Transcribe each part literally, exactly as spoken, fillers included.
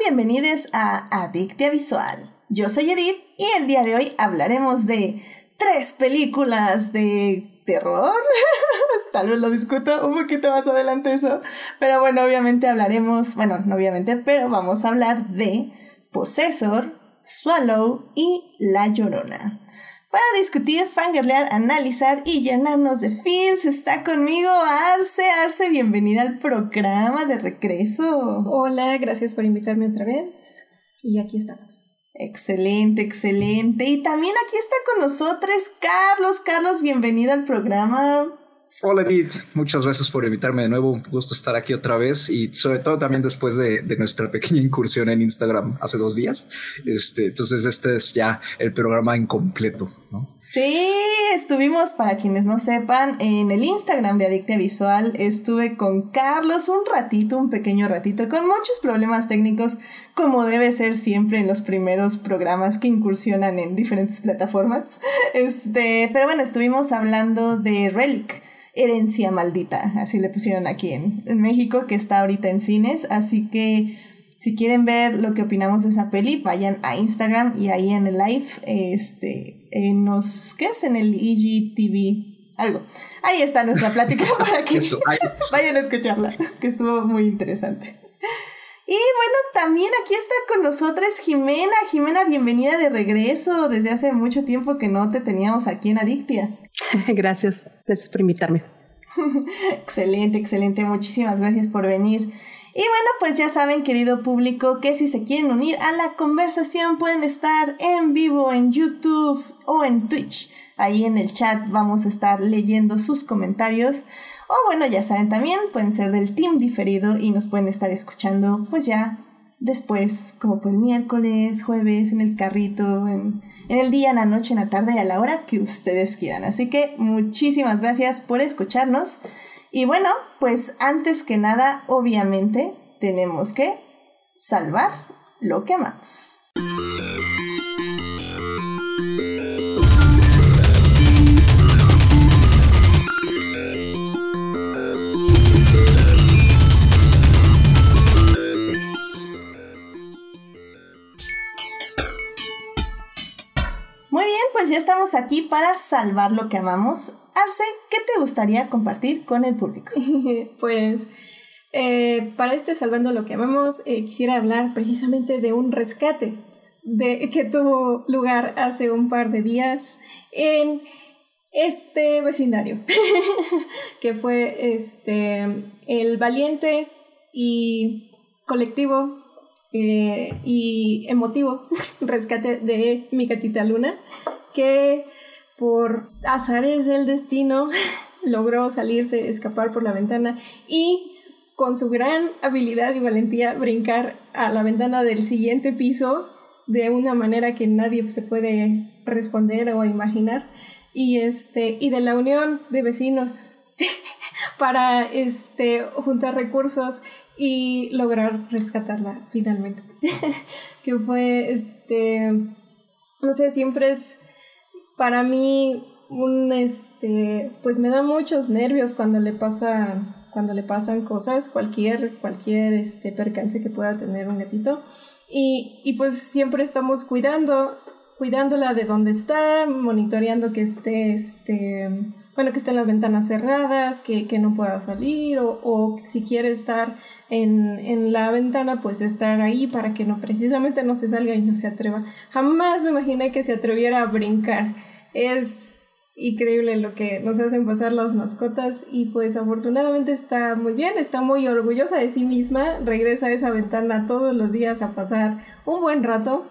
bienvenidos a Adictia Visual. Yo soy Edith y el día de hoy hablaremos de tres películas de terror. Tal vez lo discuto un poquito más adelante eso. Pero bueno, obviamente hablaremos, bueno, no obviamente, pero vamos a hablar de Possessor, Swallow y La Llorona. Para discutir, fangirlear, analizar y llenarnos de feels, está conmigo Arce. Arce, bienvenida al programa de regreso. Hola, gracias por invitarme otra vez. Y aquí estamos. Excelente, excelente. Y también aquí está con nosotros Carlos. Carlos, bienvenido al programa. Hola Edith, muchas gracias por invitarme de nuevo, un gusto estar aquí otra vez y sobre todo también después de, de nuestra pequeña incursión en Instagram hace dos días. Este, entonces este es ya el programa incompleto, ¿no? Sí, estuvimos, para quienes no sepan, en el Instagram de Adictia Visual. Estuve con Carlos un ratito, un pequeño ratito, con muchos problemas técnicos, como debe ser siempre en los primeros programas que incursionan en diferentes plataformas. Este, pero bueno, estuvimos hablando de Relic, Herencia Maldita, así le pusieron aquí en, en México, que está ahorita en cines, así que si quieren ver lo que opinamos de esa peli, vayan a Instagram y ahí en el live, este, eh, nos, ¿qué es? En el I G T V, algo, ahí está nuestra plática para que Eso, vayan a escucharla, que estuvo muy interesante. Y bueno, también aquí está con nosotros Jimena. Jimena, bienvenida de regreso. Desde hace mucho tiempo que no te teníamos aquí en Adictia. Gracias, gracias por invitarme. Excelente, excelente. Muchísimas gracias por venir. Y bueno, pues ya saben, querido público, que si se quieren unir a la conversación pueden estar en vivo en YouTube o en Twitch. Ahí en el chat vamos a estar leyendo sus comentarios. O bueno, ya saben también, pueden ser del team diferido y nos pueden estar escuchando pues ya después, como por el miércoles, jueves, en el carrito, en, en el día, en la noche, en la tarde, a la hora que ustedes quieran. Así que muchísimas gracias por escucharnos. Y bueno, pues antes que nada, obviamente, tenemos que salvar lo que amamos. Muy bien, pues ya estamos aquí para salvar lo que amamos. Arce, ¿qué te gustaría compartir con el público? Pues eh, para este Salvando lo que amamos, eh, quisiera hablar precisamente de un rescate de, que tuvo lugar hace un par de días en este vecindario, que fue este el valiente y colectivo Eh, y emotivo rescate de mi gatita Luna, que por azares del destino logró salirse, escapar por la ventana y con su gran habilidad y valentía brincar a la ventana del siguiente piso de una manera que nadie se puede responder o imaginar, y este y de la unión de vecinos para este juntar recursos y lograr rescatarla finalmente. Que fue, este, no sé, siempre es para mí un, este, pues me da muchos nervios cuando le pasa, cuando le pasan cosas, cualquier, cualquier, este, percance que pueda tener un gatito. Y, y pues siempre estamos cuidando, cuidándola de donde está, monitoreando que esté, este, bueno, que estén las ventanas cerradas, que, que no pueda salir, o, o si quiere estar en, en la ventana, pues estar ahí para que no, precisamente no se salga y no se atreva. Jamás me imaginé que se atreviera a brincar. Es increíble lo que nos hacen pasar las mascotas, y pues afortunadamente está muy bien, está muy orgullosa de sí misma, regresa a esa ventana todos los días a pasar un buen rato.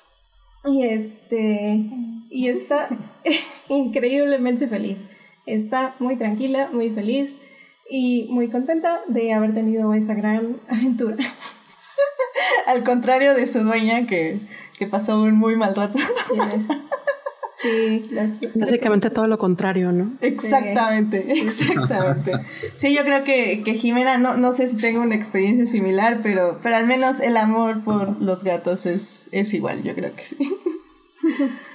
Y este y está increíblemente feliz. Está muy tranquila, muy feliz y muy contenta de haber tenido esa gran aventura. Al contrario de su dueña, que, que pasó un muy mal rato. Sí, las, básicamente todo lo contrario, ¿no? Exactamente, sí. exactamente. Sí, yo creo que, que Jimena, no, no sé si tengo una experiencia similar, pero, pero al menos el amor por los gatos es, es igual, yo creo que sí.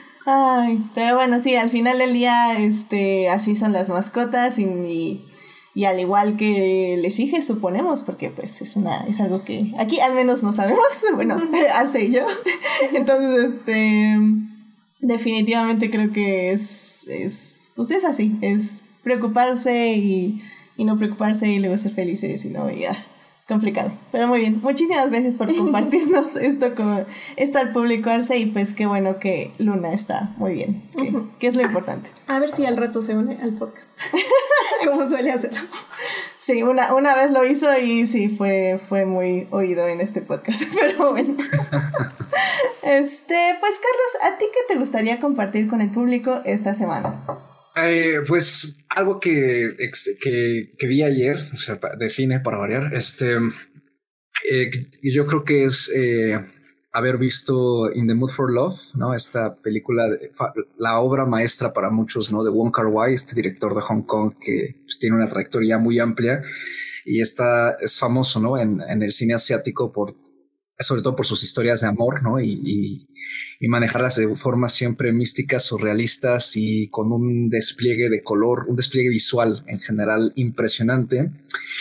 Ay, pero bueno, sí, al final del día, este, así son las mascotas, y, y Y al igual que les dije, suponemos, porque pues es una es algo que aquí al menos no sabemos, bueno, Arce y yo. Entonces, este, definitivamente creo que es, es, pues es así, es preocuparse y, y no preocuparse y luego ser felices, y no, ya, complicado. Pero muy bien, muchísimas gracias por compartirnos esto con esto al público, Arce, y pues qué bueno que Luna está muy bien, que, uh-huh. que es lo importante. A ver si al rato se une al podcast. Como suele hacerlo. Sí, una, una vez lo hizo y sí, fue, fue muy oído en este podcast, pero bueno. Este, pues Carlos, ¿a ti qué te gustaría compartir con el público esta semana? Eh, pues algo que, que, que vi ayer, o sea, de cine para variar, este, eh, yo creo que es... Eh, haber visto In the Mood for Love, ¿no? Esta película, de, la obra maestra para muchos, ¿no? De Wong Kar-wai, este director de Hong Kong que pues, tiene una trayectoria muy amplia y está, es famoso, ¿no? En, en el cine asiático por, sobre todo por sus historias de amor, ¿no? Y, y, y manejarlas de formas siempre místicas, surrealistas y con un despliegue de color, un despliegue visual en general impresionante.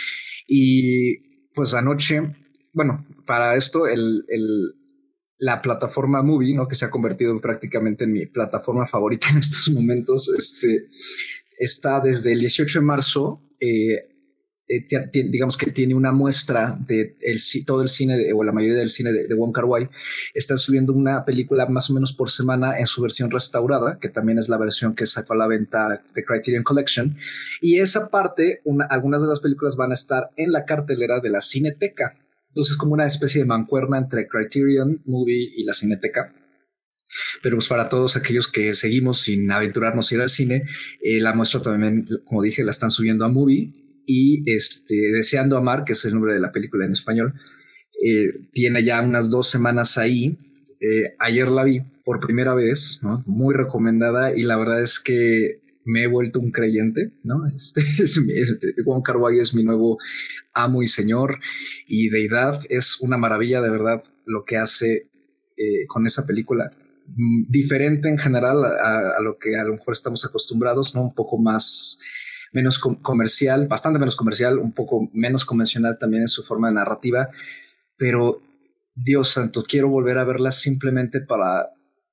Y pues anoche, bueno, para esto el, el la plataforma Movie, ¿no? Que se ha convertido prácticamente en mi plataforma favorita en estos momentos, este, está desde el dieciocho de marzo, eh, eh, t- t- digamos que tiene una muestra de el, todo el cine de, o la mayoría del cine de, de Wong Kar-wai. Están subiendo una película más o menos por semana en su versión restaurada, que también es la versión que sacó a la venta de Criterion Collection. Y esa parte, una, algunas de las películas van a estar en la cartelera de la Cineteca. Entonces es como una especie de mancuerna entre Criterion Movie y la Cineteca. Pero pues para todos aquellos que seguimos sin aventurarnos a ir al cine, eh, la muestra también, como dije, la están subiendo a Movie. Y este, Deseando Amar, que es el nombre de la película en español, eh, tiene ya unas dos semanas ahí. Eh, ayer la vi por primera vez, ¿no? Muy recomendada, y la verdad es que me he vuelto un creyente, ¿no? Este, es, es, Wong Kar-wai es mi nuevo amo y señor y deidad. Es una maravilla, de verdad, lo que hace eh, con esa película. Mm, diferente en general a, a lo que a lo mejor estamos acostumbrados, ¿no? Un poco más, menos com- comercial, bastante menos comercial, un poco menos convencional también en su forma de narrativa, pero Dios santo, quiero volver a verla simplemente para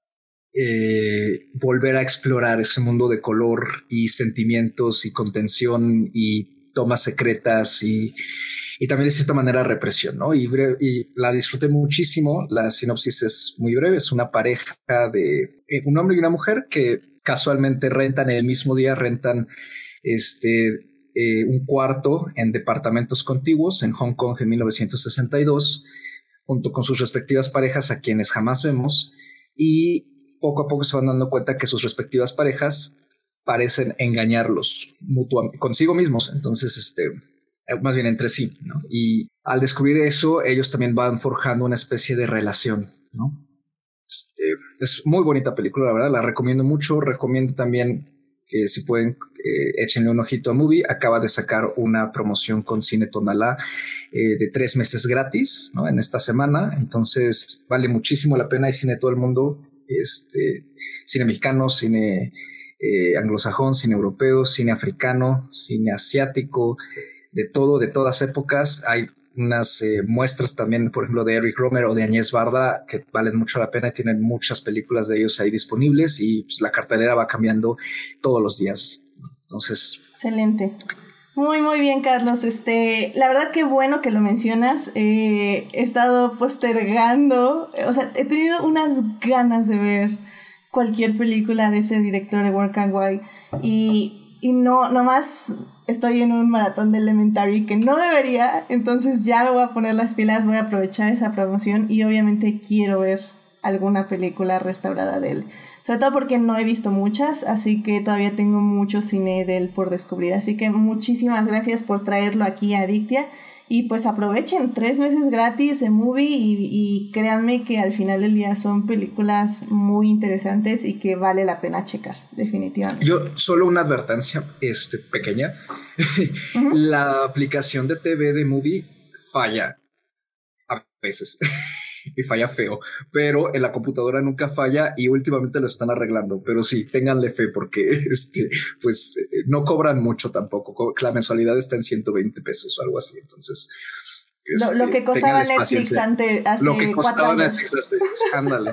Eh, volver a explorar ese mundo de color y sentimientos y contención y tomas secretas y, y también de cierta manera represión, ¿no? Y, breve, y la disfruté muchísimo. La sinopsis es muy breve. Es una pareja de eh, un hombre y una mujer que casualmente rentan el mismo día, rentan este, eh, un cuarto en departamentos contiguos en Hong Kong en mil novecientos sesenta y dos, junto con sus respectivas parejas, a quienes jamás vemos, y poco a poco se van dando cuenta que sus respectivas parejas parecen engañarlos mutuamente consigo mismos, entonces este, más bien entre sí, ¿no? Y al descubrir eso, ellos también van forjando una especie de relación, ¿no? Este, es muy bonita película, la verdad, la recomiendo mucho. Recomiendo también que si pueden eh, échenle un ojito a Movie. Acaba de sacar una promoción con Cine Tonalá eh, de tres meses gratis, ¿no? En esta semana, entonces vale muchísimo la pena. Hay cine de todo el mundo. Este, cine mexicano, cine eh, anglosajón, cine europeo, cine africano, cine asiático, de todo, de todas épocas. Hay unas eh, muestras también, por ejemplo, de Eric Romer o de Agnès Varda, que valen mucho la pena y tienen muchas películas de ellos ahí disponibles, y pues, la cartelera va cambiando todos los días. Entonces, excelente. Muy, muy bien, Carlos. Este, la verdad que bueno que lo mencionas. Eh, he estado postergando, o sea, he tenido unas ganas de ver cualquier película de ese director de Wong Kar-wai, y, y no, nomás estoy en un maratón de Elementary que no debería, entonces ya me voy a poner las pilas, voy a aprovechar esa promoción y obviamente quiero ver alguna película restaurada de él. Sobre todo porque no he visto muchas, así que todavía tengo mucho cine de él por descubrir. Así que muchísimas gracias por traerlo aquí a Adictia. Y pues aprovechen, tres meses gratis de Movie, y, y créanme que al final del día son películas muy interesantes y que vale la pena checar, definitivamente. Yo, solo una advertencia este, pequeña. Uh-huh. La aplicación de T V de Movie falla a veces. y falla feo, pero en la computadora nunca falla y últimamente lo están arreglando. Pero sí, ténganle fe porque este, pues no cobran mucho tampoco. La mensualidad está en ciento veinte pesos o algo así. Entonces, este, lo, lo que costaba Netflix ante, hace lo que costaba cuatro años. Netflix hace, ándale.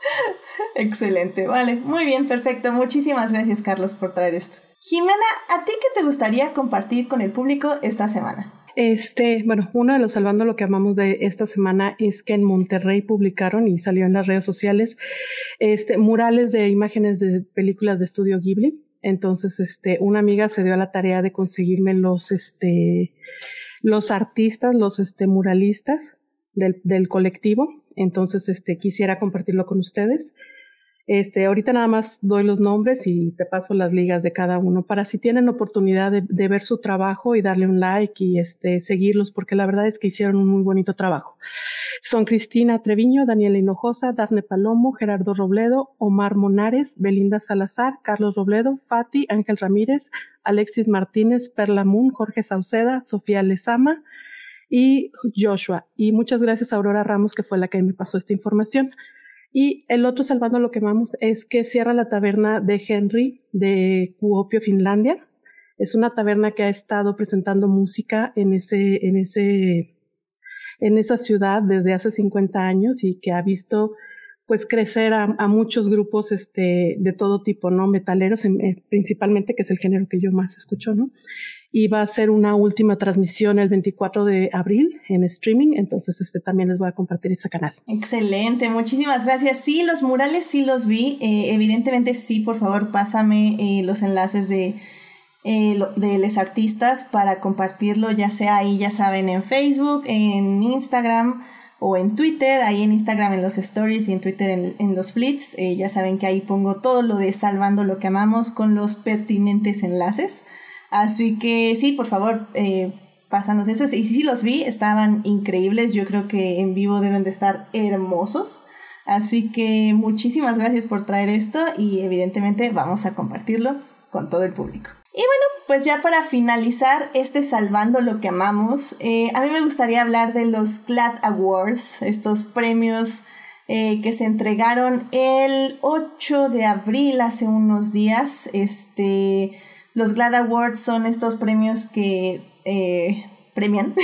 Excelente, vale, muy bien, perfecto. Muchísimas gracias, Carlos, por traer esto. Jimena, ¿a ti qué te gustaría compartir con el público esta semana? Este, bueno, uno de los Salvando lo que amamos de esta semana es que en Monterrey publicaron y salió en las redes sociales este, murales de imágenes de películas de estudio Ghibli. Entonces, este, una amiga se dio a la tarea de conseguirme los, este, los artistas, los este, muralistas del, del colectivo. Entonces, este, quisiera compartirlo con ustedes. Este, ahorita nada más doy los nombres y te paso las ligas de cada uno para si tienen oportunidad de, de ver su trabajo y darle un like y este, seguirlos, porque la verdad es que hicieron un muy bonito trabajo. Son Cristina Treviño, Daniela Hinojosa, Dafne Palomo, Gerardo Robledo, Omar Monares, Belinda Salazar, Carlos Robledo, Fati, Ángel Ramírez, Alexis Martínez, Perla Moon, Jorge Sauceda, Sofía Lezama y Joshua. Y muchas gracias a Aurora Ramos, que fue la que me pasó esta información. Y el otro Salvando lo que amamos es que cierra la taberna de Henry de Kuopio, Finlandia. Es una taberna que ha estado presentando música en ese, en ese, en esa ciudad desde hace cincuenta años y que ha visto pues crecer a, a muchos grupos este, de todo tipo, ¿no? Metaleros en, eh, principalmente, que es el género que yo más escucho, ¿no? Y va a ser una última transmisión el veinticuatro de abril en streaming, entonces este también les voy a compartir ese canal. Excelente, muchísimas gracias. Sí, los murales sí los vi, eh, evidentemente sí, por favor pásame eh, los enlaces de, eh, lo, de los artistas para compartirlo, ya sea ahí, ya saben, en Facebook, en Instagram o en Twitter, ahí en Instagram en los stories y en Twitter en, en los flits, eh, ya saben que ahí pongo todo lo de Salvando lo que amamos con los pertinentes enlaces. Así que sí, por favor, eh, pásanos esos. Y sí, sí los vi, estaban increíbles. Yo creo que en vivo deben de estar hermosos. Así que muchísimas gracias por traer esto y evidentemente vamos a compartirlo con todo el público. Y bueno, pues ya para finalizar este Salvando lo que amamos, eh, a mí me gustaría hablar de los GLAAD Awards, estos premios eh, que se entregaron el ocho de abril, hace unos días. Este... Los GLAAD Awards son estos premios que eh, premian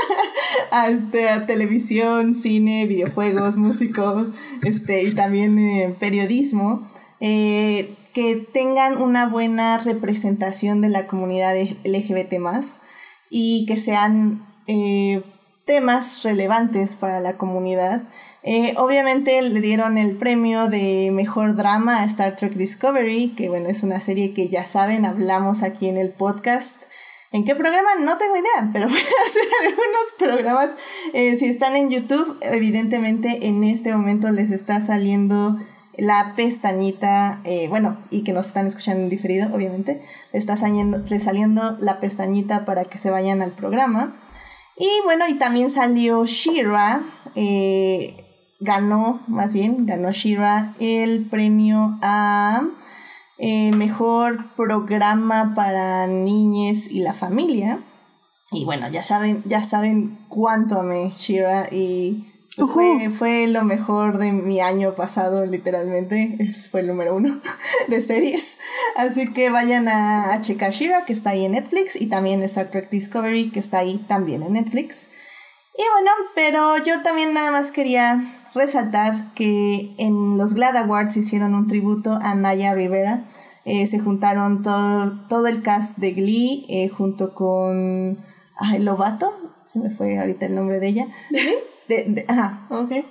a, este, a televisión, cine, videojuegos, músicos este, y también eh, periodismo, eh, que tengan una buena representación de la comunidad L G B T más, y que sean eh, temas relevantes para la comunidad. Eh, obviamente le dieron el premio de mejor drama a Star Trek Discovery, que bueno, es una serie que ya saben, hablamos aquí en el podcast. ¿En qué programa? No tengo idea, pero voy a hacer algunos programas. Eh, si están en YouTube, evidentemente en este momento les está saliendo la pestañita, eh, bueno, y que nos están escuchando en diferido, obviamente, les está saliendo, les saliendo la pestañita para que se vayan al programa. Y bueno, y también salió She-Ra, eh, ganó, más bien, ganó She-Ra el premio a eh, mejor programa para niñes y la familia. Y bueno, ya saben, ya saben cuánto amé She-Ra y pues uh-huh. fue, fue lo mejor de mi año pasado, literalmente. Es, fue el número uno de series. Así que vayan a, a checar She-Ra, que está ahí en Netflix, y también Star Trek Discovery, que está ahí también en Netflix. Y bueno, pero yo también nada más quería resaltar que en los GLAAD Awards hicieron un tributo a Naya Rivera. Eh, se juntaron todo, todo el cast de Glee eh, junto con ay, Lovato, se me fue ahorita el nombre de ella. ¿De Glee? De, de, ajá. Okay.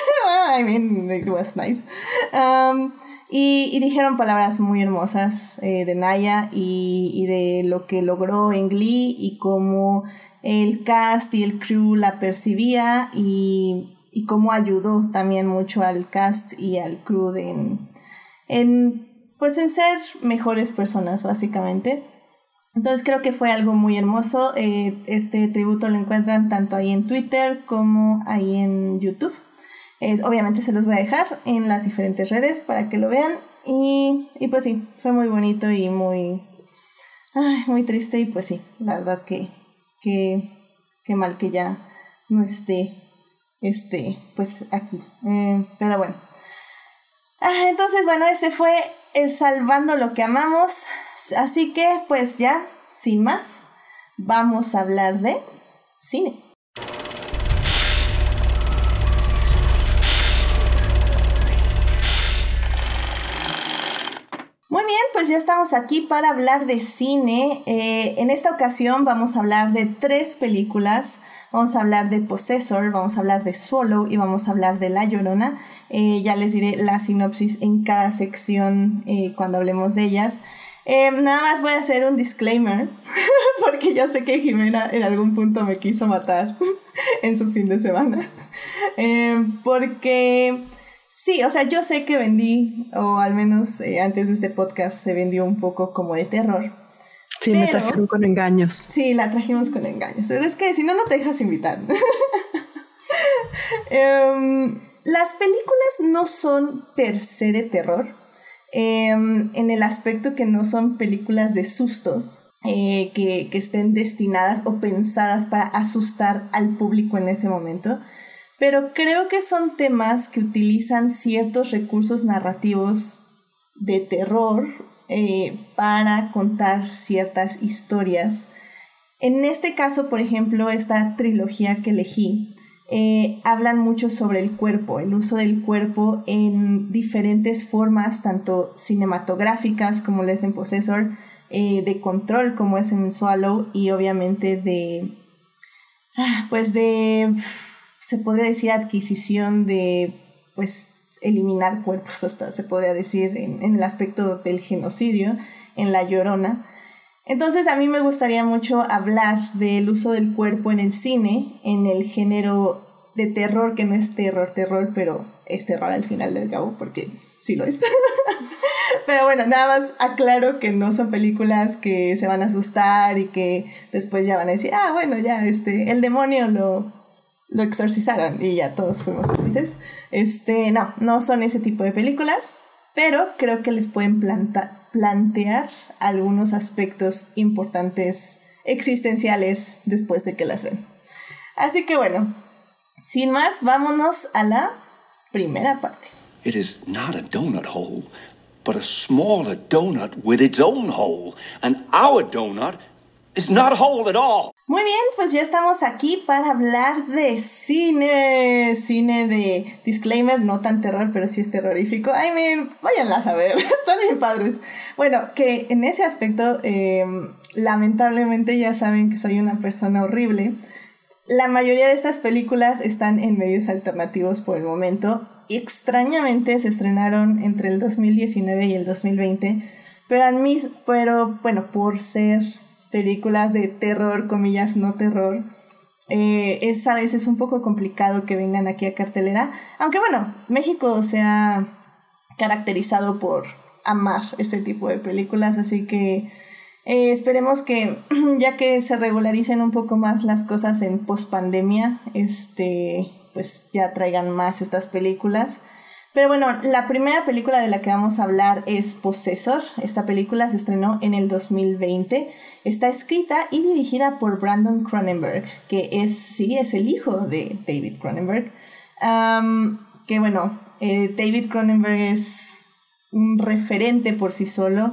I mean, it was nice. Um, y, y dijeron palabras muy hermosas eh, de Naya y, y de lo que logró en Glee y cómo el cast y el crew la percibía y, y cómo ayudó también mucho al cast y al crew de, en, en, pues en ser mejores personas, básicamente. Entonces creo que fue algo muy hermoso. Eh, este tributo lo encuentran tanto ahí en Twitter como ahí en YouTube. Eh, obviamente se los voy a dejar en las diferentes redes para que lo vean. Y, y pues sí, fue muy bonito y muy, ay, muy triste. Y pues sí, la verdad que, que, que mal que ya no esté este, pues aquí. Eh, pero bueno. Ah, entonces, bueno, ese fue el Salvando lo que amamos. Así que, pues ya, sin más, vamos a hablar de cine. Muy bien, pues ya estamos aquí para hablar de cine. Eh, en esta ocasión vamos a hablar de tres películas. Vamos a hablar de Possessor, vamos a hablar de Swallow y vamos a hablar de La Llorona. Eh, ya les diré la sinopsis en cada sección eh, cuando hablemos de ellas. Eh, nada más voy a hacer un disclaimer, porque yo sé que Jimena en algún punto me quiso matar en su fin de semana. Eh, porque... Sí, o sea, yo sé que vendí, o al menos eh, antes de este podcast se vendió un poco como de terror. Sí, pero, me trajeron con engaños. Sí, la trajimos con engaños, pero es que si no, no te dejas invitar. um, las películas no son per se de terror, um, en el aspecto que no son películas de sustos, eh, que, que estén destinadas o pensadas para asustar al público en ese momento. Pero creo que son temas que utilizan ciertos recursos narrativos de terror eh, para contar ciertas historias. En este caso, por ejemplo, esta trilogía que elegí, eh, hablan mucho sobre el cuerpo, el uso del cuerpo en diferentes formas, tanto cinematográficas como lo es en Possessor, eh, de control como es en Swallow y obviamente de... pues de... se podría decir adquisición de, pues, eliminar cuerpos, hasta se podría decir en, en el aspecto del genocidio, en La Llorona. Entonces a mí me gustaría mucho hablar del uso del cuerpo en el cine, en el género de terror, que no es terror, terror, pero es terror al final del cabo, porque sí lo es. Pero bueno, nada más aclaro que no son películas que se van a asustar y que después ya van a decir, ah, bueno, ya, este, el demonio lo... lo exorcizaron y ya todos fuimos felices. Este, no, no son ese tipo de películas, pero creo que les pueden planta- plantear algunos aspectos importantes existenciales después de que las ven. Así que bueno, sin más, vámonos a la primera parte. It is not a donut hole, but a smaller donut with its own hole, and our donut is not a hole at all. Muy bien, pues ya estamos aquí para hablar de cine, cine de disclaimer, no tan terror, pero sí es terrorífico. I mean, váyanlas a ver, están bien padres. Bueno, que en ese aspecto, eh, lamentablemente ya saben que soy una persona horrible. La mayoría de estas películas están en medios alternativos por el momento. Extrañamente se estrenaron entre el dos mil diecinueve y el dos mil veinte, pero a mí, pero bueno, por ser... películas de terror, comillas, no terror, eh, es a veces un poco complicado que vengan aquí a cartelera, aunque bueno, México se ha caracterizado por amar este tipo de películas, así que eh, esperemos que ya que se regularicen un poco más las cosas en pospandemia, este, pues ya traigan más estas películas. Pero bueno, la primera película de la que vamos a hablar es Possessor. Esta película se estrenó en el dos mil veinte. Está escrita y dirigida por Brandon Cronenberg, que es, sí, es el hijo de David Cronenberg. Um, que bueno, eh, David Cronenberg es un referente por sí solo.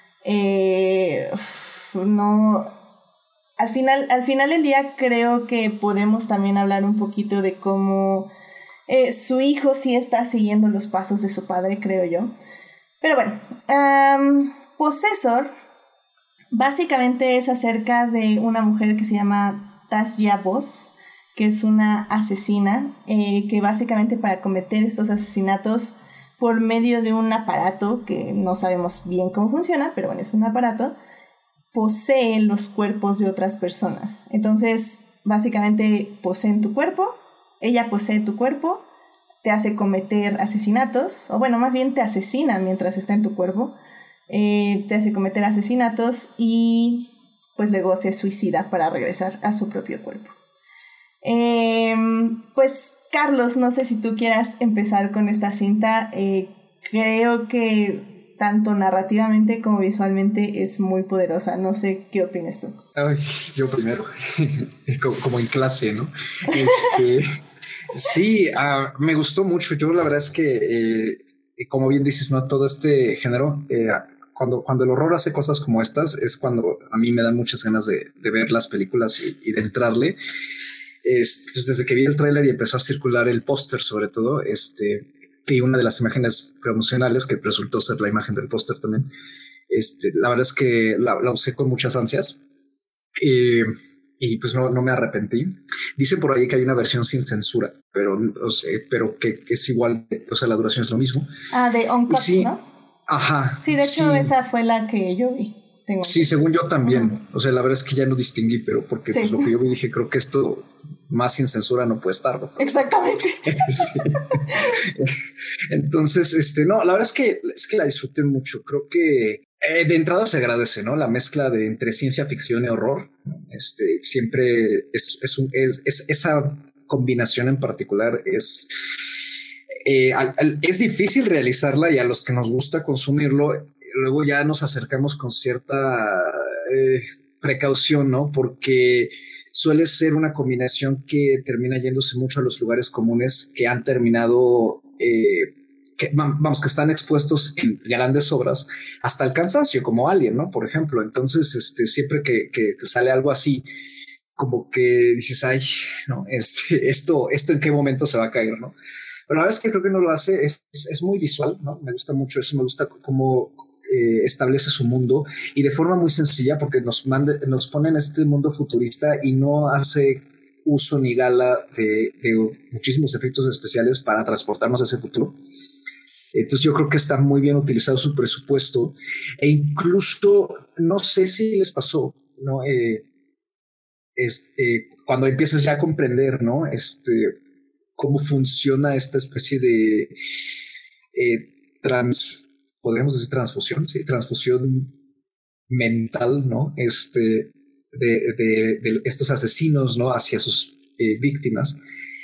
Eh, no... Al final, al final del día creo que podemos también hablar un poquito de cómo... Eh, su hijo sí está siguiendo los pasos de su padre, creo yo. Pero bueno, um, Possessor básicamente es acerca de una mujer que se llama Tasya Vos, que es una asesina, eh, que básicamente para cometer estos asesinatos por medio de un aparato que no sabemos bien cómo funciona, pero bueno, es un aparato, posee los cuerpos de otras personas. Entonces, básicamente poseen tu cuerpo. Ella posee tu cuerpo, te hace cometer asesinatos, o bueno, más bien te asesina mientras está en tu cuerpo, eh, te hace cometer asesinatos y pues luego se suicida para regresar a su propio cuerpo. Eh, pues Carlos, no sé si tú quieras empezar con esta cinta. Eh, creo que tanto narrativamente como visualmente es muy poderosa. No sé qué opinas tú. Ay, yo primero, como en clase, ¿no? Este... Sí, uh, me gustó mucho. Yo la verdad es que, eh, como bien dices, no todo este género, eh, cuando, cuando el horror hace cosas como estas, es cuando a mí me dan muchas ganas de, de ver las películas y, y de entrarle. Este, desde que vi el tráiler y empezó a circular el póster, sobre todo, este, y una de las imágenes promocionales que resultó ser la imagen del póster también. Este, la verdad es que la, la usé con muchas ansias. Eh, Y pues no, no me arrepentí. Dice por ahí que hay una versión sin censura, pero, o sea, pero que, que es igual, o sea, la duración es lo mismo. Ah, de Uncut, sí, ¿no? Ajá. Sí, de hecho sí. esa fue la que yo vi. Tengo sí, según yo también. Uh-huh. O sea, la verdad es que ya no distinguí, pero porque sí. pues, lo que yo vi dije, creo que esto más sin censura no puede estar, ¿no? Exactamente. Sí. Entonces, este, no, la verdad es que, es que la disfruté mucho. Creo que Eh, de entrada se agradece, ¿no? La mezcla de entre ciencia ficción y horror. Este, siempre es, es, un, es, es esa combinación en particular es, eh, al, al, es difícil realizarla y a los que nos gusta consumirlo, luego ya nos acercamos con cierta eh, precaución, ¿no? Porque suele ser una combinación que termina yéndose mucho a los lugares comunes que han terminado... Eh, que vamos, que están expuestos en grandes obras hasta el cansancio, como Alien, ¿no? Por ejemplo. Entonces, este, siempre que, que, que sale algo así, como que dices, ay, no, este, esto, esto en qué momento se va a caer, ¿no? Pero la verdad es que creo que no lo hace, es, es, es muy visual, ¿no? Me gusta mucho eso, me gusta cómo eh, establece su mundo y de forma muy sencilla, porque nos, mande, nos pone en este mundo futurista y no hace uso ni gala de, de muchísimos efectos especiales para transportarnos a ese futuro. Entonces yo creo que está muy bien utilizado su presupuesto e incluso no sé si les pasó, ¿no? Eh, este, cuando empiezas ya a comprender, ¿no? Este, cómo funciona esta especie de eh, trans, podríamos decir transfusión, sí, transfusión mental, ¿no? Este, de, de, de estos asesinos, ¿no? Hacia sus eh, víctimas.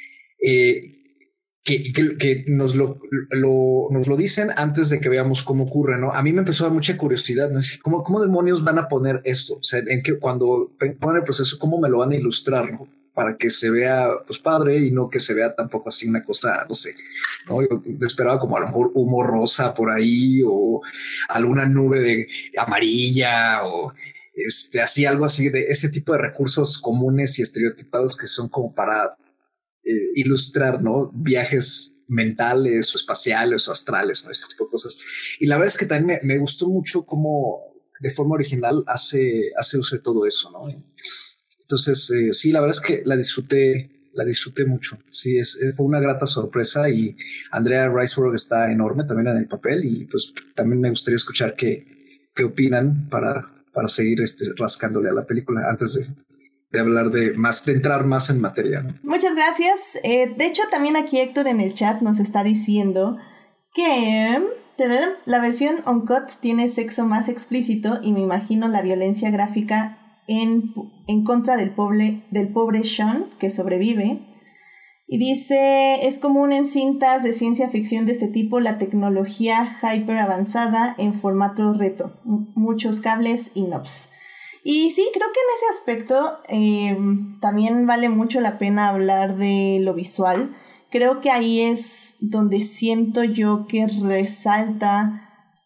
Eh, Que, que, que nos, lo, lo, nos lo dicen antes de que veamos cómo ocurre, ¿no? A mí me empezó a dar mucha curiosidad, ¿no? ¿Cómo, cómo demonios van a poner esto? O sea, en que cuando ponen el proceso, ¿cómo me lo van a ilustrar, ¿no? Para que se vea, pues, padre y no que se vea tampoco así una cosa, no sé, ¿no? Yo esperaba como a lo mejor humo rosa por ahí o alguna nube de amarilla o este, así, algo así de ese tipo de recursos comunes y estereotipados que son como para Eh, ilustrar, ¿no? Viajes mentales o espaciales o astrales, ¿no? Este tipo de cosas. Y la verdad es que también me, me gustó mucho cómo de forma original hace, hace uso de todo eso, ¿no? Entonces, eh, sí, la verdad es que la disfruté, la disfruté mucho. Sí, es, fue una grata sorpresa y Andrea Riseborough está enorme también en el papel y pues también me gustaría escuchar qué, qué opinan para, para seguir este, rascándole a la película antes de de hablar de más, de entrar más en materia, ¿no? Muchas gracias. Eh, de hecho, también aquí Héctor en el chat nos está diciendo que la versión Uncut tiene sexo más explícito y me imagino la violencia gráfica en, en contra del pobre, del pobre Sean, que sobrevive. Y dice, es común en cintas de ciencia ficción de este tipo la tecnología hyper avanzada en formato reto, M- muchos cables y knobs. Y sí, creo que en ese aspecto eh, también vale mucho la pena hablar de lo visual. Creo que ahí es donde siento yo que resalta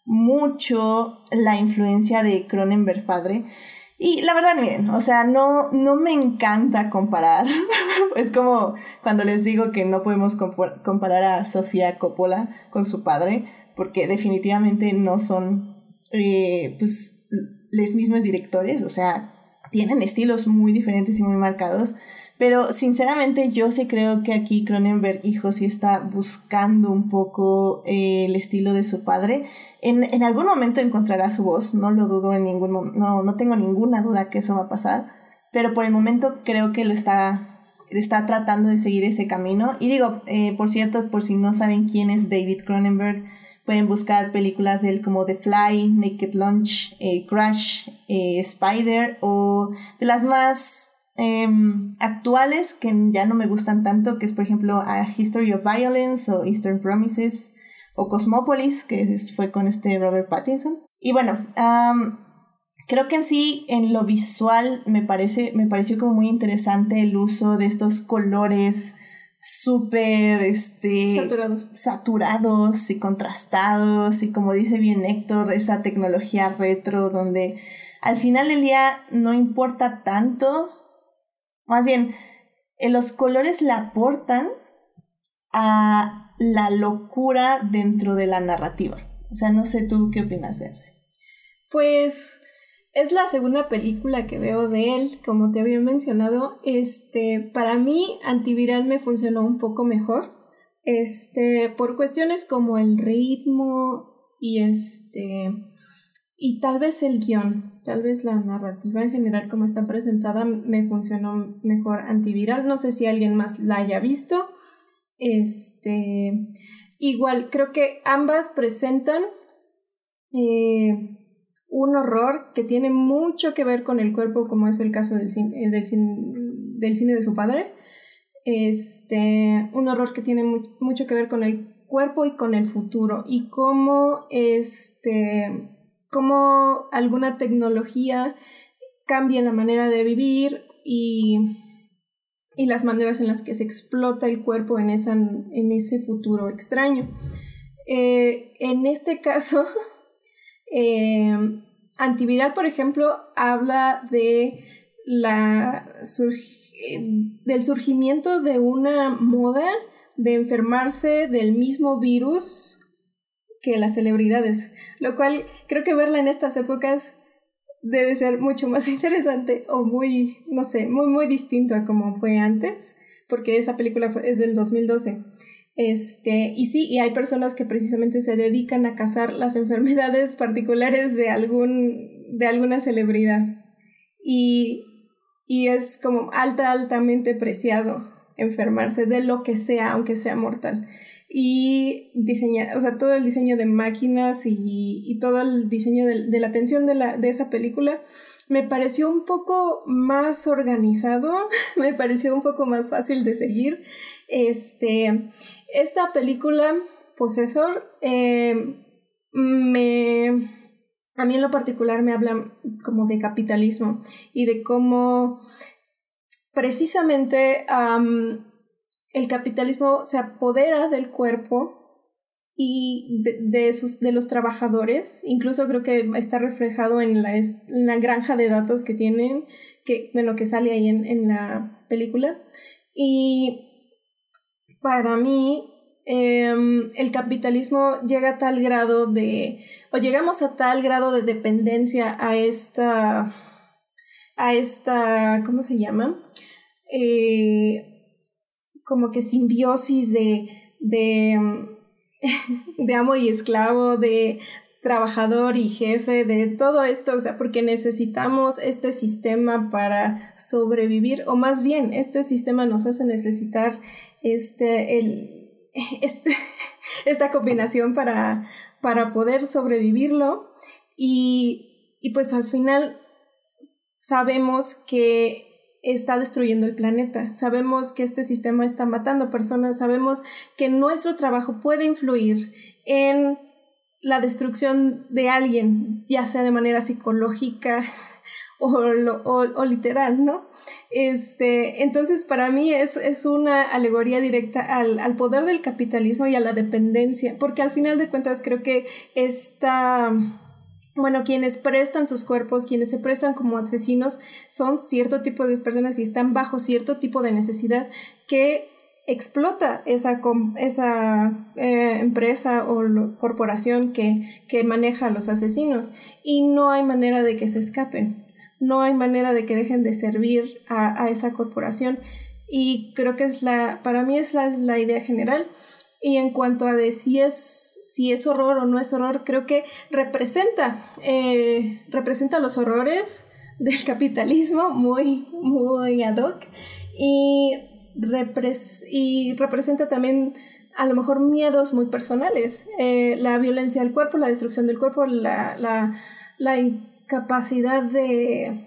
mucho la influencia de Cronenberg padre. Y la verdad, miren, o sea, no, no me encanta comparar. Es como cuando les digo que no podemos comp- comparar a Sofía Coppola con su padre, porque definitivamente no son, eh, pues, los mismos directores, o sea, tienen estilos muy diferentes y muy marcados, pero sinceramente yo sí creo que aquí Cronenberg hijo sí está buscando un poco eh, el estilo de su padre. En, en algún momento encontrará su voz, no lo dudo en ningún momento, no, no tengo ninguna duda que eso va a pasar, pero por el momento creo que lo está, está tratando de seguir ese camino. Y digo, eh, por cierto, por si no saben quién es David Cronenberg, pueden buscar películas de él como The Fly, Naked Lunch, eh, Crash, eh, Spider, o de las más eh, actuales que ya no me gustan tanto, que es por ejemplo A History of Violence o Eastern Promises o Cosmopolis, que fue con este Robert Pattinson. Y bueno, um, creo que en sí, en lo visual, me parece, me pareció como muy interesante el uso de estos colores súper este, saturados. saturados y contrastados, y como dice bien Héctor, esa tecnología retro donde al final del día no importa tanto, más bien eh, los colores le aportan a la locura dentro de la narrativa. O sea, no sé tú qué opinas de eso. Pues es la segunda película que veo de él, como te había mencionado. Este, para mí, Antiviral me funcionó un poco mejor, este, por cuestiones como el ritmo y este, y tal vez el guión, tal vez la narrativa en general como está presentada me funcionó mejor Antiviral. No sé si alguien más la haya visto. Este, igual creo que ambas presentan eh, un horror que tiene mucho que ver con el cuerpo, como es el caso del cine, del cine, del cine de su padre. Este, un horror que tiene mu- mucho que ver con el cuerpo y con el futuro, y cómo, este, cómo alguna tecnología cambia la manera de vivir y, y las maneras en las que se explota el cuerpo en, esa, en ese futuro extraño. Eh, en este caso... Eh, Antiviral, por ejemplo, habla de la surgi- del surgimiento de una moda de enfermarse del mismo virus que las celebridades, lo cual creo que verla en estas épocas debe ser mucho más interesante o muy, no sé, muy muy distinto a como fue antes, porque esa película fue, es del dos mil doce. Este, y sí, y hay personas que precisamente se dedican a cazar las enfermedades particulares de algún, de alguna celebridad. Y, y es como alta, altamente preciado enfermarse de lo que sea, aunque sea mortal. Y diseñar, o sea, todo el diseño de máquinas y, y todo el diseño de, de la atención de, la, de esa película me pareció un poco más organizado, me pareció un poco más fácil de seguir. Este, esta película, Possessor, eh, me, a mí en lo particular me habla como de capitalismo y de cómo precisamente um, el capitalismo se apodera del cuerpo y de, de, sus, de los trabajadores. Incluso creo que está reflejado en la, en la granja de datos que tienen, que, bueno, que sale ahí en, en la película. Y para mí eh, el capitalismo llega a tal grado de, o llegamos a tal grado de dependencia a esta, a esta, ¿cómo se llama? Eh, como que simbiosis de, de, de amo y esclavo, de trabajador y jefe, de todo esto, o sea, porque necesitamos este sistema para sobrevivir, o más bien, este sistema nos hace necesitar este, el, este, esta combinación para, para poder sobrevivirlo, y, y pues al final sabemos que está destruyendo el planeta, sabemos que este sistema está matando personas, sabemos que nuestro trabajo puede influir en la destrucción de alguien, ya sea de manera psicológica o, lo, o, o literal, ¿no? Este, entonces, para mí es, es una alegoría directa al, al poder del capitalismo y a la dependencia, porque al final de cuentas creo que esta... Bueno, quienes prestan sus cuerpos, quienes se prestan como asesinos, son cierto tipo de personas y están bajo cierto tipo de necesidad que explota esa, esa eh, empresa o lo, corporación que, que maneja a los asesinos, y no hay manera de que se escapen, no hay manera de que dejen de servir a, a esa corporación, y creo que es la, para mí esa es la idea general. Y en cuanto a de si es, si es horror o no es horror, creo que representa, eh, representa los horrores del capitalismo muy, muy ad hoc, y, repres- y representa también a lo mejor miedos muy personales, eh, la violencia del cuerpo, la destrucción del cuerpo, la, la, la incapacidad de,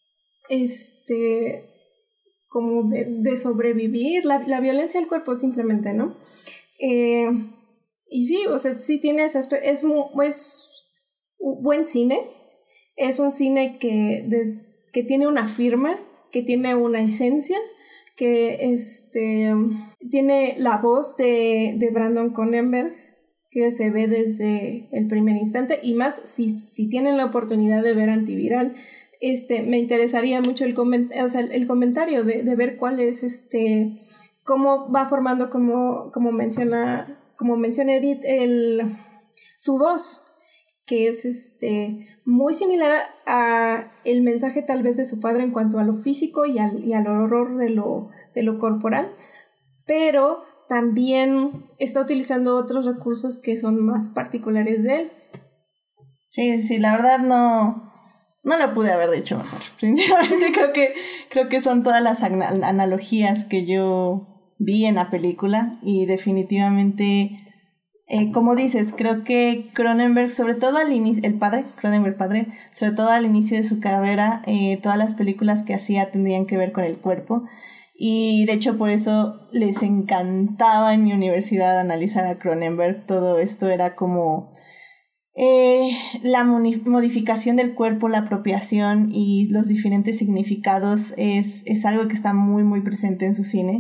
este, como de, de sobrevivir, la, la violencia del cuerpo simplemente, ¿no? Eh, y sí, o sea, sí tiene ese aspecto, es, es un buen cine, es un cine que, des, que tiene una firma, que tiene una esencia, que este, tiene la voz de, de Brandon Cronenberg, que se ve desde el primer instante, y más si, si tienen la oportunidad de ver Antiviral, este, me interesaría mucho el, coment- o sea, el comentario de, de ver cuál es, este, cómo va formando, como, como menciona, como menciona Edith, el, su voz, que es este, muy similar a el mensaje tal vez de su padre en cuanto a lo físico y al, y al horror de lo, de lo corporal, pero también está utilizando otros recursos que son más particulares de él. Sí, sí, la verdad no, no lo pude haber dicho mejor. Sinceramente creo que, creo que son todas las an- analogías que yo vi en la película y definitivamente, eh, como dices, creo que Cronenberg, sobre todo al inicio, el padre, Cronenberg padre, sobre todo al inicio de su carrera, eh, todas las películas que hacía tendrían que ver con el cuerpo. Y de hecho por eso les encantaba en mi universidad analizar a Cronenberg. Todo esto era como eh, la moni- modificación del cuerpo, la apropiación y los diferentes significados es, es algo que está muy muy presente en su cine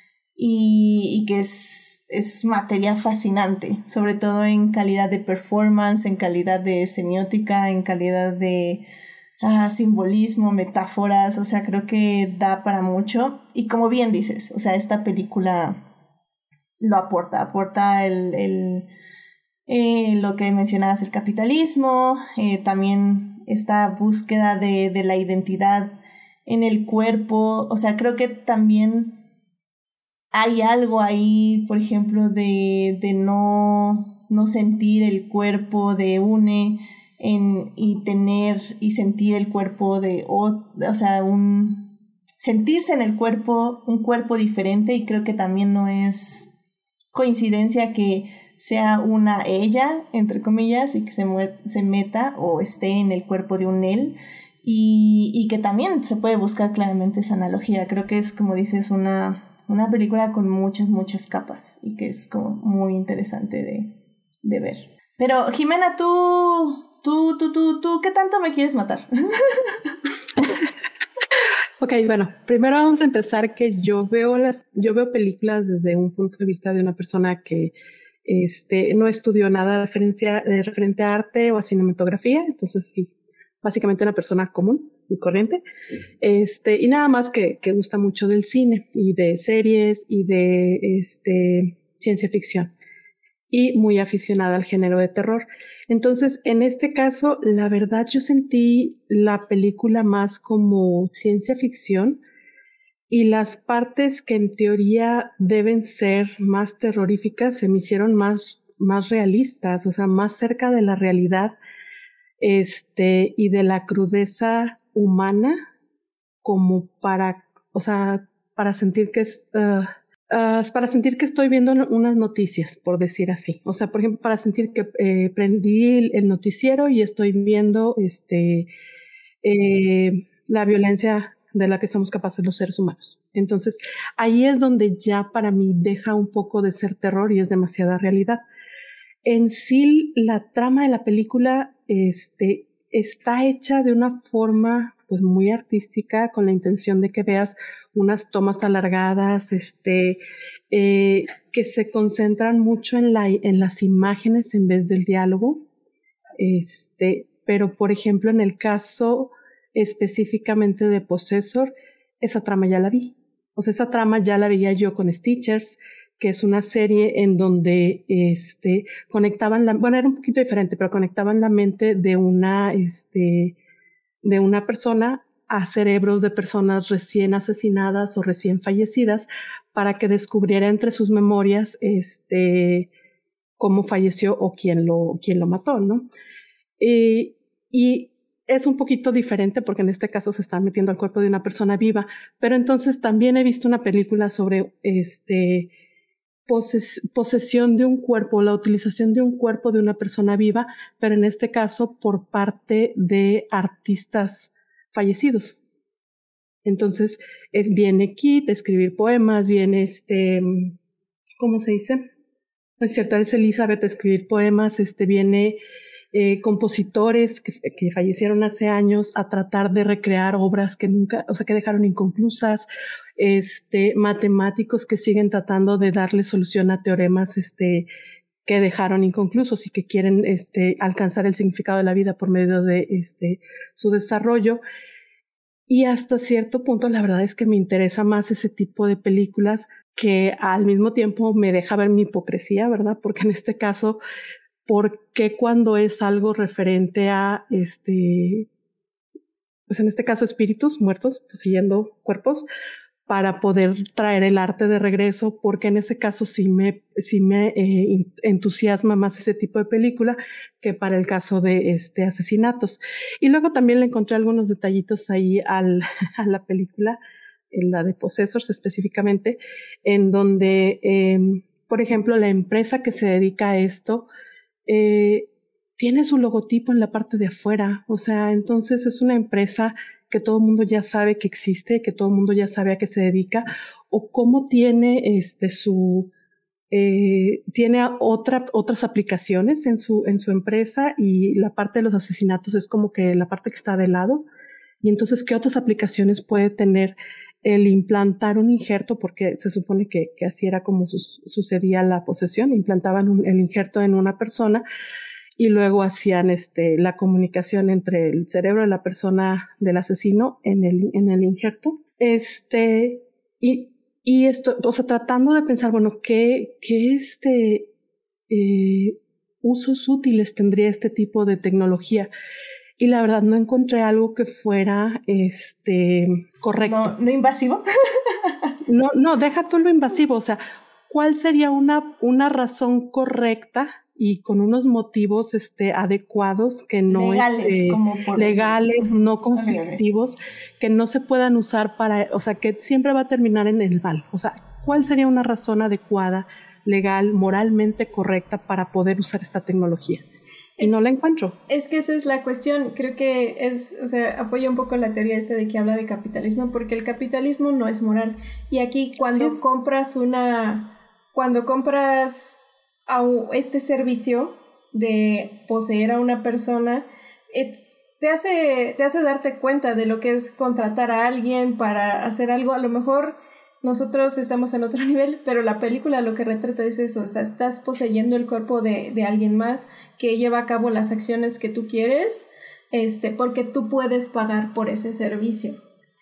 y, y que es, es materia fascinante, sobre todo en calidad de performance, en calidad de semiótica, en calidad de Ah, simbolismo, metáforas, o sea, creo que da para mucho. Y como bien dices, o sea, esta película lo aporta, aporta el, el, eh, lo que mencionabas, el capitalismo, eh, también esta búsqueda de, de la identidad en el cuerpo, o sea, creo que también hay algo ahí, por ejemplo, de, de no, no sentir el cuerpo de une, En, y tener y sentir el cuerpo de, o, o sea, un sentirse en el cuerpo, un cuerpo diferente, y creo que también no es coincidencia que sea una ella, entre comillas, y que se, mue- se meta o esté en el cuerpo de un él, y, y que también se puede buscar claramente esa analogía. Creo que es, como dices, una, una película con muchas, muchas capas y que es como muy interesante de, de ver. Pero Jimena, tú... Tú, tú, tú, tú, ¿qué tanto me quieres matar? Ok, bueno, primero vamos a empezar que yo veo las, yo veo películas desde un punto de vista de una persona que este, no estudió nada referencia, eh, referente a arte o a cinematografía, entonces sí, básicamente una persona común y corriente, este, y nada más que, que gusta mucho del cine y de series y de este, ciencia ficción, y muy aficionada al género de terror. Entonces, en este caso, la verdad yo sentí la película más como ciencia ficción y las partes que en teoría deben ser más terroríficas se me hicieron más, más realistas, o sea, más cerca de la realidad este, y de la crudeza humana como para, o sea, para sentir que es... Uh, Uh, para sentir que estoy viendo unas noticias, por decir así. O sea, por ejemplo, para sentir que eh, prendí el, el noticiero y estoy viendo este, eh, la violencia de la que somos capaces los seres humanos. Entonces, ahí es donde ya para mí deja un poco de ser terror y es demasiada realidad. En sí, la trama de la película este, está hecha de una forma pues muy artística, con la intención de que veas unas tomas alargadas, este, eh, que se concentran mucho en, la, en las imágenes en vez del diálogo. Este, pero, por ejemplo, en el caso específicamente de Possessor, esa trama ya la vi. O sea, esa trama ya la veía yo con Stitchers, que es una serie en donde este, conectaban la, bueno, era un poquito diferente, pero conectaban la mente de una, este, de una persona a cerebros de personas recién asesinadas o recién fallecidas para que descubriera entre sus memorias este, cómo falleció o quién lo, quién lo mató, ¿no? Y, y es un poquito diferente porque en este caso se está metiendo al cuerpo de una persona viva, pero entonces también he visto una película sobre este, poses, posesión de un cuerpo, la utilización de un cuerpo de una persona viva, pero en este caso por parte de artistas fallecidos. Entonces, es, viene Kit a escribir poemas, viene este, ¿cómo se dice? No es cierto, es Elizabeth a escribir poemas, este, viene eh, compositores que, que fallecieron hace años a tratar de recrear obras que nunca, o sea, que dejaron inconclusas, este, matemáticos que siguen tratando de darle solución a teoremas este, que dejaron inconclusos y que quieren este, alcanzar el significado de la vida por medio de este, su desarrollo. Y hasta cierto punto la verdad es que me interesa más ese tipo de películas que al mismo tiempo me deja ver mi hipocresía, ¿verdad? Porque en este caso, ¿por qué cuando es algo referente a, este, pues en este caso espíritus muertos, poseyendo cuerpos, para poder traer el arte de regreso? Porque en ese caso sí me, sí me eh, entusiasma más ese tipo de película que para el caso de este, asesinatos. Y luego también le encontré algunos detallitos ahí al, a la película, en la de Possessors específicamente, en donde, eh, por ejemplo, la empresa que se dedica a esto eh, tiene su logotipo en la parte de afuera. O sea, entonces es una empresa que todo el mundo ya sabe que existe, que todo el mundo ya sabe a qué se dedica, o cómo tiene este su eh, tiene otra, otras aplicaciones en su, en su empresa, y la parte de los asesinatos es como que la parte que está de lado. Y entonces, ¿qué otras aplicaciones puede tener el implantar un injerto? Porque se supone que, que así era como sus, sucedía la posesión, implantaban un, el injerto en una persona, y luego hacían este, la comunicación entre el cerebro de la persona del asesino en el, en el injerto. Este, y, y esto, o sea, tratando de pensar, bueno, ¿qué, qué este, eh, usos útiles tendría este tipo de tecnología? Y la verdad no encontré algo que fuera este, correcto. ¿No, no invasivo? No, no, deja tú lo invasivo. O sea, ¿cuál sería una, una razón correcta y con unos motivos este, adecuados que no legales, este, como por legales, eso. no conflictivos, que no se puedan usar para, o sea, que siempre va a terminar en el mal? O sea, ¿cuál sería una razón adecuada, legal, moralmente correcta para poder usar esta tecnología? Y es, no la encuentro. Es que esa es la cuestión. Creo que es, o sea, apoyo un poco la teoría esta de que habla de capitalismo, porque el capitalismo no es moral. Y aquí cuando sí. compras una, cuando compras a este servicio de poseer a una persona, eh, te hace, te hace darte cuenta de lo que es contratar a alguien para hacer algo. A lo mejor nosotros estamos en otro nivel, pero la película lo que retrata es eso. O sea, estás poseyendo el cuerpo de, de alguien más que lleva a cabo las acciones que tú quieres, este, porque tú puedes pagar por ese servicio.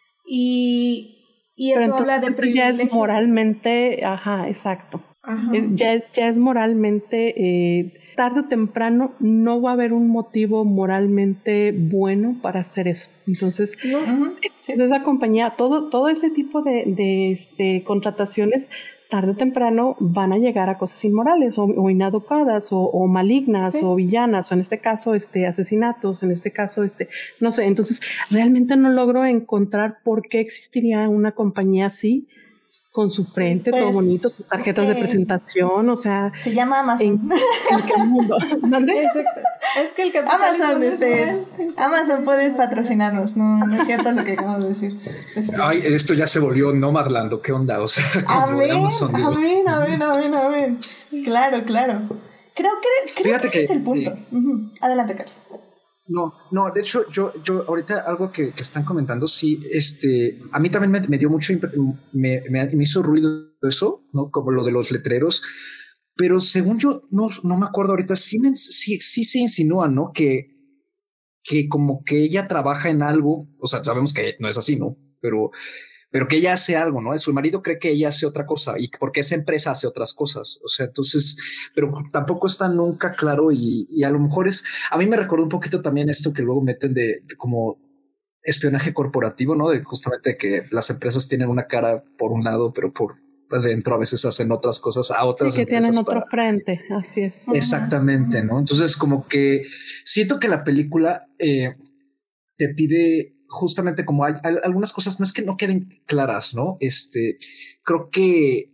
Y, y eso habla de privilegio. Ya es moralmente, ajá, exacto. Ajá. Ya, ya es moralmente, eh, tarde o temprano no va a haber un motivo moralmente bueno para hacer eso. Entonces, no, uh-huh. sí. esa compañía, todo, todo ese tipo de, de este, contrataciones, tarde o temprano van a llegar a cosas inmorales o, o inadecuadas o, o malignas sí. o villanas, o en este caso este, asesinatos, en este caso, este, no sé. Entonces, realmente no logro encontrar por qué existiría una compañía así, con su frente, pues, todo bonito, sus tarjetas es que de presentación, o sea... Se llama Amazon. ¿En, en qué mundo? ¿Dónde? Exacto. Es que el capitalismo Amazon, este, Amazon, puedes patrocinarnos, no, no es cierto lo que acabamos de decir. Este. Ay, esto ya se volvió Nomadland, ¿qué onda? O sea, amén, Amazon, amén, amén, amén, amén. Claro, claro. Creo que, creo que ese que, es el punto. Sí. Uh-huh. Adelante, Carlos. No, no, de hecho, yo, yo ahorita algo que, que están comentando, sí, este, a mí también me, me dio mucho, me, me, me hizo ruido eso, ¿no? Como lo de los letreros, pero según yo, no, no me acuerdo ahorita, sí, me, sí, sí se insinúa, ¿no? Que, que como que ella trabaja en algo, o sea, sabemos que no es así, ¿no? Pero, pero que ella hace algo, ¿no? Su marido cree que ella hace otra cosa y porque esa empresa hace otras cosas. O sea, entonces, pero tampoco está nunca claro y, y a lo mejor es, a mí me recordó un poquito también esto que luego meten de, de como espionaje corporativo, ¿no? De justamente que las empresas tienen una cara por un lado, pero por dentro a veces hacen otras cosas a otras sí, que empresas. Tienen otro para... frente, así es. Exactamente, ¿no? Entonces como que siento que la película eh, te pide justamente como hay, hay algunas cosas, no es que no queden claras, ¿no? Este, creo que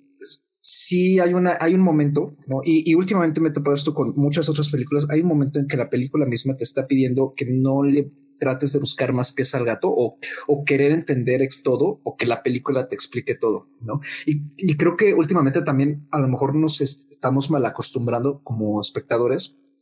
sí hay una, hay un momento, ¿no? Y, y últimamente me he topado esto con muchas otras películas. Hay un momento en que la película misma te está pidiendo que no le trates de buscar más pies al gato o, o querer entender ex todo o que la película te explique todo, ¿no? Y, y creo que últimamente también a lo mejor nos est- estamos mal acostumbrando como espectadores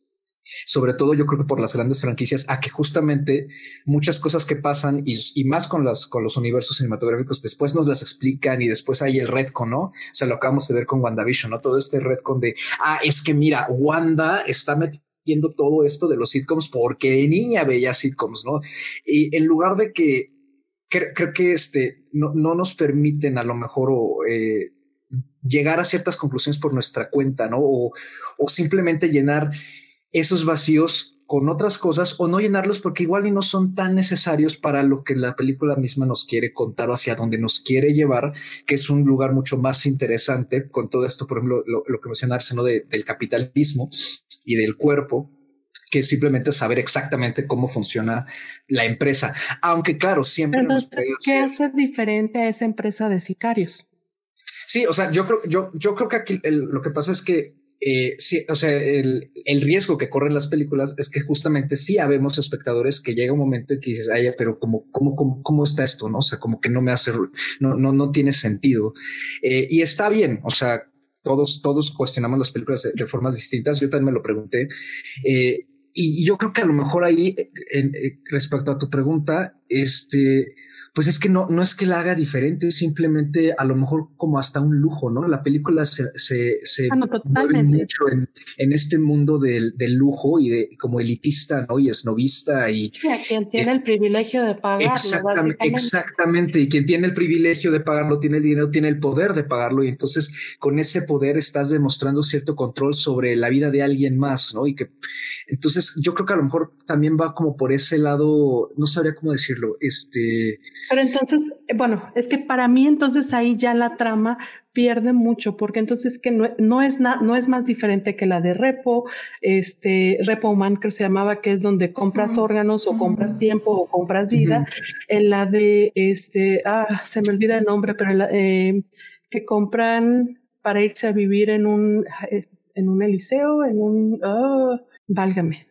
sobre todo yo creo que por las grandes franquicias, a que justamente muchas cosas que pasan y, y más con las con los universos cinematográficos después nos las explican y después hay el retcon, ¿no? O sea, lo acabamos de ver con WandaVision, ¿no? Todo este retcon de, ah, es que mira, Wanda está metiendo todo esto de los sitcoms porque de niña veía sitcoms, ¿no? Y en lugar de que creo, creo que este no, no nos permiten a lo mejor o, eh, llegar a ciertas conclusiones por nuestra cuenta, ¿no? O, o simplemente llenar esos vacíos con otras cosas o no llenarlos porque igual y no son tan necesarios para lo que la película misma nos quiere contar o hacia donde nos quiere llevar, que es un lugar mucho más interesante con todo esto, por ejemplo, lo, lo que mencionarse, ¿no? De, del capitalismo y del cuerpo, que es simplemente saber exactamente cómo funciona la empresa. Aunque claro, siempre... Pero entonces, ¿qué hace diferente a esa empresa de sicarios? Sí, o sea, yo creo, yo, yo creo que aquí el, lo que pasa es que Eh, sí, o sea, el, el riesgo que corren las películas es que justamente sí habemos espectadores que llega un momento en que dices, ay, pero como, cómo, cómo, cómo está esto, ¿no? O sea, como que no me hace, no, no, no tiene sentido. Eh, y está bien, o sea, todos, todos cuestionamos las películas de, de formas distintas. Yo también me lo pregunté. Eh, y yo creo que a lo mejor ahí, en, en, respecto a tu pregunta, este, pues es que no, no es que la haga diferente, simplemente a lo mejor como hasta un lujo, ¿no? La película se, se, se ah, no, mueve mucho en, en este mundo del, del lujo y de como elitista, ¿no? Y esnovista y... Sí, a quien tiene eh, el privilegio de pagarlo. Exactamente, exactamente. Y quien tiene el privilegio de pagarlo, tiene el dinero, tiene el poder de pagarlo. Y entonces con ese poder estás demostrando cierto control sobre la vida de alguien más, ¿no? Y que entonces yo creo que a lo mejor también va como por ese lado, no sabría cómo decirlo, este... Pero entonces, bueno, es que para mí entonces ahí ya la trama pierde mucho, porque entonces que no, no es na, no es más diferente que la de Repo, este Repo Man que se llamaba, que es donde compras uh-huh. órganos o compras tiempo o compras vida. Uh-huh. En la de este, ah, se me olvida el nombre, pero la, eh, que compran para irse a vivir en un en un eliseo, en un oh, válgame.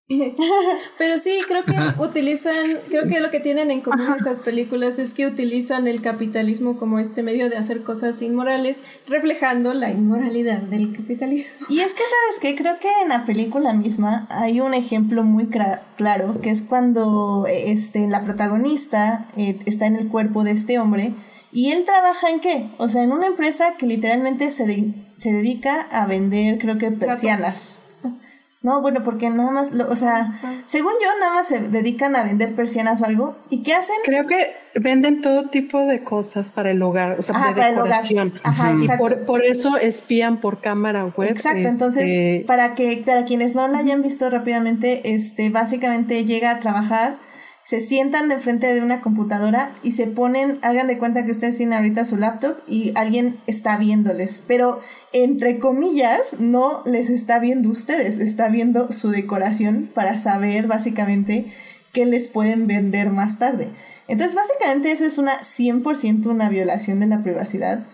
Pero sí, creo que utilizan, creo que lo que tienen en común Ajá. esas películas es que utilizan el capitalismo como este medio de hacer cosas inmorales, reflejando la inmoralidad del capitalismo. Y es que, ¿sabes qué? Creo que en la película misma hay un ejemplo muy cra- claro, que es cuando este, la protagonista eh, está en el cuerpo de este hombre y él trabaja ¿en qué? O sea, en una empresa que literalmente se, de- se dedica a vender, creo que persianas. No, bueno, porque nada más, lo, o sea, según yo, nada más se dedican a vender persianas o algo. ¿Y qué hacen? Creo que venden todo tipo de cosas para el hogar, o sea, Ajá, de para decoración. El hogar. Ajá, y exacto. por, por eso espían por cámara web. Exacto, este... entonces, para que para quienes no la hayan visto rápidamente, este, básicamente llega a trabajar, se sientan de frente de una computadora y se ponen, hagan de cuenta que ustedes tienen ahorita su laptop y alguien está viéndoles, pero entre comillas no les está viendo ustedes, está viendo su decoración para saber básicamente qué les pueden vender más tarde. Entonces básicamente eso es una cien por ciento una violación de la privacidad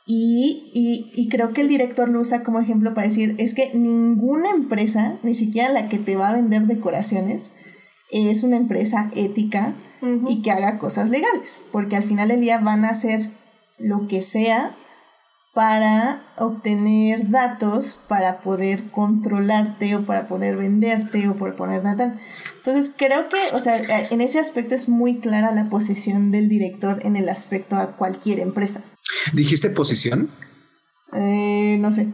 y, y, y creo que el director lo usa como ejemplo para decir es que ninguna empresa, ni siquiera la que te va a vender decoraciones, es una empresa ética uh-huh. y que haga cosas legales, porque al final del día van a hacer lo que sea para obtener datos, para poder controlarte o para poder venderte o por poner data. Entonces creo que, o sea, en ese aspecto es muy clara la posición del director en el aspecto a cualquier empresa. ¿Dijiste posición? Eh, no sé.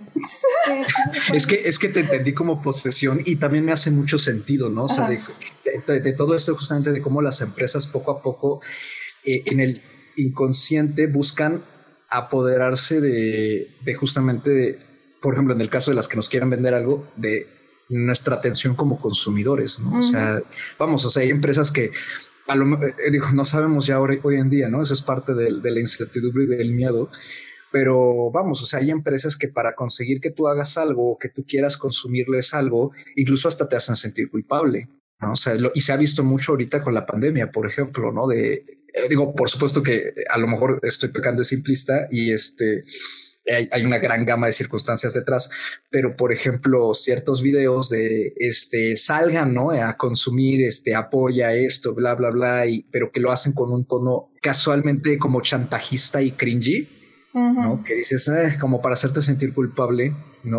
es que es que te entendí como posesión y también me hace mucho sentido, ¿no? O sea, de, de, de todo esto justamente de cómo las empresas poco a poco eh, en el inconsciente buscan apoderarse de, de justamente, de, por ejemplo, en el caso de las que nos quieran vender algo, de nuestra atención como consumidores, ¿no? Uh-huh. O sea, vamos, o sea, hay empresas que a lo, eh, digo, no sabemos ya hoy, hoy en día, ¿no? Eso es parte de, de la incertidumbre y del miedo. Pero vamos, o sea, hay empresas que para conseguir que tú hagas algo o que tú quieras consumirles algo, incluso hasta te hacen sentir culpable, ¿no? O sea, lo, y se ha visto mucho ahorita con la pandemia, por ejemplo, ¿no? De, eh, digo, por supuesto que a lo mejor estoy pecando de simplista y este, hay, hay una gran gama de circunstancias detrás, pero por ejemplo, ciertos videos de este salgan, ¿no? A consumir, este apoya esto, bla, bla, bla, y, pero que lo hacen con un tono casualmente como chantajista y cringy. Uh-huh. ¿No? Que dices, eh, como para hacerte sentir culpable, ¿no?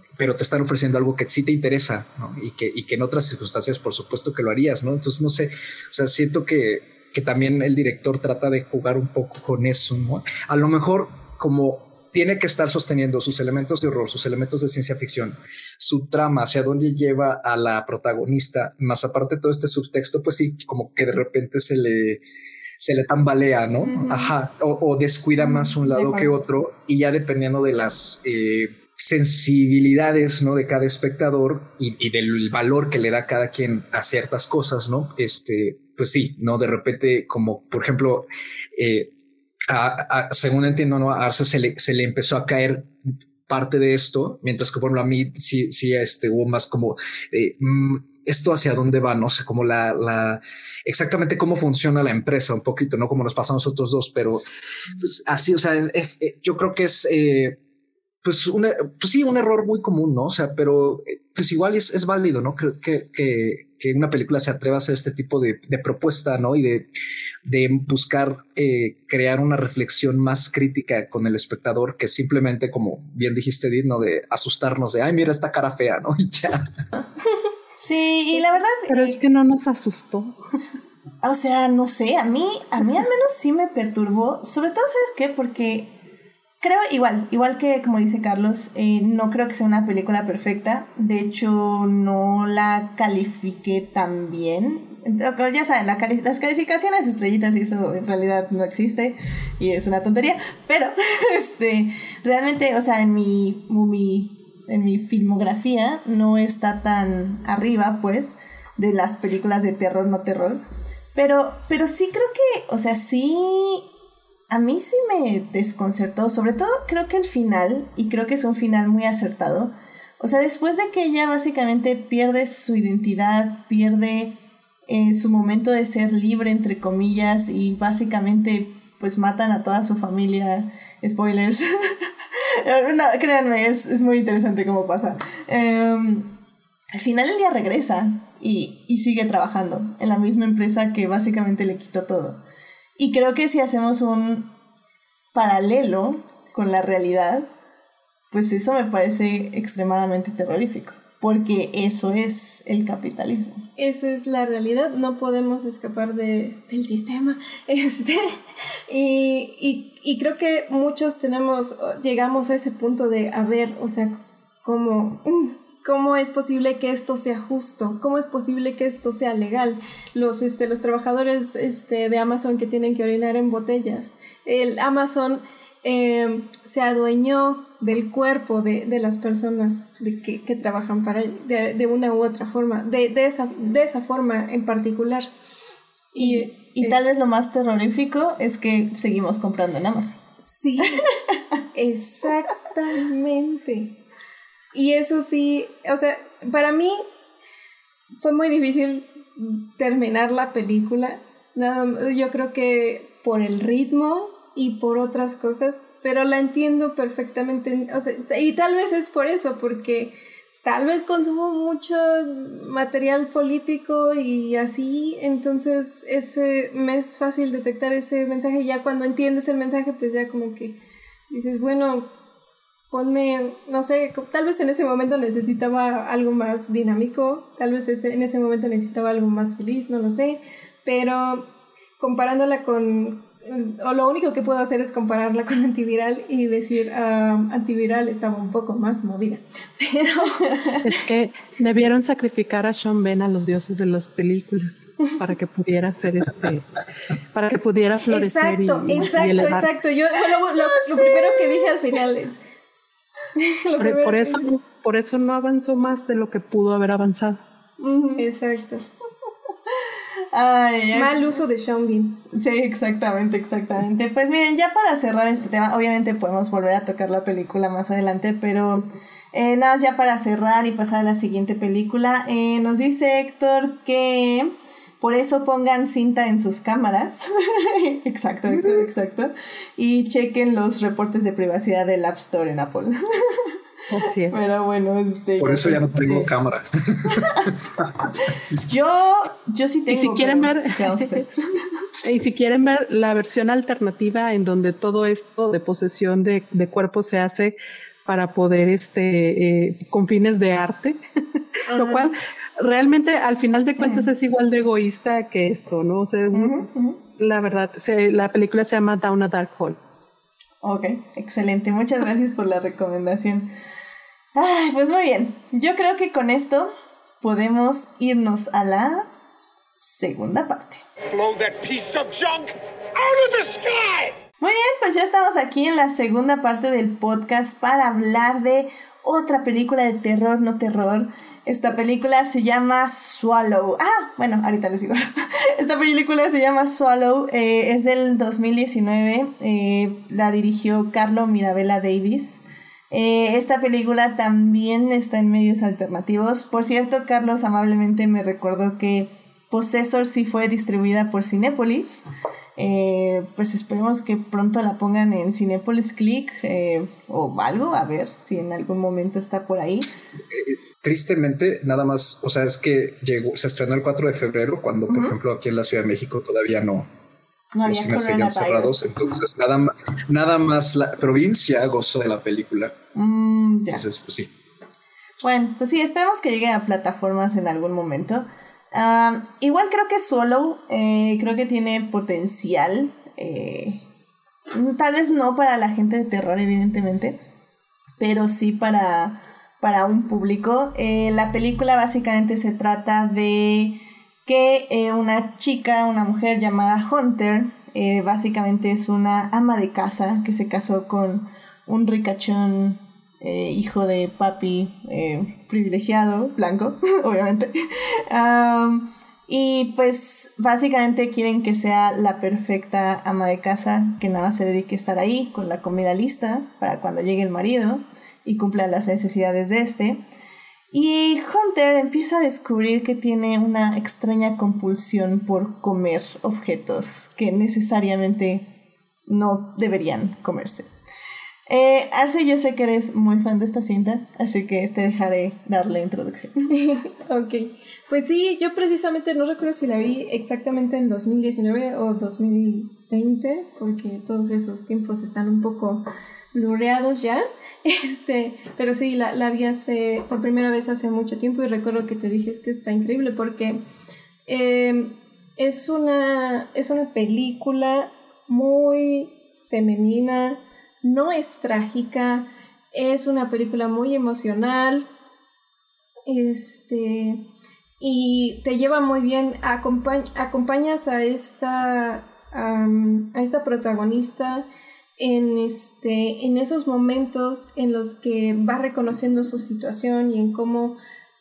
pero te están ofreciendo algo que sí te interesa, ¿no? Y que, y que en otras circunstancias, por supuesto que lo harías, ¿no? Entonces, no sé, o sea, siento que, que también el director trata de jugar un poco con eso, ¿no? A lo mejor como tiene que estar sosteniendo sus elementos de horror, sus elementos de ciencia ficción, su trama, hacia dónde lleva a la protagonista, más aparte todo este subtexto, pues sí, como que de repente se le, se le tambalea, ¿no? Uh-huh. Ajá, o, o descuida uh-huh. más un lado que otro, y ya dependiendo de las eh, sensibilidades, ¿no? De cada espectador y, y del valor que le da cada quien a ciertas cosas, ¿no? Este, pues sí, ¿no? De repente, como por ejemplo, eh, A, a, según entiendo, ¿no? A Arce se le, se le empezó a caer parte de esto, mientras que, bueno, a mí sí, sí este, hubo más como eh, esto hacia dónde va, no sé, como la, la exactamente cómo funciona la empresa, un poquito, no como nos pasa a nosotros dos, pero pues, así, o sea, eh, eh, yo creo que es eh, pues, una, pues sí, un error muy común, ¿no? O sea, pero pues igual es, es válido, ¿no? Creo que, que, que una película se atreva a hacer este tipo de, de propuesta, ¿no? Y de, de buscar eh, crear una reflexión más crítica con el espectador que simplemente, como bien dijiste, Edith, ¿no? De asustarnos de, ay, mira esta cara fea, ¿no? Y ya. Sí, y la verdad... Pero eh, es que no nos asustó. O sea, no sé, a mí, a mí al menos sí me perturbó. Sobre todo, ¿sabes qué? Porque creo igual, igual que como dice Carlos, eh, no creo que sea una película perfecta. De hecho, no la califiqué tan bien. Ya saben, la cali- las calificaciones estrellitas y eso en realidad no existe y es una tontería. Pero este, realmente, o sea, en mi, mi, en mi filmografía no está tan arriba, pues, de las películas de terror, no terror. Pero, pero sí creo que, o sea, sí... A mí sí me desconcertó, sobre todo creo que el final, y creo que es un final muy acertado, o sea, después de que ella básicamente pierde su identidad, pierde eh, su momento de ser libre, entre comillas, y básicamente pues matan a toda su familia, spoilers, no, créanme, es, es muy interesante cómo pasa. Um, al final ella regresa y, y sigue trabajando en la misma empresa que básicamente le quitó todo. Y creo que si hacemos un paralelo con la realidad, pues eso me parece extremadamente terrorífico, porque eso es el capitalismo. Esa es la realidad, no podemos escapar de, del sistema. Este, y, y, y creo que muchos tenemos, llegamos a ese punto de, a ver, o sea, cómo... ¿Cómo es posible que esto sea justo? ¿Cómo es posible que esto sea legal? Los, este, los trabajadores este, de Amazon que tienen que orinar en botellas. El Amazon eh, se adueñó del cuerpo de, de las personas de que, que trabajan para él, de, de una u otra forma, de, de, esa, de esa forma en particular. Y, y eh, tal vez lo más terrorífico es que seguimos comprando en Amazon. Sí, exactamente. Y eso sí, o sea, para mí fue muy difícil terminar la película. Nada, yo creo que por el ritmo y por otras cosas, pero la entiendo perfectamente. O sea, y tal vez es por eso, porque tal vez consumo mucho material político y así, entonces ese, me es fácil detectar ese mensaje. Ya cuando entiendes el mensaje, pues ya como que dices, bueno... ponme, no sé, tal vez en ese momento necesitaba algo más dinámico, tal vez ese, en ese momento necesitaba algo más feliz, no lo sé, pero comparándola con, o lo único que puedo hacer es compararla con Antiviral y decir, uh, Antiviral estaba un poco más movida, pero... Es que debieron sacrificar a Sean Penn a los dioses de las películas para que pudiera ser este, para que pudiera florecer. Exacto, y, exacto, y exacto, yo lo, lo, lo, lo primero que dije al final es... Por, por, eso, por eso no avanzó más de lo que pudo haber avanzado. Uh-huh. Exacto. Ay, ay. Mal uso de Sean Bean. Sí, exactamente, exactamente. Pues miren, ya para cerrar este tema, obviamente podemos volver a tocar la película más adelante, pero eh, nada, ya para cerrar y pasar a la siguiente película, eh, nos dice Héctor que... por eso pongan cinta en sus cámaras. Exacto, Héctor, exacto. Y chequen los reportes de privacidad del App Store en Apple. Así es. Pero bueno, este... por eso ya no tengo cámara. yo, yo sí tengo. Y si quieren pero, ver... ¿qué vamos a hacer? Y si quieren ver la versión alternativa en donde todo esto de posesión de, de cuerpos se hace para poder, este, eh, con fines de arte, lo cual realmente al final de cuentas uh-huh. es igual de egoísta que esto, ¿no? O sea, uh-huh, uh-huh. la verdad, se, la película se llama Down a Dark Hole. Ok, excelente, muchas gracias por la recomendación. Ay, pues muy bien, yo creo que con esto podemos irnos a la segunda parte. Blow that piece of junk out of the sky. Muy bien, pues ya estamos aquí en la segunda parte del podcast para hablar de otra película de terror, no terror. Esta película se llama Swallow. Ah, bueno, ahorita les digo. Esta película se llama Swallow, eh, es del dos mil diecinueve, eh, la dirigió Carlo Mirabella Davis. Eh, esta película también está en medios alternativos. Por cierto, Carlos amablemente me recordó que Possessor sí fue distribuida por Cinépolis. Eh, pues esperemos que pronto la pongan en Cinépolis Click eh, o algo, a ver si en algún momento está por ahí. Eh, tristemente, nada más, o sea, es que llegó, se estrenó el cuatro de febrero, cuando, por uh-huh. ejemplo, aquí en la Ciudad de México todavía no, no los cines seguían cerrados, entonces nada más, nada más la provincia gozó de la película. Mm, ya. Entonces, pues sí. Bueno, pues sí, esperemos que llegue a plataformas en algún momento. Um, igual creo que Swallow eh, creo que tiene potencial, eh, tal vez no para la gente de terror evidentemente, pero sí para, para un público. Eh, la película básicamente se trata de que eh, una chica, una mujer llamada Hunter, eh, básicamente es una ama de casa que se casó con un ricachón Eh, hijo de papi eh, privilegiado, blanco, obviamente. Um, y pues básicamente quieren que sea la perfecta ama de casa, que nada se dedique a estar ahí con la comida lista para cuando llegue el marido y cumpla las necesidades de este. Y Hunter empieza a descubrir que tiene una extraña compulsión por comer objetos que necesariamente no deberían comerse. Eh, Arce, yo sé que eres muy fan de esta cinta, así que te dejaré dar la introducción. Ok, pues sí, yo precisamente no recuerdo si la vi exactamente en dos mil diecinueve o dos mil veinte, porque todos esos tiempos están un poco blurreados ya, este, pero sí, la, la vi hace, por primera vez hace mucho tiempo, y recuerdo que te dije es que está increíble porque eh, es una, es una película muy femenina. No es trágica, es una película muy emocional, este, y te lleva muy bien, acompañ, acompañas a esta, um, a esta protagonista en, este, en esos momentos en los que va reconociendo su situación y en cómo,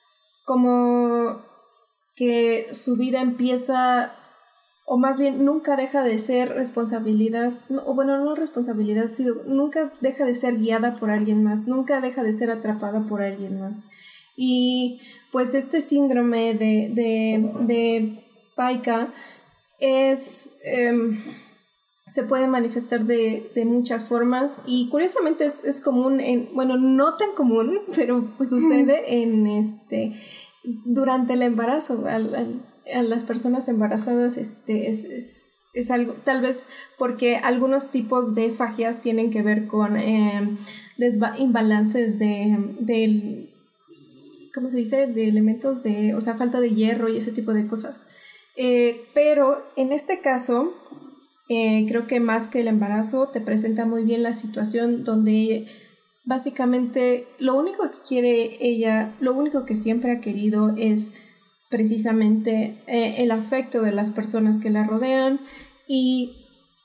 cómo que su vida empieza, o más bien nunca deja de ser responsabilidad, no, o bueno, no responsabilidad, sino nunca deja de ser guiada por alguien más, nunca deja de ser atrapada por alguien más. Y pues este síndrome de, de, de Pica es, eh, se puede manifestar de, de muchas formas, y curiosamente es, es común, en, bueno, no tan común, pero pues sucede en este, durante el embarazo, al, al a las personas embarazadas este es, es, es algo, tal vez porque algunos tipos de fagias tienen que ver con eh, desba- imbalances de, de ¿cómo se dice? De elementos de, o sea, falta de hierro y ese tipo de cosas. Eh, pero en este caso, eh, creo que más que el embarazo te presenta muy bien la situación donde básicamente lo único que quiere ella, lo único que siempre ha querido es precisamente eh, el afecto de las personas que la rodean, y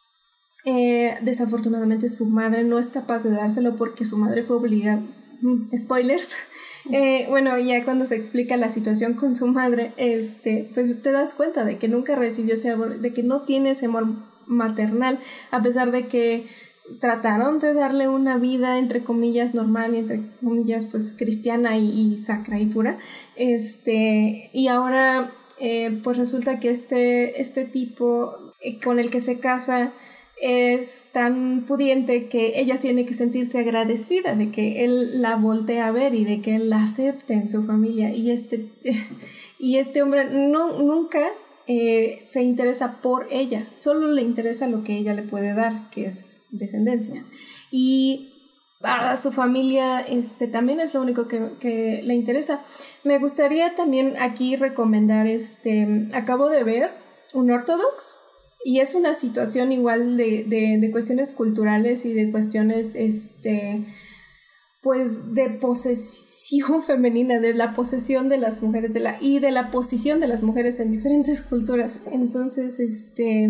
eh, desafortunadamente su madre no es capaz de dárselo porque su madre fue obligada, spoilers, eh, bueno, ya cuando se explica la situación con su madre, este, pues te das cuenta de que nunca recibió ese amor, de que no tiene ese amor maternal, a pesar de que trataron de darle una vida entre comillas normal y entre comillas pues cristiana y, y sacra y pura, este, y ahora eh, pues resulta que este, este tipo eh, con el que se casa es tan pudiente que ella tiene que sentirse agradecida de que él la voltee a ver y de que él la acepte en su familia, y este, y este hombre no, nunca eh, se interesa por ella, solo le interesa lo que ella le puede dar, que es descendencia. Y a su familia este, también es lo único que, que le interesa. Me gustaría también aquí recomendar, este, acabo de ver Unorthodox, y es una situación igual de, de, de cuestiones culturales y de cuestiones, este, pues, de posesión femenina, de la posesión de las mujeres de la, y de la posición de las mujeres en diferentes culturas. Entonces, este,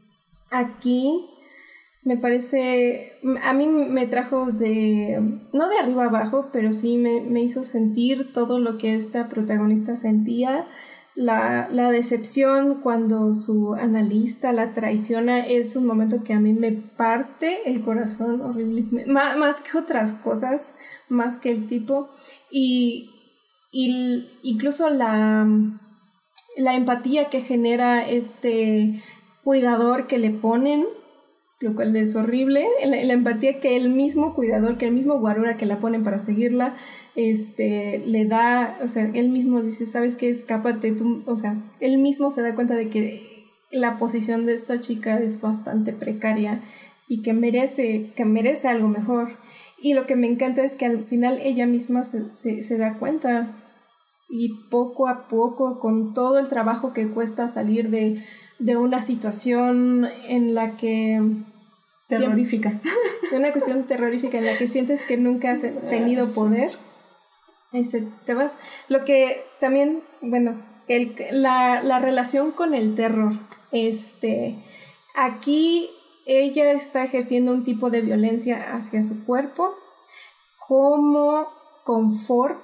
aquí me parece, a mí me trajo de, no de arriba abajo, pero sí me, me hizo sentir todo lo que esta protagonista sentía. La, la decepción cuando su analista la traiciona es un momento que a mí me parte el corazón horriblemente, más, más que otras cosas, más que el tipo. Y, y incluso la, la empatía que genera este cuidador que le ponen, lo cual es horrible, la, la empatía que el mismo cuidador, que el mismo guarura que la ponen para seguirla, este, le da, o sea, él mismo dice, ¿sabes qué? Escápate tú, o sea, él mismo se da cuenta de que la posición de esta chica es bastante precaria y que merece, que merece algo mejor. Y lo que me encanta es que al final ella misma se, se, se da cuenta, y poco a poco, con todo el trabajo que cuesta salir de, de una situación en la que... Terrorífica. De una cuestión terrorífica en la que sientes que nunca has tenido poder. Y se, te vas. Lo que también, bueno, el, la, la relación con el terror. Este, aquí ella está ejerciendo un tipo de violencia hacia su cuerpo como confort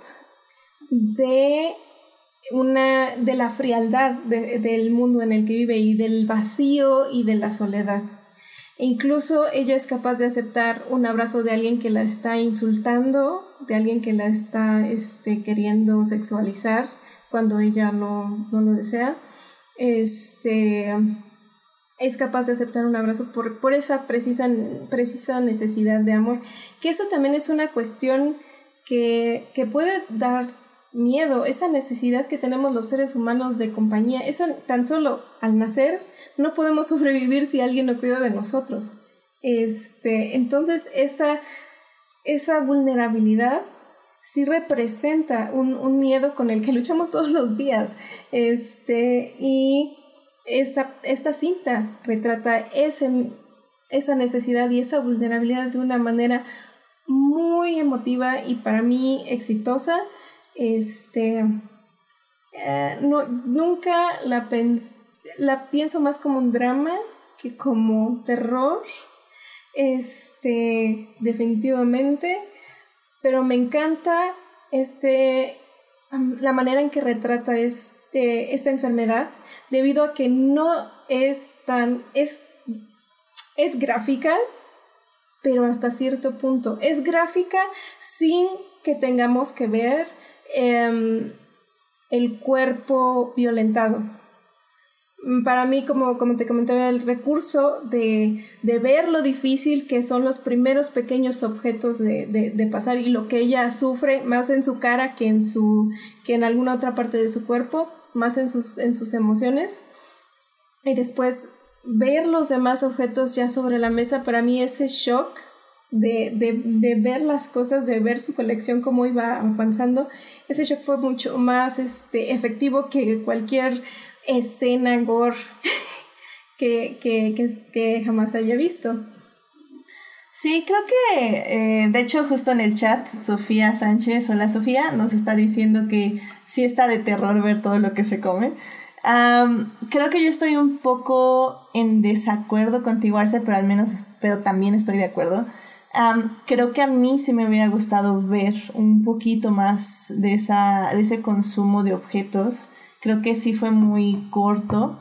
de una de la frialdad de, del mundo en el que vive, y del vacío y de la soledad. E incluso ella es capaz de aceptar un abrazo de alguien que la está insultando, de alguien que la está este, queriendo sexualizar cuando ella no, no lo desea. Este, es capaz de aceptar un abrazo por, por esa precisa, precisa necesidad de amor. Que eso también es una cuestión que, que puede dar miedo, esa necesidad que tenemos los seres humanos de compañía. Esa, tan solo al nacer no podemos sobrevivir si alguien no cuida de nosotros. Este, entonces esa, esa vulnerabilidad sí representa un, un miedo con el que luchamos todos los días. Este, y esta, esta cinta retrata ese, esa necesidad y esa vulnerabilidad de una manera muy emotiva y para mí exitosa. Este, eh, no, nunca la, pens- la pienso más como un drama que como terror, este, definitivamente, pero me encanta este, um, la manera en que retrata este, esta enfermedad, debido a que no es tan, es, es gráfica, pero hasta cierto punto, es gráfica sin que tengamos que ver Um, el cuerpo violentado. Para mí, como, como te comentaba, el recurso de, de ver lo difícil que son los primeros pequeños objetos de, de, de pasar, y lo que ella sufre más en su cara que en, su, que en alguna otra parte de su cuerpo, más en sus, en sus emociones, y después ver los demás objetos ya sobre la mesa. Para mí ese shock De, de, de ver las cosas, de ver su colección cómo iba avanzando, ese shock fue mucho más este, efectivo que cualquier escena gore que, que, que, que jamás haya visto. Sí, creo que eh, de hecho justo en el chat Sofía Sánchez, hola Sofía, nos está diciendo que sí está de terror ver todo lo que se come. Um, creo que yo estoy un poco en desacuerdo contigo, Arce, pero al menos, pero también estoy de acuerdo. Um, creo que a mí sí me hubiera gustado ver un poquito más de, esa, de ese consumo de objetos. Creo que sí fue muy corto,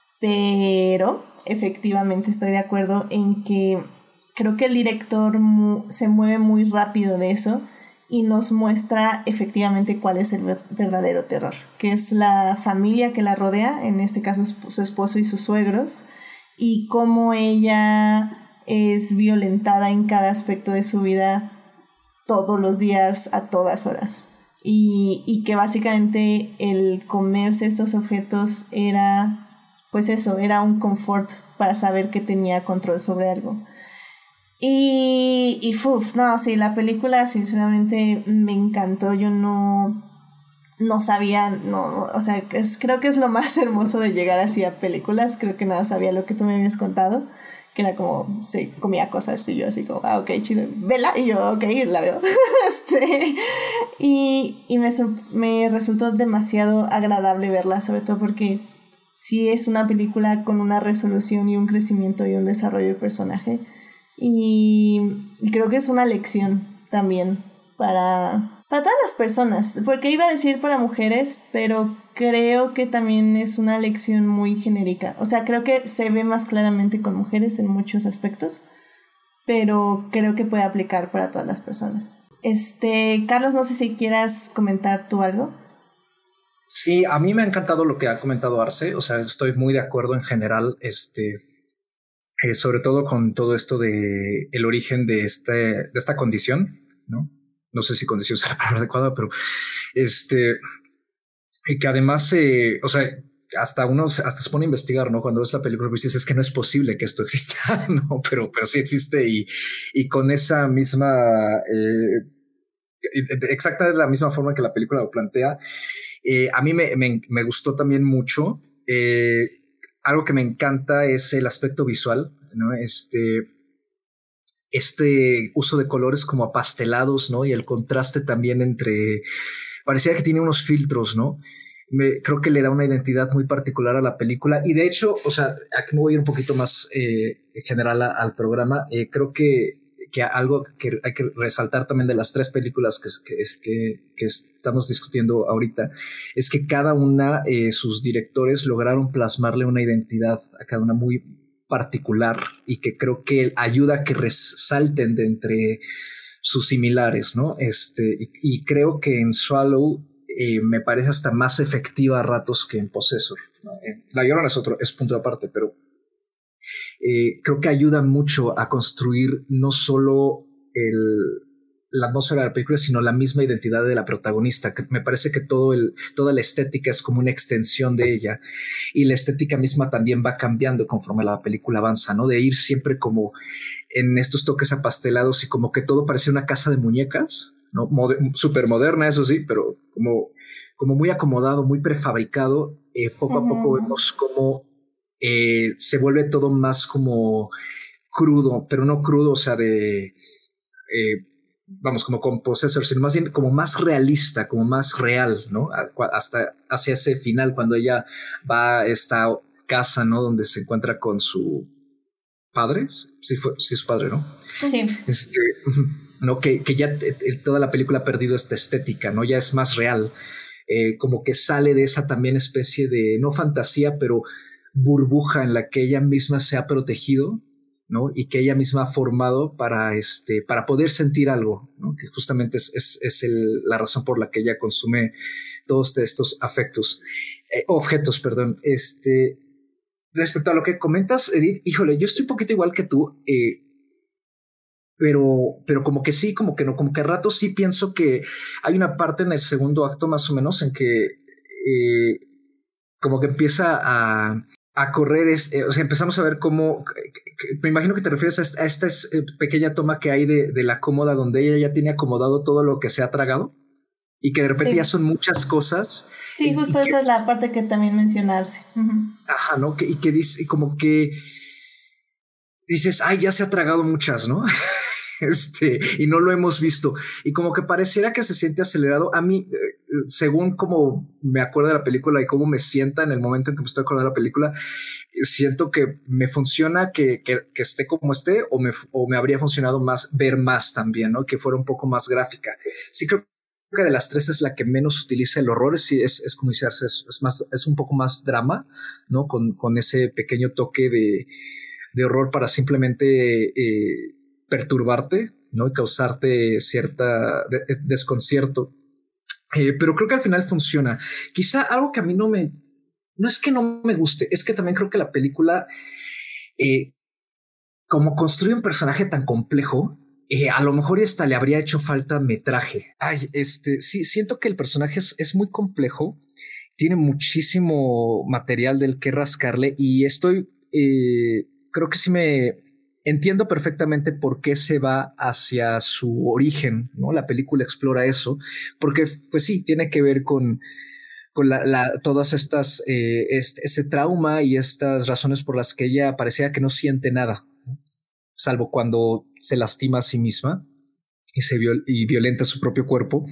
pero efectivamente estoy de acuerdo en que creo que el director mu- se mueve muy rápido de eso y nos muestra efectivamente cuál es el ver- verdadero terror, que es la familia que la rodea, en este caso su esposo y sus suegros, y cómo ella es violentada en cada aspecto de su vida todos los días, a todas horas, y, y que básicamente el comerse estos objetos era, pues eso, era un confort para saber que tenía control sobre algo. Y, y uf, no, sí, la película sinceramente me encantó. Yo no, no sabía, no, o sea, es, creo que es lo más hermoso de llegar así a películas. Creo que nada sabía lo que tú me habías contado, que era como, se comía cosas y yo así como, ah, ok, chido, vela, y yo, ok, la veo. este, y y me, me resultó demasiado agradable verla, sobre todo porque sí es una película con una resolución y un crecimiento y un desarrollo de personaje. Y, y creo que es una lección también para, para todas las personas, porque iba a decir para mujeres, pero creo que también es una lección muy genérica. O sea, creo que se ve más claramente con mujeres en muchos aspectos, pero creo que puede aplicar para todas las personas. Este, Carlos, no sé si quieras comentar tú algo. Sí, a mí me ha encantado lo que ha comentado Arce, o sea, estoy muy de acuerdo en general, este, eh, sobre todo con todo esto de el origen de, este, de esta condición, ¿no? No sé si condición es la palabra adecuada, pero este, y que además, eh, o sea, hasta uno hasta se pone a investigar, ¿no? Cuando ves la película, pues dices, es que no es posible que esto exista, ¿no? Pero, pero sí existe y, y con esa misma, eh, exacta es la misma forma que la película lo plantea. Eh, a mí me, me, me gustó también mucho. Eh, algo que me encanta es el aspecto visual, ¿no? Este, este uso de colores como apastelados, ¿no? Y el contraste también entre... Parecía que tiene unos filtros, ¿no? Me, creo que le da una identidad muy particular a la película. Y de hecho, o sea, aquí me voy a ir un poquito más eh, general a, al programa. Eh, creo que, que algo que hay que resaltar también de las tres películas que, que, que, que estamos discutiendo ahorita es que cada una, eh, sus directores lograron plasmarle una identidad a cada una muy particular y que creo que ayuda a que resalten de entre sus similares, ¿no? Este, y, y creo que en Swallow eh, me parece hasta más efectiva a ratos que en Possessor, ¿no? Eh, La Llorona es otro, es punto de aparte, pero eh, creo que ayuda mucho a construir no solo el, la atmósfera de la película, sino la misma identidad de la protagonista. Que me parece que todo el, toda la estética es como una extensión de ella y la estética misma también va cambiando conforme la película avanza, ¿no? De ir siempre como en estos toques apastelados y como que todo parece una casa de muñecas, ¿no? Moder- súper moderna, eso sí, pero como, como muy acomodado, muy prefabricado. Eh, poco uh-huh. a poco vemos cómo eh, se vuelve todo más como crudo, pero no crudo, o sea, de... Eh, vamos, como con Possessor, sino más bien como más realista, como más real, ¿no? Hasta hacia ese final, cuando ella va a esta casa, ¿no? Donde se encuentra con su padre, sí, fue, sí es su padre, ¿no? Sí. Este, no, que, que ya t- t- toda la película ha perdido esta estética, ¿no? Ya es más real, eh, como que sale de esa también especie de, no fantasía, pero burbuja en la que ella misma se ha protegido, ¿no? Y que ella misma ha formado para, este, para poder sentir algo, ¿no? Que justamente es, es, es el, la razón por la que ella consume todos estos afectos, eh, objetos, perdón. Este, respecto a lo que comentas, Edith, híjole, yo estoy un poquito igual que tú, eh, pero, pero como que sí, como que no, como que a ratos sí pienso que hay una parte en el segundo acto más o menos en que eh, como que empieza a... a correr, es, eh, o sea, empezamos a ver cómo, que, que, me imagino que te refieres a, a esta es, eh, pequeña toma que hay de, de la cómoda donde ella ya tiene acomodado todo lo que se ha tragado y que de repente sí. ya son muchas cosas. Sí, y, justo y esa que, es la parte que también mencionarse. Uh-huh. Ajá, ¿no? Que, y que dice, como que dices, ay, ya se ha tragado muchas, ¿no? Este, y no lo hemos visto. Y como que pareciera que se siente acelerado. A mí, eh, según como me acuerdo de la película y cómo me sienta en el momento en que me estoy acordando de la película, siento que me funciona que, que, que esté como esté, o me, o me habría funcionado más ver más también, ¿no? Que fuera un poco más gráfica. Sí, creo que de las tres es la que menos utiliza el horror. Sí, es, es como decirse, es, es más, es un poco más drama, ¿no? Con, con ese pequeño toque de, de horror para simplemente eh, perturbarte, ¿no? Y causarte cierta de, desconcierto. Eh, pero creo que al final funciona. Quizá algo que a mí no me, no es que no me guste, es que también creo que la película, eh, como construye un personaje tan complejo, eh, a lo mejor hasta le habría hecho falta metraje. Ay, este, sí, siento que el personaje es, es muy complejo, tiene muchísimo material del que rascarle y estoy, eh, creo que sí me entiendo perfectamente por qué se va hacia su origen, ¿no? La película explora eso, porque pues sí, tiene que ver con, con la, la, todas estas, eh, este, ese trauma y estas razones por las que ella parecía que no siente nada, ¿no? Salvo cuando se lastima a sí misma y se viol y violenta su propio cuerpo.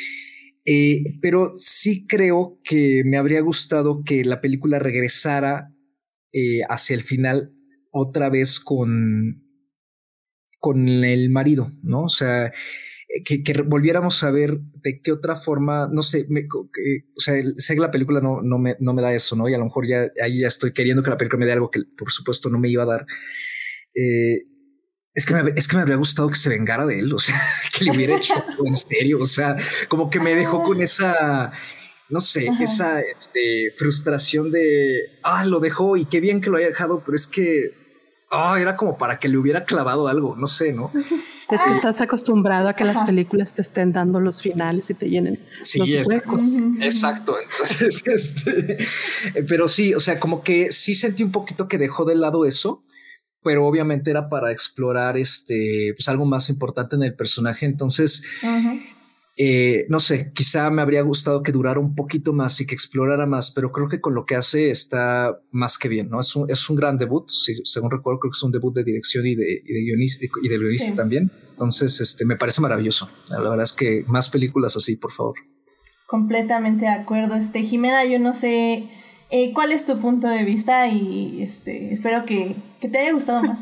Eh, pero sí creo que me habría gustado que la película regresara eh, hacia el final otra vez con, con el marido, ¿no? O sea, que, que volviéramos a ver de qué otra forma, no sé, me, que, o sea, sé que la película no, no, me, no me da eso, ¿no? Y a lo mejor ya ahí ya estoy queriendo que la película me dé algo que por supuesto no me iba a dar. Eh, Es que, me, es que me habría gustado que se vengara de él, o sea, que le hubiera hecho en serio, o sea, como que me dejó con esa, no sé, Ajá. esa este, frustración de, ah, lo dejó y qué bien que lo haya dejado, pero es que, ah, era como para que le hubiera clavado algo, no sé, ¿no? Es que estás acostumbrado a que las películas te estén dando los finales y te llenen sí, los huecos. Exacto, entonces, este, pero sí, o sea, como que sí sentí un poquito que dejó de lado eso, pero obviamente era para explorar este, pues algo más importante en el personaje. Entonces, uh-huh. eh, no sé, quizá me habría gustado que durara un poquito más y que explorara más, pero creo que con lo que hace está más que bien, ¿no? Es un, es un gran debut, sí, según recuerdo, creo que es un debut de dirección y de, y de guionista, y de guionista sí. también. Entonces, este, me parece maravilloso. La verdad es que más películas así, por favor. Completamente de acuerdo. Este, Jimena, yo no sé... Eh, ¿cuál es tu punto de vista? Y este espero que, que te haya gustado más.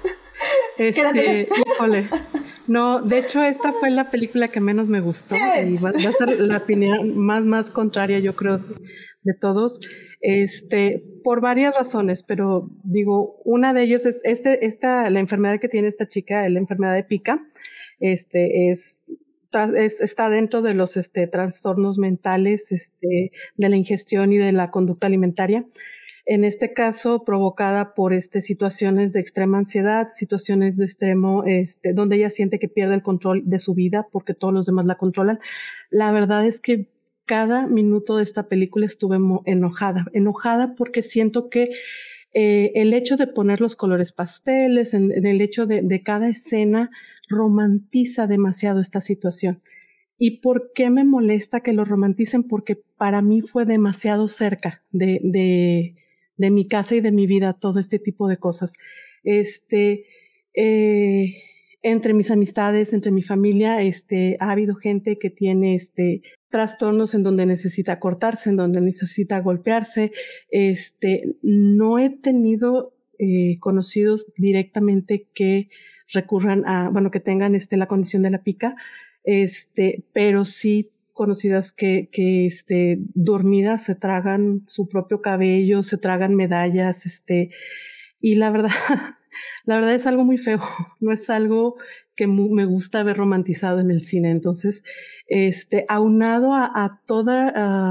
este, híjole. No, de hecho esta fue la película que menos me gustó y va, va a ser la opinión más, más contraria, yo creo, de, de todos, este, por varias razones, pero digo, una de ellas es este, esta, la enfermedad que tiene esta chica, la enfermedad de Pica, este, es... está dentro de los este, trastornos mentales este, de la ingestión y de la conducta alimentaria. En este caso, provocada por este, situaciones de extrema ansiedad, situaciones de extremo, este, donde ella siente que pierde el control de su vida porque todos los demás la controlan. La verdad es que cada minuto de esta película estuve enojada, enojada porque siento que eh, el hecho de poner los colores pasteles, en, en el hecho de, de cada escena, romantiza demasiado esta situación. ¿Y por qué me molesta que lo romanticen? Porque para mí fue demasiado cerca de, de, de mi casa y de mi vida todo este tipo de cosas. Este, eh, entre mis amistades, entre mi familia, este, ha habido gente que tiene este, trastornos en donde necesita cortarse, en donde necesita golpearse. Este, no he tenido eh, conocidos directamente que recurran a, bueno, que tengan este, la condición de la pica, este, pero sí conocidas que, que este, dormidas se tragan su propio cabello, se tragan medallas, este, y la verdad, la verdad es algo muy feo, no es algo que me gusta ver romantizado en el cine. Entonces, este, aunado a, a toda, a,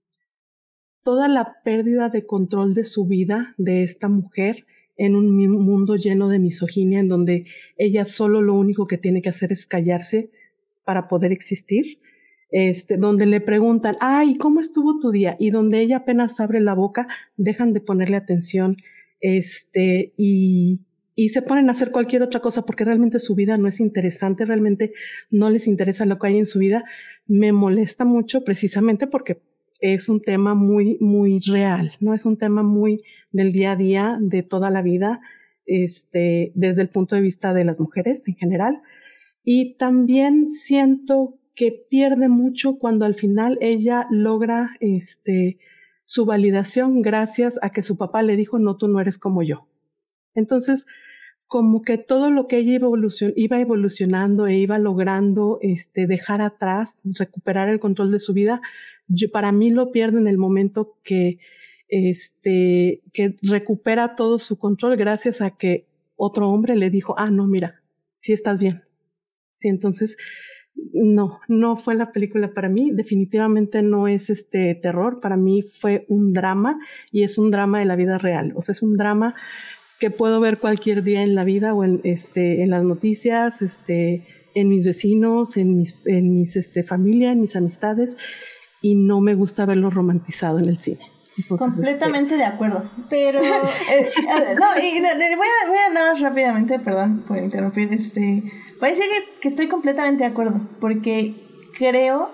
toda la pérdida de control de su vida de esta mujer, en un mundo lleno de misoginia, en donde ella solo lo único que tiene que hacer es callarse para poder existir, este, donde le preguntan, ay, ¿cómo estuvo tu día? Y donde ella apenas abre la boca, dejan de ponerle atención, este, y, y se ponen a hacer cualquier otra cosa porque realmente su vida no es interesante, realmente no les interesa lo que hay en su vida. Me molesta mucho precisamente porque es un tema muy, muy real, ¿no? Es un tema muy del día a día, de toda la vida, este, desde el punto de vista de las mujeres en general. Y también siento que pierde mucho cuando al final ella logra, este, su validación gracias a que su papá le dijo, no, tú no eres como yo. Entonces, como que todo lo que ella evolucion, iba evolucionando e iba logrando, este, dejar atrás, recuperar el control de su vida, yo, para mí lo pierde en el momento que, este, que recupera todo su control gracias a que otro hombre le dijo, ah, no, mira, sí estás bien. Sí, entonces, no, no fue la película para mí, definitivamente no es este terror, para mí fue un drama y es un drama de la vida real, o sea, es un drama que puedo ver cualquier día en la vida o en, este, en las noticias, este, en mis vecinos, en mis, en mis este, familia, en mis amistades, y no me gusta verlo romantizado en el cine. Entonces, completamente este, de acuerdo. Pero eh, eh, no, y no, le voy a, voy a nada más rápidamente, perdón por interrumpir, este, voy a decir que, que estoy completamente de acuerdo, porque creo,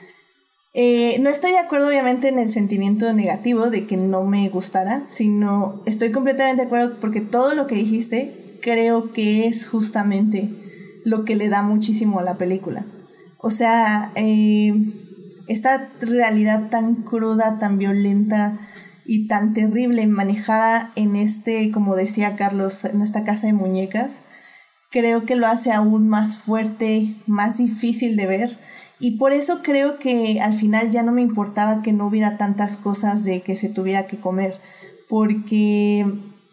eh, no estoy de acuerdo obviamente en el sentimiento negativo de que no me gustara, sino estoy completamente de acuerdo porque todo lo que dijiste creo que es justamente lo que le da muchísimo a la película. O sea, eh, esta realidad tan cruda, tan violenta y tan terrible manejada en este, como decía Carlos, en esta casa de muñecas, creo que lo hace aún más fuerte, más difícil de ver, y por eso creo que al final ya no me importaba que no hubiera tantas cosas de que se tuviera que comer, porque,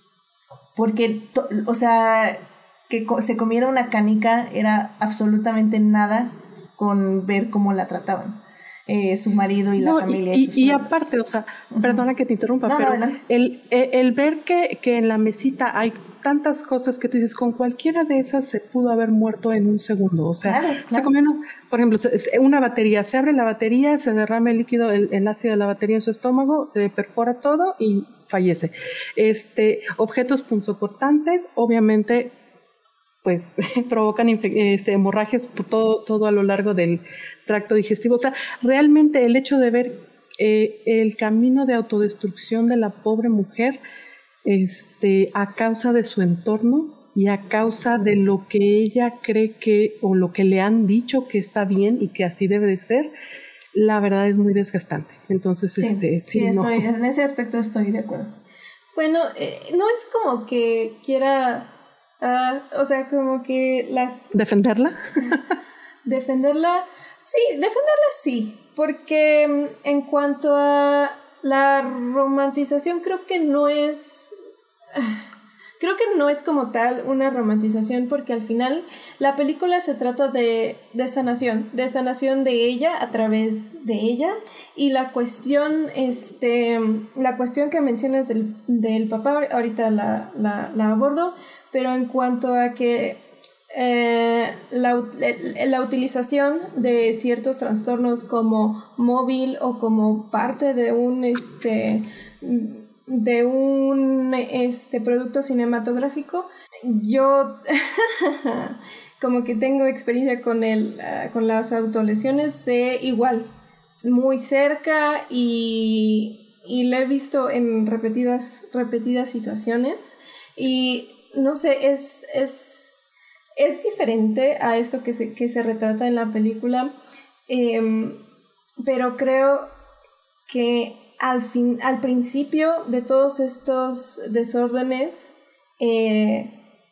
porque to, o sea, que se comiera una canica era absolutamente nada con ver cómo la trataban. Eh, su marido y la no, familia. Y, y, sus y aparte, o sea, uh-huh. perdona que te interrumpa, no, pero no, el, el, el ver que, que en la mesita hay tantas cosas que tú dices, con cualquiera de esas se pudo haber muerto en un segundo. O sea, claro, claro. se comió, una, por ejemplo, una batería, se abre la batería, se derrama el líquido, el, el ácido de la batería en su estómago, se perfora todo y fallece. Este, objetos punzocortantes, obviamente, pues provocan este, hemorragias por todo, todo a lo largo del tracto digestivo. O sea, realmente el hecho de ver eh, el camino de autodestrucción de la pobre mujer este, a causa de su entorno y a causa de lo que ella cree que, o lo que le han dicho que está bien y que así debe de ser, la verdad es muy desgastante. Entonces, sí, este, sí, sí estoy, no. en ese aspecto estoy de acuerdo. Bueno, eh, no es como que quiera... Uh, o sea, como que las... ¿Defenderla? Defenderla, sí, defenderla sí, porque en cuanto a la romantización creo que no es... Creo que no es como tal una romantización, porque al final la película se trata de, de sanación, de sanación de ella a través de ella, y la cuestión, este, la cuestión que mencionas del, del papá, ahorita la, la, la abordo, pero en cuanto a que eh, la, la utilización de ciertos trastornos como móvil o como parte de un... este de un este producto cinematográfico, yo como que tengo experiencia con el uh, con las autolesiones, sé igual muy cerca y y la he visto en repetidas repetidas situaciones, y no sé, es es es diferente a esto que se que se retrata en la película, eh, pero creo que Al, fin, al principio de todos estos desórdenes eh,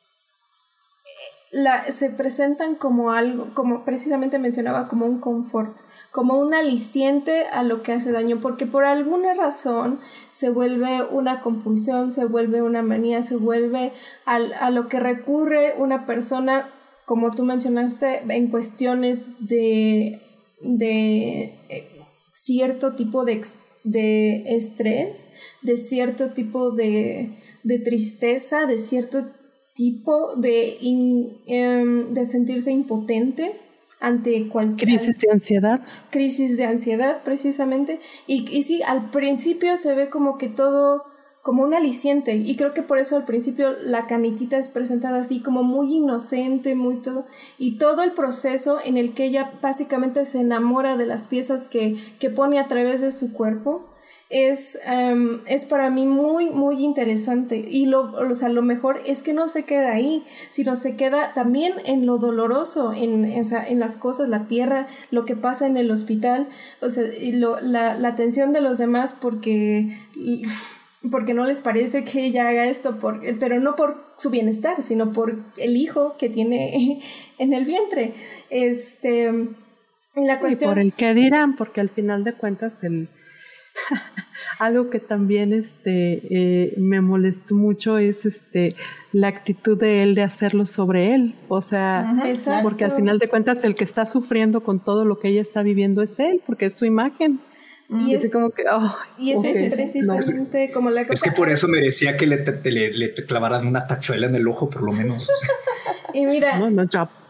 la, se presentan como algo, como precisamente mencionaba, como un confort, como un aliciente a lo que hace daño, porque por alguna razón se vuelve una compulsión, se vuelve una manía, se vuelve a, a lo que recurre una persona, como tú mencionaste, en cuestiones de, de eh, cierto tipo de de estrés, de cierto tipo de, de tristeza, de cierto tipo de, in, um, de sentirse impotente ante cualquier... Crisis de ansiedad. Crisis de ansiedad, precisamente. Y, y sí, al principio se ve como que todo... como un aliciente, y creo que por eso al principio la caniquita es presentada así como muy inocente, muy todo, y todo el proceso en el que ella básicamente se enamora de las piezas que, que pone a través de su cuerpo es, um, es para mí muy muy interesante, y lo, o sea, lo mejor es que no se queda ahí, sino se queda también en lo doloroso, en, en, o sea, en las cosas, la tierra, lo que pasa en el hospital, o sea, y lo, la, la atención de los demás, porque... porque no les parece que ella haga esto, por, pero no por su bienestar, sino por el hijo que tiene en el vientre. Este, la cuestión... Y por el que dirán, porque al final de cuentas el algo que también este eh, me molestó mucho es este la actitud de él de hacerlo sobre él, o sea, uh-huh, porque al final de cuentas el que está sufriendo con todo lo que ella está viviendo es él, porque es su imagen. Y, y es, como que, oh, y es okay, precisamente no. como la... Es que por eso merecía que le, te, le, le te clavaran una tachuela en el ojo, por lo menos. Y mira... No, no, ya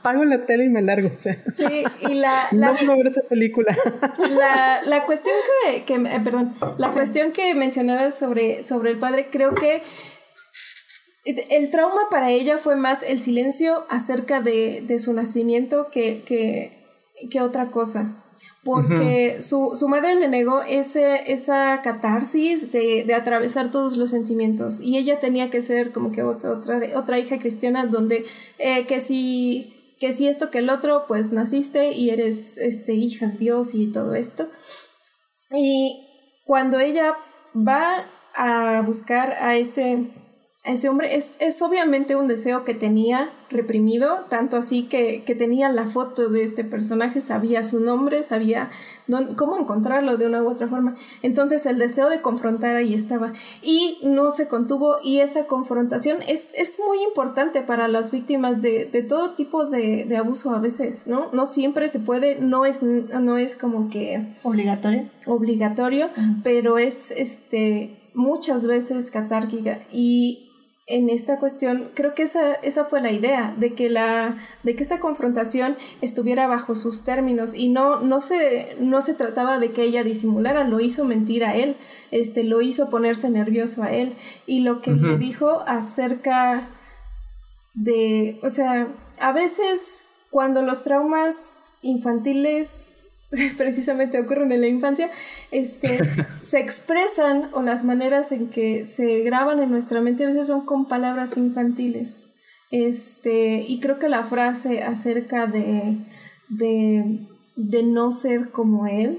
apago la tele y me largo. O sea, sí, y la... la no puedo ver esa película. La, la cuestión que, que eh, perdón, la cuestión que mencionabas sobre, sobre el padre, creo que el trauma para ella fue más el silencio acerca de, de su nacimiento que, que, que otra cosa. Porque uh-huh. su, su madre le negó ese, esa catarsis de, de atravesar todos los sentimientos. Y ella tenía que ser como que otra, otra, otra hija cristiana donde eh, que si... que si esto que el otro, pues naciste y eres este, hija de Dios y todo esto. Y cuando ella va a buscar a ese, a ese hombre, es, es obviamente un deseo que tenía reprimido, tanto así que, que tenía la foto de este personaje, sabía su nombre, sabía dónde, cómo encontrarlo de una u otra forma. Entonces el deseo de confrontar ahí estaba y no se contuvo, y esa confrontación es, es muy importante para las víctimas de, de todo tipo de, de abuso a veces, ¿no? No siempre se puede, no es, no es como que obligatorio, obligatorio, uh-huh. pero es este, muchas veces catárquica. Y en esta cuestión, creo que esa, esa fue la idea, de que la, de que esta confrontación estuviera bajo sus términos, y no, no se, no se trataba de que ella disimulara, lo hizo mentir a él, este, lo hizo ponerse nervioso a él, y lo que uh-huh. le dijo acerca de, o sea, a veces cuando los traumas infantiles precisamente ocurren en la infancia, este, se expresan, o las maneras en que se graban en nuestra mente a veces son con palabras infantiles. Este, y creo que la frase acerca de, de, de no ser como él,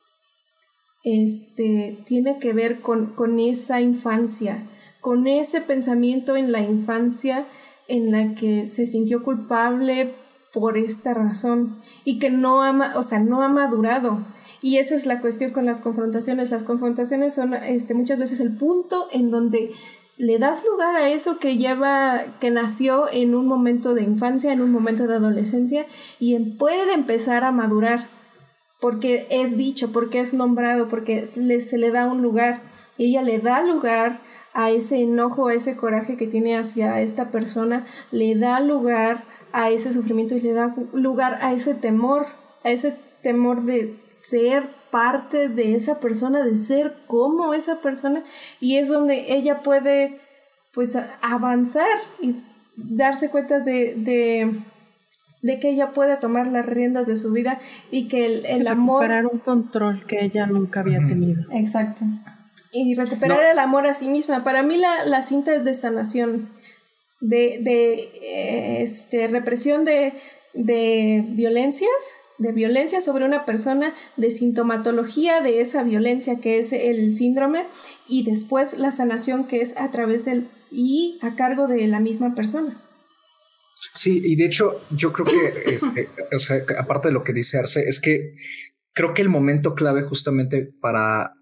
este, tiene que ver con, con esa infancia, con ese pensamiento en la infancia en la que se sintió culpable por esta razón y que no ha, o sea, no ha madurado. Y esa es la cuestión con las confrontaciones. Las confrontaciones son este, muchas veces el punto en donde le das lugar a eso que lleva, que nació en un momento de infancia, en un momento de adolescencia, y puede empezar a madurar porque es dicho, porque es nombrado, porque se le, se le da un lugar, y ella le da lugar a ese enojo, a ese coraje que tiene hacia esta persona, le da lugar a ese sufrimiento y le da lugar a ese temor, a ese temor de ser parte de esa persona, de ser como esa persona, y es donde ella puede pues avanzar y darse cuenta de, de, de que ella puede tomar las riendas de su vida y que el, el amor... Recuperar un control que ella nunca había tenido. Exacto. Y recuperar no. el amor a sí misma. Para mí la, la cinta es de sanación, de, de eh, este, represión de, de violencias, de violencia sobre una persona, de sintomatología de esa violencia que es el síndrome, y después la sanación que es a través del y a cargo de la misma persona. Sí, y de hecho yo creo que este, o sea, aparte de lo que dice Arce, es que creo que el momento clave justamente para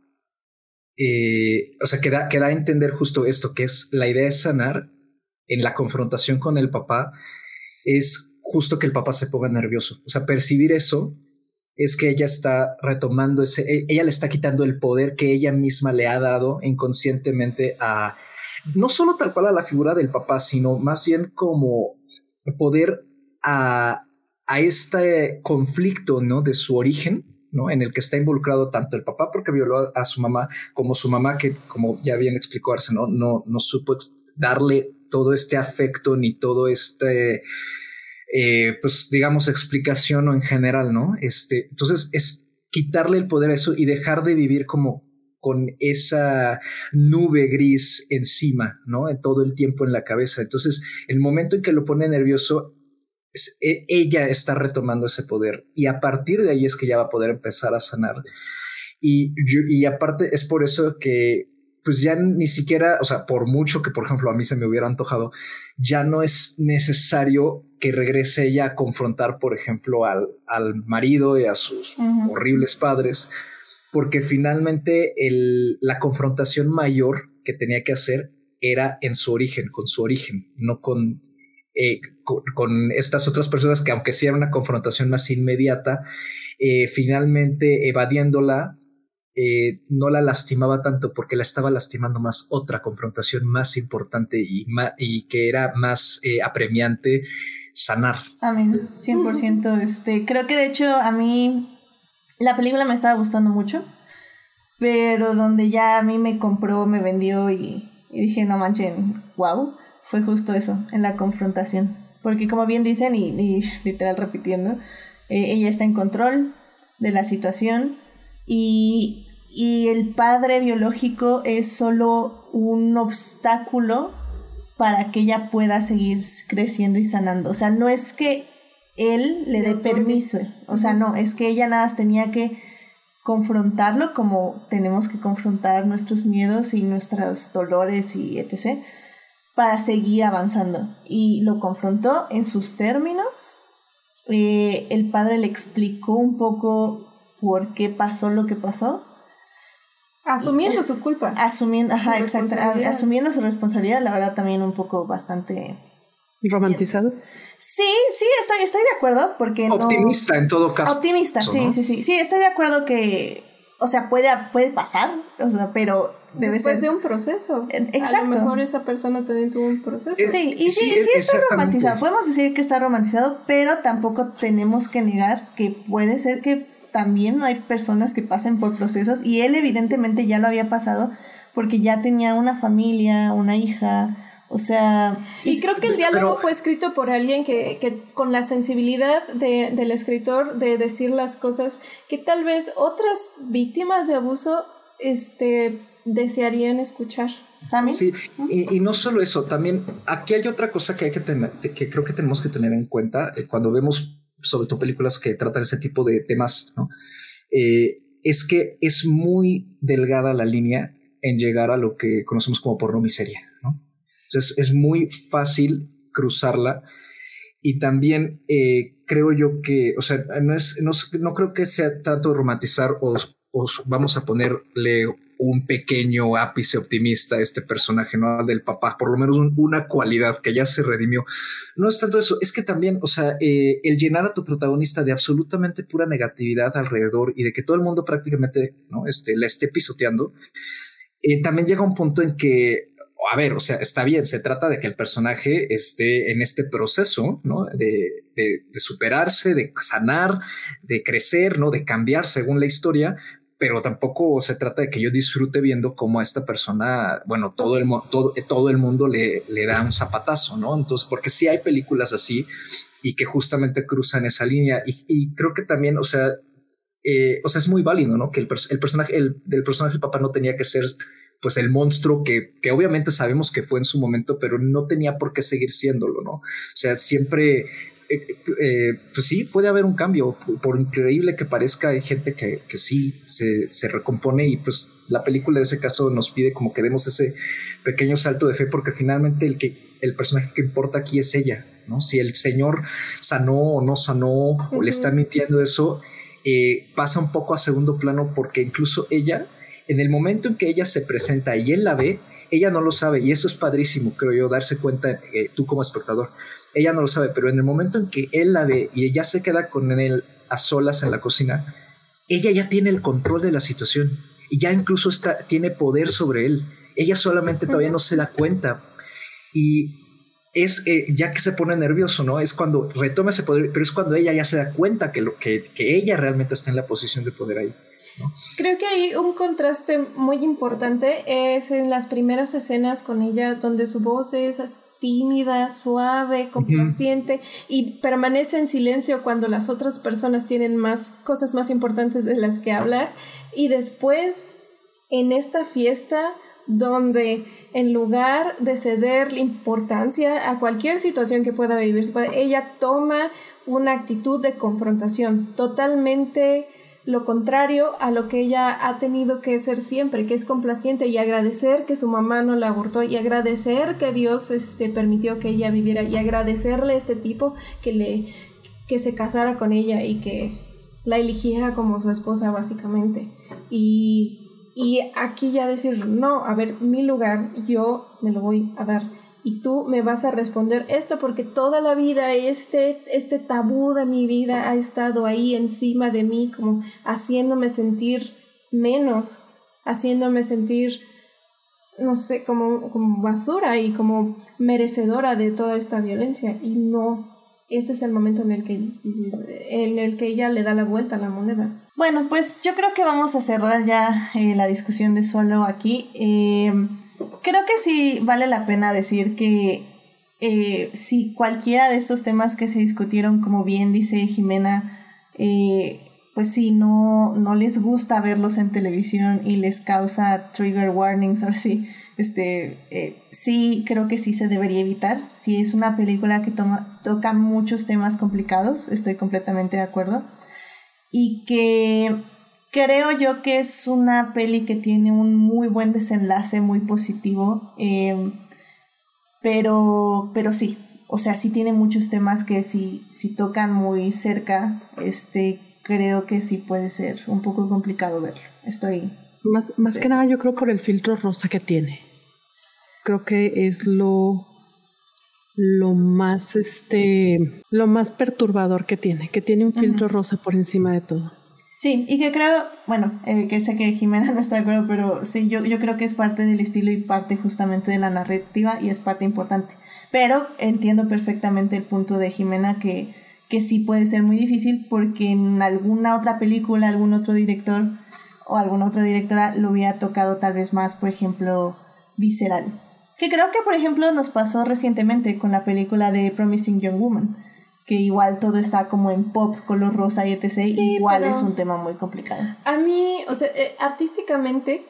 eh, o sea, que da, que da a entender justo esto, que es la idea de sanar en la confrontación con el papá, es justo que el papá se ponga nervioso. O sea, percibir eso es que ella está retomando ese, ella le está quitando el poder que ella misma le ha dado inconscientemente a, no solo tal cual a la figura del papá, sino más bien como poder a, a este conflicto, ¿no? De su origen, ¿no? En el que está involucrado tanto el papá porque violó a, a su mamá, como su mamá que, como ya bien explicó Arce, ¿no? No, no supo darle todo este afecto ni todo este, eh, pues digamos, explicación o en general, ¿no? Este, entonces es quitarle el poder a eso y dejar de vivir como con esa nube gris encima, ¿no? En todo el tiempo en la cabeza. Entonces, el momento en que lo pone nervioso, es, e, ella está retomando ese poder, y a partir de ahí es que ya va a poder empezar a sanar. Y, y aparte es por eso que pues ya ni siquiera, o sea, por mucho que por ejemplo a mí se me hubiera antojado, ya no es necesario que regrese ella a confrontar, por ejemplo, al, al marido y a sus uh-huh. horribles padres, porque finalmente el, la confrontación mayor que tenía que hacer era en su origen, con su origen, no con, eh, con, con estas otras personas que, aunque sí era una confrontación más inmediata, eh, finalmente evadiéndola, eh, no la lastimaba tanto porque la estaba lastimando más otra confrontación más importante y, más, y que era más eh, apremiante, sanar. Amén, cien por ciento. Este, creo que de hecho a mí la película me estaba gustando mucho, pero donde ya a mí me compró, me vendió y, y dije, no manchen, wow, fue justo eso, en la confrontación. Porque como bien dicen, y, y literal repitiendo, eh, ella está en control de la situación y, y el padre biológico es solo un obstáculo para que ella pueda seguir creciendo y sanando. O sea, no es que él le dé permiso, o sea, no, es que ella nada más tenía que confrontarlo como tenemos que confrontar nuestros miedos y nuestros dolores y etcétera para seguir avanzando. Y lo confrontó en sus términos. Eh, el padre le explicó un poco por qué pasó lo que pasó. Asumiendo y, su culpa. Asumiendo, ajá, exacto. Asumiendo su responsabilidad, la verdad también un poco bastante... ¿Romantizado? Sí, sí, estoy, estoy de acuerdo porque optimista no, en todo caso. Optimista, sí, ¿no? sí, sí. Sí, estoy de acuerdo que, o sea, puede, puede pasar, o sea, pero debe Después ser... de un proceso. Exacto. A lo mejor esa persona también tuvo un proceso. Es, sí, y sí, sí, sí está romantizado. Podemos decir que está romantizado, pero tampoco tenemos que negar que puede ser que también hay personas que pasen por procesos y él evidentemente ya lo había pasado porque ya tenía una familia, una hija... O sea... Y, y creo que el diálogo pero, fue escrito por alguien que, que con la sensibilidad de, del escritor de decir las cosas que tal vez otras víctimas de abuso este, desearían escuchar. ¿También? Sí, y, y no solo eso, también aquí hay otra cosa que, hay que, tener, que creo que tenemos que tener en cuenta eh, cuando vemos sobre todo películas que tratan ese tipo de temas, ¿no? Eh, es que es muy delgada la línea en llegar a lo que conocemos como porno miseria, ¿no? Entonces es muy fácil cruzarla y también eh, creo yo que, o sea, no, es, no, no creo que sea tanto de romantizar o, o vamos a ponerle un pequeño ápice optimista a este personaje, ¿no? Del papá, por lo menos un, una cualidad que ya se redimió. No es tanto eso, es que también, o sea, eh, el llenar a tu protagonista de absolutamente pura negatividad alrededor y de que todo el mundo prácticamente, ¿no? este, la esté pisoteando, eh, también llega un punto en que a ver, o sea, está bien, se trata de que el personaje esté en este proceso, ¿no? De, de, de superarse, de sanar, de crecer, ¿no? De cambiar según la historia, pero tampoco se trata de que yo disfrute viendo cómo a esta persona, bueno, todo el, todo, todo el mundo le, le da un zapatazo, ¿no? Entonces, porque sí hay películas así y que justamente cruzan esa línea y, y creo que también, o sea, eh, o sea, es muy válido, ¿no? Que el, el personaje, el, del personaje del papá no tenía que ser pues el monstruo que, que obviamente sabemos que fue en su momento, pero no tenía por qué seguir siéndolo, ¿no? O sea, siempre, eh, eh, pues sí, puede haber un cambio, por, por increíble que parezca, hay gente que, que sí se, se recompone y pues la película en ese caso nos pide como que demos ese pequeño salto de fe porque finalmente el, que, el personaje que importa aquí es ella, ¿no? Si el señor sanó o no sanó uh-huh. o le está mintiendo eso, eh, pasa un poco a segundo plano porque incluso ella... En el momento en que ella se presenta y él la ve, ella no lo sabe y eso es padrísimo, creo yo, darse cuenta eh, tú como espectador. Ella no lo sabe, pero en el momento en que él la ve y ella se queda con él a solas en la cocina, ella ya tiene el control de la situación y ya incluso está, tiene poder sobre él. Ella solamente todavía no se da cuenta y es eh, ya que se pone nervioso, ¿no? Es cuando retoma ese poder, pero es cuando ella ya se da cuenta que, lo, que, que ella realmente está en la posición de poder ahí. ¿No? Creo que hay un contraste muy importante es en las primeras escenas con ella donde su voz es tímida, suave, complaciente uh-huh. y permanece en silencio cuando las otras personas tienen más cosas más importantes de las que hablar y después en esta fiesta donde en lugar de ceder la importancia a cualquier situación que pueda vivir, ella toma una actitud de confrontación totalmente lo contrario a lo que ella ha tenido que ser siempre, que es complaciente y agradecer que su mamá no la abortó y agradecer que Dios este, permitió que ella viviera y agradecerle a este tipo que, le, que se casara con ella y que la eligiera como su esposa básicamente. Y, y aquí ya decir, no, a ver, mi lugar yo me lo voy a dar. Y tú me vas a responder esto porque toda la vida este, este tabú de mi vida ha estado ahí encima de mí como haciéndome sentir menos, haciéndome sentir, no sé, como, como basura y como merecedora de toda esta violencia. Y no, ese es el momento en el que, en el que ella le da la vuelta a la moneda. Bueno, pues yo creo que vamos a cerrar ya eh, la discusión de Swallow aquí. Eh, creo que sí vale la pena decir que eh, si cualquiera de estos temas que se discutieron, como bien dice Jimena, eh, pues sí, no, no les gusta verlos en televisión y les causa trigger warnings, o sí, este, eh, sí, creo que sí se debería evitar. Si es una película que toma, toca muchos temas complicados, estoy completamente de acuerdo. Y que creo yo que es una peli que tiene un muy buen desenlace, muy positivo, eh, pero, pero sí, o sea, sí tiene muchos temas que si, si tocan muy cerca, este, creo que sí puede ser un poco complicado verlo. Estoy... Más, más sí. que nada yo creo por el filtro rosa que tiene. Creo que es lo... lo más este lo más perturbador que tiene, que tiene un filtro uh-huh. rosa por encima de todo. Sí, y que creo, bueno, eh, que sé que Jimena no está de acuerdo, pero sí, yo, yo creo que es parte del estilo y parte justamente de la narrativa y es parte importante. Pero entiendo perfectamente el punto de Jimena que, que sí puede ser muy difícil porque en alguna otra película, algún otro director o alguna otra directora lo hubiera tocado tal vez más, por ejemplo, visceral. Que creo que, por ejemplo, nos pasó recientemente con la película de Promising Young Woman, que igual todo está como en pop, color rosa y etcétera. Sí, igual es un tema muy complicado. A mí, o sea, eh, artísticamente,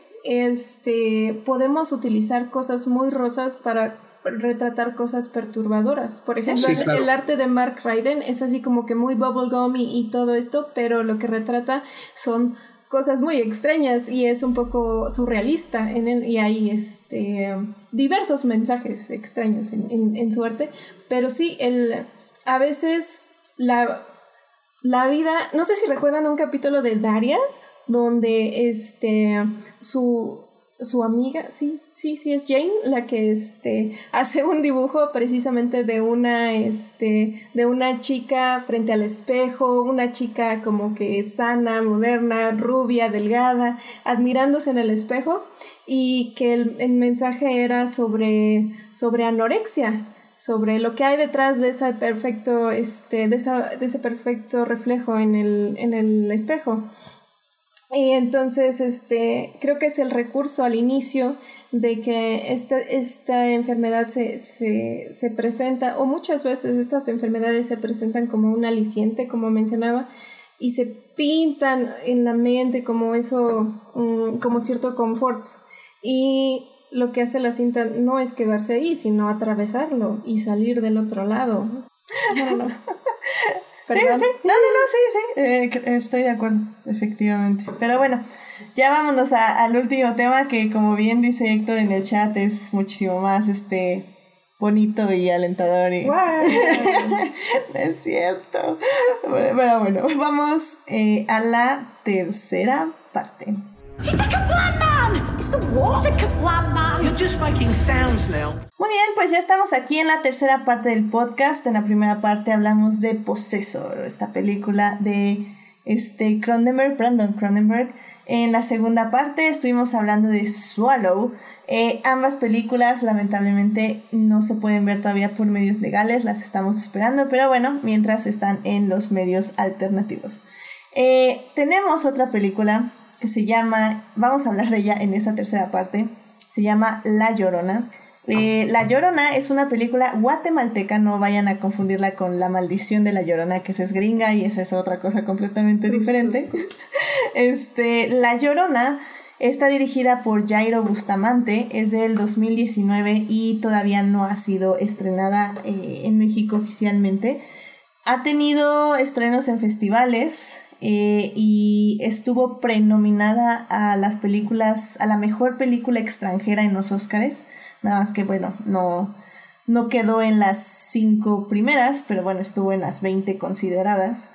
este, podemos utilizar cosas muy rosas para retratar cosas perturbadoras. Por ejemplo, sí, claro. el, el arte de Mark Ryden es así como que muy bubblegum y, y todo esto, pero lo que retrata son cosas muy extrañas y es un poco surrealista en el, y hay este, diversos mensajes extraños en, en, en su arte, pero sí, el, a veces la, la vida, no sé si recuerdan un capítulo de Daria, donde este, su, su amiga, sí, sí, sí es Jane, la que este, hace un dibujo precisamente de una, este, de una chica frente al espejo, una chica como que sana, moderna, rubia, delgada, admirándose en el espejo, y que el, el mensaje era sobre, sobre anorexia, sobre lo que hay detrás de ese perfecto, este, de, esa, de ese perfecto reflejo en el, en el espejo. Y entonces este creo que es el recurso al inicio de que esta, esta enfermedad se, se, se presenta, o muchas veces estas enfermedades se presentan como un aliciente, como mencionaba, y se pintan en la mente como eso, um, como cierto confort. Y lo que hace la cinta no es quedarse ahí, sino atravesarlo y salir del otro lado. No, no. Sí, sí, no, no, no, sí, sí, eh, estoy de acuerdo, efectivamente. Pero bueno, ya vámonos a, al último tema que, como bien dice Héctor en el chat, es muchísimo más este bonito y alentador. Y... Wow. No es cierto. Pero bueno, vamos eh, a la tercera parte. He's the Kablam Man! It's the what? The Kablam Man! You're just making sounds now. Muy bien, pues ya estamos aquí en la tercera parte del podcast. En la primera parte hablamos de Possessor, esta película de este Cronenberg, Brandon Cronenberg. En la segunda parte estuvimos hablando de Swallow. Eh, ambas películas lamentablemente no se pueden ver todavía por medios legales, las estamos esperando, pero bueno, mientras están en los medios alternativos. Eh, tenemos otra película que se llama, vamos a hablar de ella en esta tercera parte, se llama La Llorona. Eh, La Llorona es una película guatemalteca, no vayan a confundirla con La Maldición de La Llorona, que esa es gringa y esa es otra cosa completamente diferente. este, La Llorona está dirigida por Jairo Bustamante, es del dos mil diecinueve y todavía no ha sido estrenada eh, en México oficialmente. Ha tenido estrenos en festivales, Eh, y estuvo prenominada a las películas, a la mejor película extranjera en los Óscares, nada más que bueno, no, no quedó en las cinco primeras, pero bueno, estuvo en las veinte consideradas.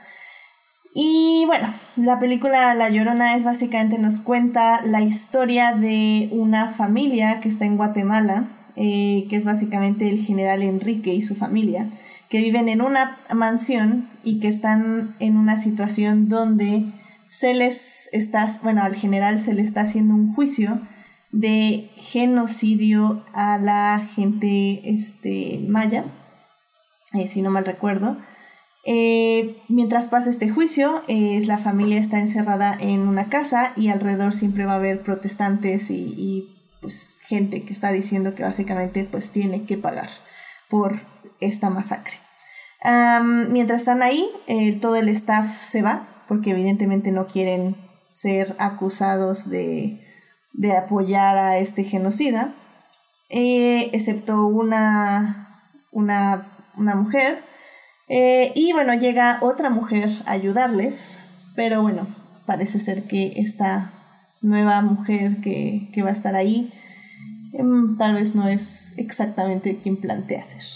Y bueno, la película La Llorona es básicamente, nos cuenta la historia de una familia que está en Guatemala, eh, que es básicamente el general Enrique y su familia, que viven en una mansión y que están en una situación donde se les está, bueno, al general se le está haciendo un juicio de genocidio a la gente este, maya, eh, si no mal recuerdo. Eh, mientras pasa este juicio, eh, la familia está encerrada en una casa y alrededor siempre va a haber protestantes y, y pues, gente que está diciendo que básicamente pues, tiene que pagar por esta masacre. Um, mientras están ahí, eh, todo el staff se va porque evidentemente no quieren ser acusados de de apoyar a este genocida, eh, excepto una, una, una mujer. Eh, y bueno, llega otra mujer a ayudarles, pero bueno, parece ser que esta nueva mujer que, que va a estar ahí, eh, tal vez no es exactamente quien plantea ser.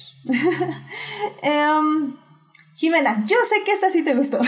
um, Jimena, yo sé que esta sí te gustó.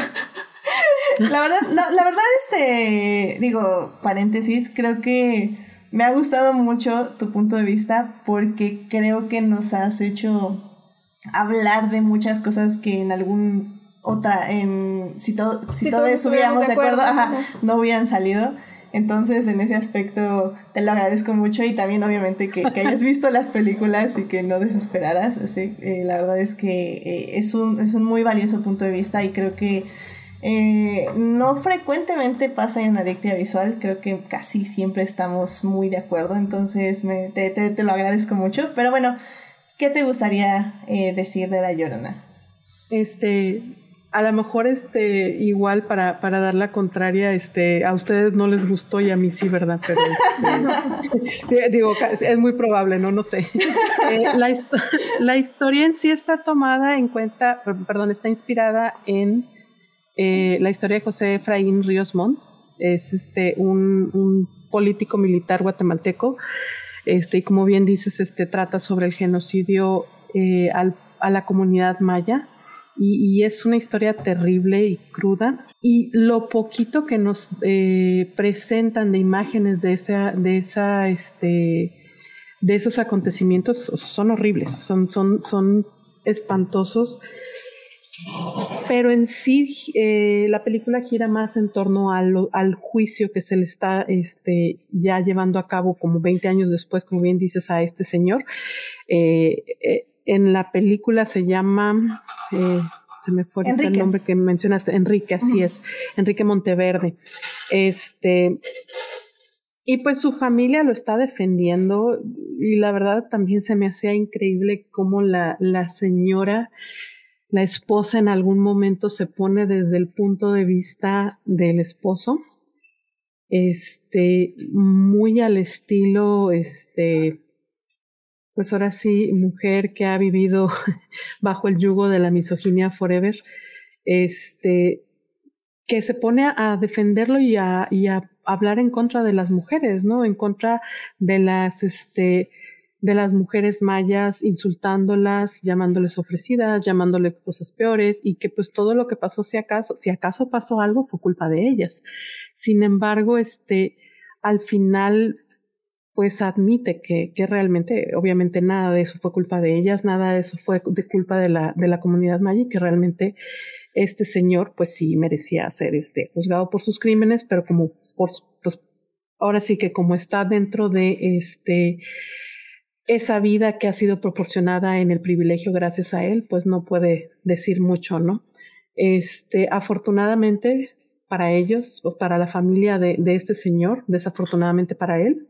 La verdad, la, la verdad, este, digo, paréntesis, creo que me ha gustado mucho tu punto de vista porque creo que nos has hecho hablar de muchas cosas que en algún otra, en si, todo, si, si todos estuviéramos de acuerdo, de acuerdo ajá, no hubieran salido. Entonces, en ese aspecto te lo agradezco mucho y también obviamente que, que hayas visto las películas y que no desesperaras. Así, eh, la verdad es que eh, es, un, es un muy valioso punto de vista y creo que Eh, no frecuentemente pasa en Adictia Visual, creo que casi siempre estamos muy de acuerdo, entonces me, te, te, te lo agradezco mucho. Pero bueno, ¿qué te gustaría eh, decir de La Llorona? Este, a lo mejor este, igual para, para dar la contraria, este, a ustedes no les gustó y a mí sí, ¿verdad? Pero este, digo, es muy probable, no, no sé. Eh, la, histo- la historia en sí está tomada en cuenta, perdón, está inspirada en Eh, la historia de José Efraín Ríos Montt. Es este, un, un político militar guatemalteco, este, y como bien dices, este, trata sobre el genocidio eh, al, a la comunidad maya, y, y es una historia terrible y cruda, y lo poquito que nos eh, presentan de imágenes de esa, de esa, este, de esos acontecimientos son horribles, son, son, son espantosos. Pero en sí eh, la película gira más en torno al, al juicio que se le está este, ya llevando a cabo como veinte años después, como bien dices, a este señor. Eh, eh, en la película se llama, eh, se me fue el nombre que mencionaste, Enrique, así uh-huh. es, Enrique Monteverde. Este, y pues su familia lo está defendiendo y la verdad también se me hacía increíble cómo la, la señora... La esposa en algún momento se pone desde el punto de vista del esposo, este, muy al estilo, este, pues ahora sí, mujer que ha vivido bajo el yugo de la misoginia forever, este, que se pone a defenderlo y a, y a hablar en contra de las mujeres, ¿no? En contra de las, este, de las mujeres mayas, insultándolas, llamándoles ofrecidas, llamándoles cosas peores, y que pues todo lo que pasó, si acaso, si acaso pasó algo, fue culpa de ellas. Sin embargo, este, al final, pues admite que, que realmente, obviamente nada de eso fue culpa de ellas, nada de eso fue de culpa de la, de la comunidad maya, y que realmente este señor, pues sí merecía ser este, juzgado por sus crímenes, pero como, por, pues, ahora sí que como está dentro de este, esa vida que ha sido proporcionada en el privilegio gracias a él, pues no puede decir mucho, ¿no? Este, afortunadamente para ellos, o para la familia de, de este señor, desafortunadamente para él,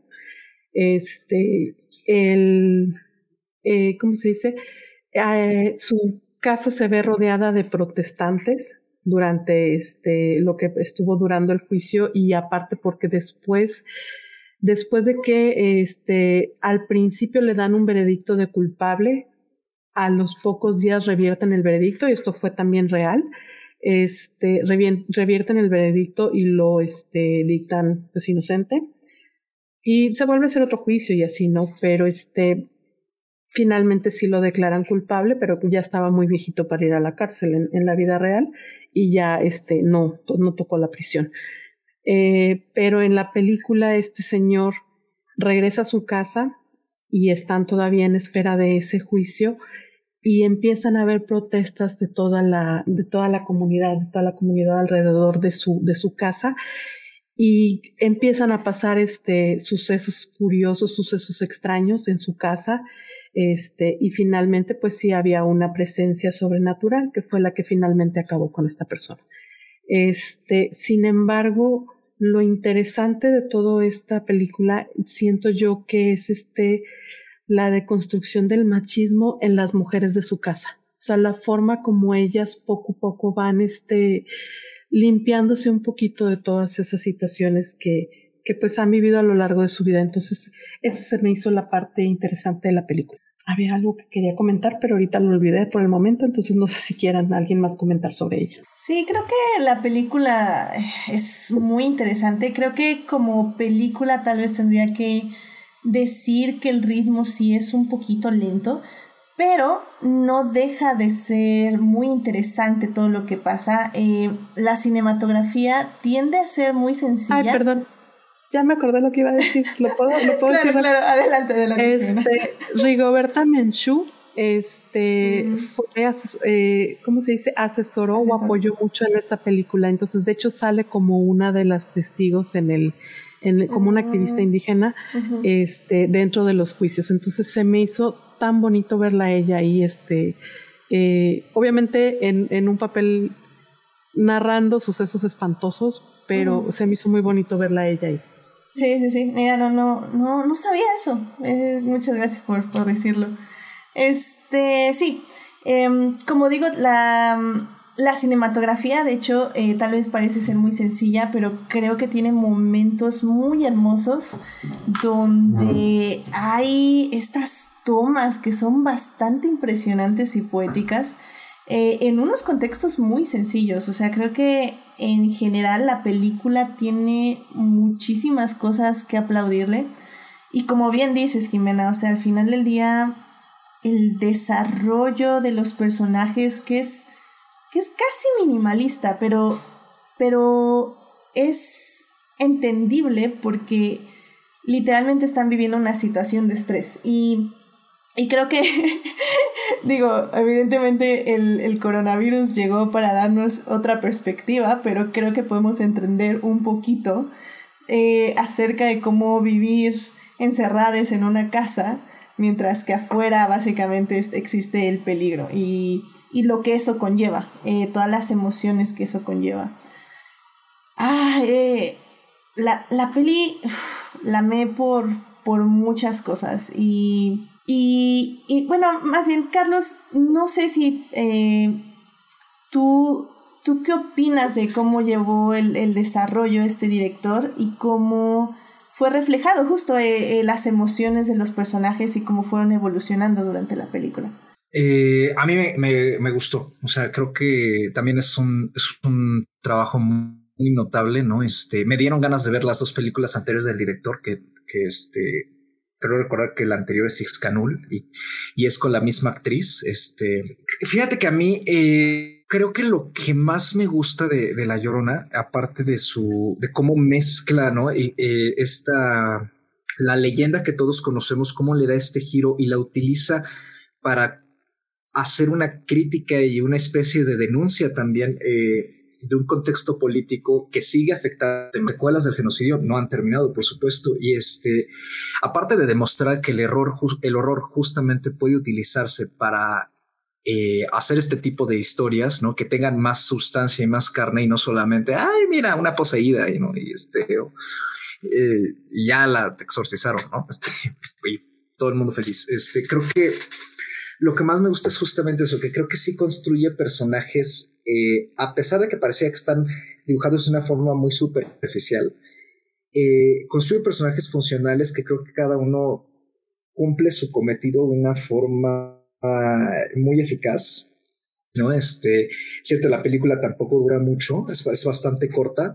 este, el, eh, ¿cómo se dice? Eh, su casa se ve rodeada de protestantes durante este, lo que estuvo durando el juicio, y aparte porque después Después de que este, al principio le dan un veredicto de culpable, a los pocos días revierten el veredicto, y esto fue también real, este, revierten el veredicto y lo este, dictan pues inocente, y se vuelve a hacer otro juicio y así, ¿no? Pero este, finalmente sí lo declaran culpable, pero ya estaba muy viejito para ir a la cárcel en, en la vida real, y ya este, no, pues no tocó la prisión. Eh, pero en la película este señor regresa a su casa y están todavía en espera de ese juicio, y empiezan a haber protestas de toda la, de toda la comunidad, de toda la comunidad alrededor de su, de su casa, y empiezan a pasar este, sucesos curiosos, sucesos extraños en su casa, este, y finalmente pues sí había una presencia sobrenatural que fue la que finalmente acabó con esta persona. Este, sin embargo, lo interesante de toda esta película siento yo que es este, la deconstrucción del machismo en las mujeres de su casa. O sea, la forma como ellas poco a poco van este, limpiándose un poquito de todas esas situaciones que, que pues han vivido a lo largo de su vida. Entonces, esa se me hizo la parte interesante de la película. Había algo que quería comentar, pero ahorita lo olvidé por el momento, entonces no sé si quieran alguien más comentar sobre ella. Sí, creo que la película es muy interesante. Creo que como película tal vez tendría que decir que el ritmo sí es un poquito lento, pero no deja de ser muy interesante todo lo que pasa. Eh, la cinematografía tiende a ser muy sencilla. Ay, perdón. Ya me acordé lo que iba a decir. ¿Lo puedo, lo puedo claro, decir? Claro, adelante, adelante. Este, Rigoberta Menchú, este, mm. fue, ases- eh, ¿cómo se dice? Asesoró Asesor. o apoyó mucho en esta película. Entonces, de hecho, sale como una de las testigos en el, en, como una activista indígena, uh-huh. este, dentro de los juicios. Entonces, se me hizo tan bonito verla a ella ahí, este, eh, obviamente en, en un papel narrando sucesos espantosos, pero uh-huh. se me hizo muy bonito verla a ella ahí. Sí, sí, sí. Mira, no, no, no, no sabía eso. Eh, muchas gracias por, por decirlo. Este, sí. Eh, como digo, la, la cinematografía, de hecho, eh, tal vez parece ser muy sencilla, pero creo que tiene momentos muy hermosos donde hay estas tomas que son bastante impresionantes y poéticas. Eh, en unos contextos muy sencillos. O sea, creo que en general la película tiene muchísimas cosas que aplaudirle. Y como bien dices, Jimena, o sea, al final del día, el desarrollo de los personajes, que es, que es casi minimalista, pero, pero es entendible porque literalmente están viviendo una situación de estrés. Y, y creo que... Digo, evidentemente el, el coronavirus llegó para darnos otra perspectiva, pero creo que podemos entender un poquito eh, acerca de cómo vivir encerradas en una casa, mientras que afuera básicamente existe el peligro y, y lo que eso conlleva, eh, todas las emociones que eso conlleva. Ah, eh, la, la peli uf, la amé por, por muchas cosas y... Y, y bueno, más bien, Carlos, no sé si eh, tú, tú qué opinas de cómo llevó el, el desarrollo este director y cómo fue reflejado justo eh, eh, las emociones de los personajes y cómo fueron evolucionando durante la película. Eh, a mí me, me, me gustó, o sea, creo que también es un, es un trabajo muy, muy notable, ¿no? Este, me dieron ganas de ver las dos películas anteriores del director que, que este... Creo recordar que el anterior es Ixcanul y, y es con la misma actriz. Este, fíjate que a mí eh, creo que lo que más me gusta de, de La Llorona, aparte de su, de cómo mezcla, ¿no? Y, eh, esta, la leyenda que todos conocemos, cómo le da este giro y la utiliza para hacer una crítica y una especie de denuncia también eh, de un contexto político que sigue afectando. Las secuelas del genocidio no han terminado, por supuesto, y este, aparte de demostrar que el error, el horror justamente puede utilizarse para eh, hacer este tipo de historias, ¿no? Que tengan más sustancia y más carne y no solamente, ay, mira, una poseída, y no, y este, o, eh, ya la exorcizaron, ¿no? Este, y todo el mundo feliz. Este, creo que lo que más me gusta es justamente eso, que creo que sí construye personajes. Eh, a pesar de que parecía que están dibujados de una forma muy superficial, eh, construye personajes funcionales que creo que cada uno cumple su cometido de una forma uh, muy eficaz, ¿no? Este, cierto, la película tampoco dura mucho, es, es bastante corta,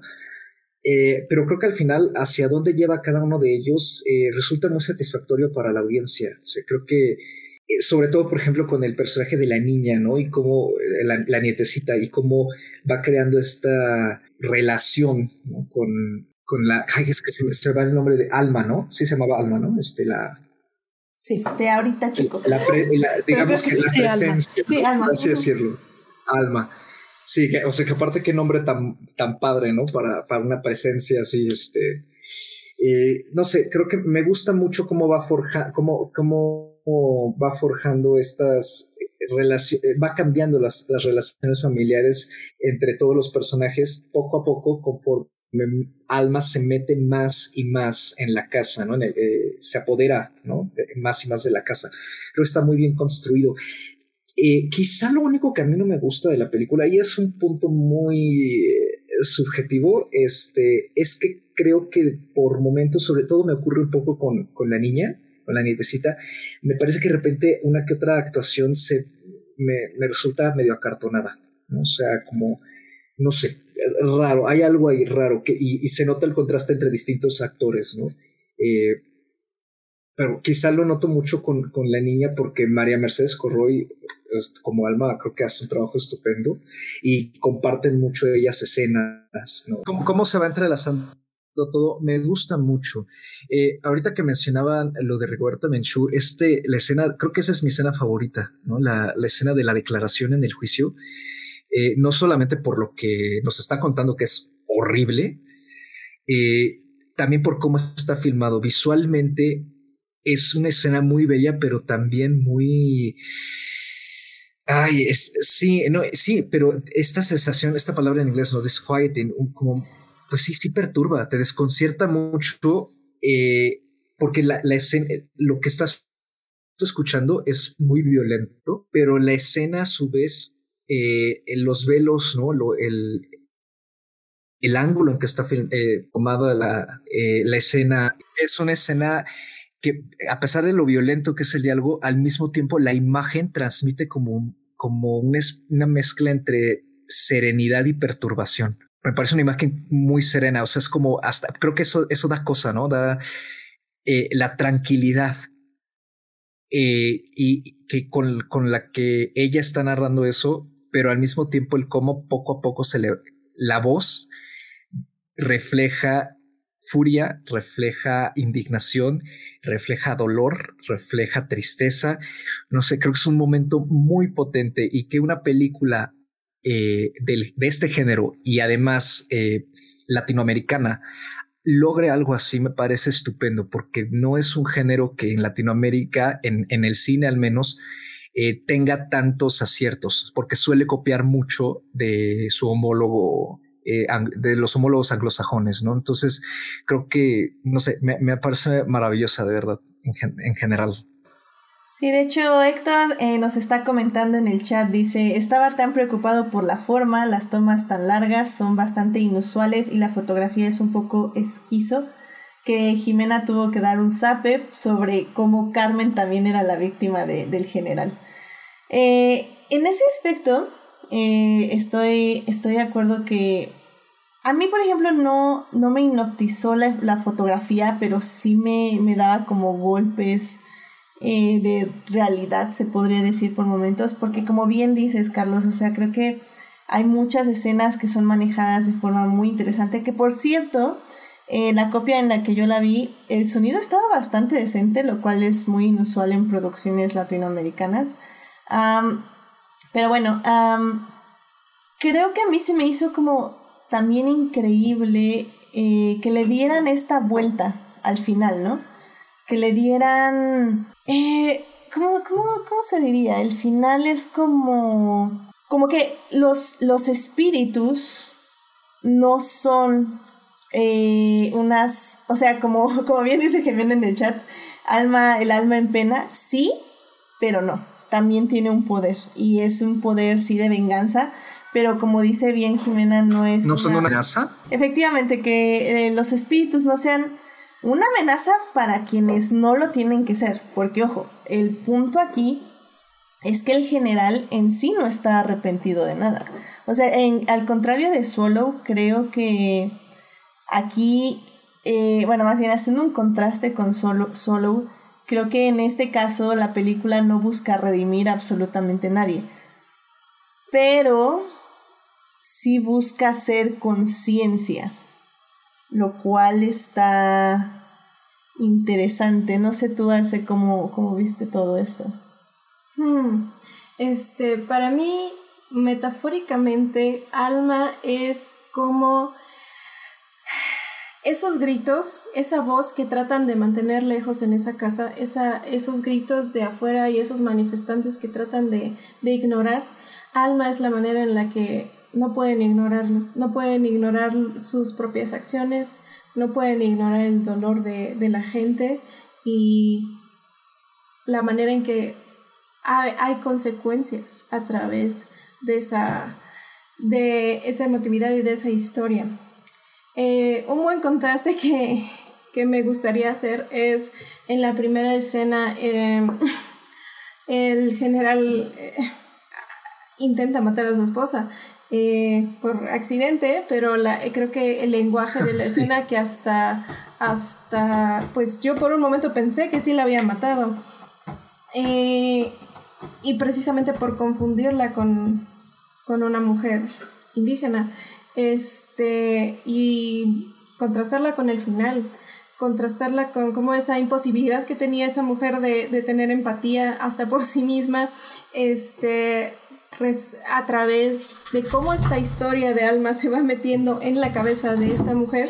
eh, pero creo que al final hacia dónde lleva cada uno de ellos eh, resulta muy satisfactorio para la audiencia. O sea, creo que sobre todo, por ejemplo, con el personaje de la niña, ¿no? Y cómo la, la nietecita y cómo va creando esta relación, ¿no? con, con la... Ay, es que se me, se me va el nombre de Alma, ¿no? Sí se llamaba Alma, ¿no? Este, la... Sí. Este, ahorita, chico. La pre, la, digamos que, que la sí, presencia, Alma. Sí, ¿no? Alma. Así decirlo. Alma. Sí, que, o sea, que aparte qué nombre tan, tan padre, ¿no? Para, para una presencia así, este... Eh, no sé, creo que me gusta mucho cómo va, forja, cómo, cómo va forjando estas relaciones, va cambiando las, las relaciones familiares entre todos los personajes poco a poco conforme Alma se mete más y más en la casa, ¿no? En el, eh, se apodera, ¿no? Más y más de la casa. Creo que está muy bien construido. Eh, quizá lo único que a mí no me gusta de la película, y es un punto muy eh, subjetivo, este, es que creo que por momentos, sobre todo me ocurre un poco con, con la niña, con la nietecita, me parece que de repente una que otra actuación se, me, me resulta medio acartonada, ¿no? O sea, como, no sé, raro, hay algo ahí raro, que, y, y se nota el contraste entre distintos actores, ¿no? Eh, pero quizá lo noto mucho con, con la niña porque María Mercedes Corroy, como Alma, creo que hace un trabajo estupendo y comparten mucho ellas escenas, ¿no? ¿Cómo, cómo se va entrelazando todo? Me gusta mucho. Eh, ahorita que mencionaban lo de Rigoberta Menchú, este, la escena, creo que esa es mi escena favorita, ¿no? La, la escena de la declaración en el juicio, eh, no solamente por lo que nos está contando, que es horrible, eh, también por cómo está filmado visualmente. Es una escena muy bella, pero también muy... Ay, es, sí, no, sí, pero esta sensación, esta palabra en inglés, no, disquieting, como, pues sí, sí perturba, te desconcierta mucho, eh, porque la, la escena, lo que estás escuchando es muy violento, pero la escena a su vez, eh, los velos, ¿no? Lo, el, el ángulo en que está eh, tomada la, eh, la escena, es una escena que a pesar de lo violento que es el diálogo, al mismo tiempo la imagen transmite como, un, como una, una mezcla entre serenidad y perturbación. Me parece una imagen muy serena, o sea, es como hasta, creo que eso, eso da cosa, ¿no? Da eh, la tranquilidad eh, y que con, con la que ella está narrando eso, pero al mismo tiempo el cómo poco a poco se le, la voz refleja furia, refleja indignación, refleja dolor, refleja tristeza. No sé, creo que es un momento muy potente y que una película eh, de, de este género y además eh, latinoamericana logre algo así me parece estupendo, porque no es un género que en Latinoamérica, en, en el cine al menos, eh, tenga tantos aciertos, porque suele copiar mucho de su homólogo, eh, de los homólogos anglosajones, ¿no? Entonces creo que, no sé, me, me parece maravillosa de verdad en, en general. Sí, de hecho Héctor eh, nos está comentando en el chat, dice, estaba tan preocupado por la forma, las tomas tan largas son bastante inusuales y la fotografía es un poco esquizo, que Jimena tuvo que dar un zape sobre cómo Carmen también era la víctima de, del general. Eh, en ese aspecto eh, estoy, estoy de acuerdo que a mí, por ejemplo, no, no me hipnotizó la, la fotografía, pero sí me, me daba como golpes Eh, de realidad, se podría decir por momentos, porque como bien dices, Carlos, o sea, creo que hay muchas escenas que son manejadas de forma muy interesante, que por cierto, eh, la copia en la que yo la vi, el sonido estaba bastante decente, lo cual es muy inusual en producciones latinoamericanas, um, pero bueno, um, creo que a mí se me hizo como también increíble eh, que le dieran esta vuelta al final, ¿no? Que le dieran... Eh, ¿cómo, cómo, ¿Cómo se diría? El final es como... Como que los, los espíritus no son eh, unas... O sea, como, como bien dice Jimena en el chat, alma, el alma en pena, sí, pero no. También tiene un poder. Y es un poder, sí, de venganza. Pero como dice bien Jimena, no es... ¿No una... son una amenaza? Efectivamente, que eh, los espíritus no sean... una amenaza para quienes no lo tienen que ser, porque ojo, el punto aquí es que el general en sí no está arrepentido de nada. O sea, en, al contrario de Swallow, creo que aquí, eh, bueno, más bien haciendo un contraste con Solo, Swallow, creo que en este caso la película no busca redimir a absolutamente nadie, pero sí busca hacer conciencia, lo cual está interesante. No sé tú, Arce, cómo, cómo viste todo esto. Hmm. Este, para mí, metafóricamente, Alma es como esos gritos, esa voz que tratan de mantener lejos en esa casa, esa, esos gritos de afuera y esos manifestantes que tratan de, de ignorar. Alma es la manera en la que no pueden ignorarlo, no pueden ignorar sus propias acciones, no pueden ignorar el dolor de, de la gente y la manera en que hay, hay consecuencias a través de esa, de esa emotividad y de esa historia. Eh, un buen contraste que, que me gustaría hacer es en la primera escena eh, el general eh, intenta matar a su esposa eh, por accidente, pero la, eh, creo que el lenguaje de la sí. escena que hasta, hasta, pues yo por un momento pensé que sí la había matado eh, y precisamente por confundirla con, con una mujer indígena. Este, y contrastarla con el final, contrastarla con como esa imposibilidad que tenía esa mujer de, de tener empatía hasta por sí misma, este, res, a través de cómo esta historia de Alma se va metiendo en la cabeza de esta mujer,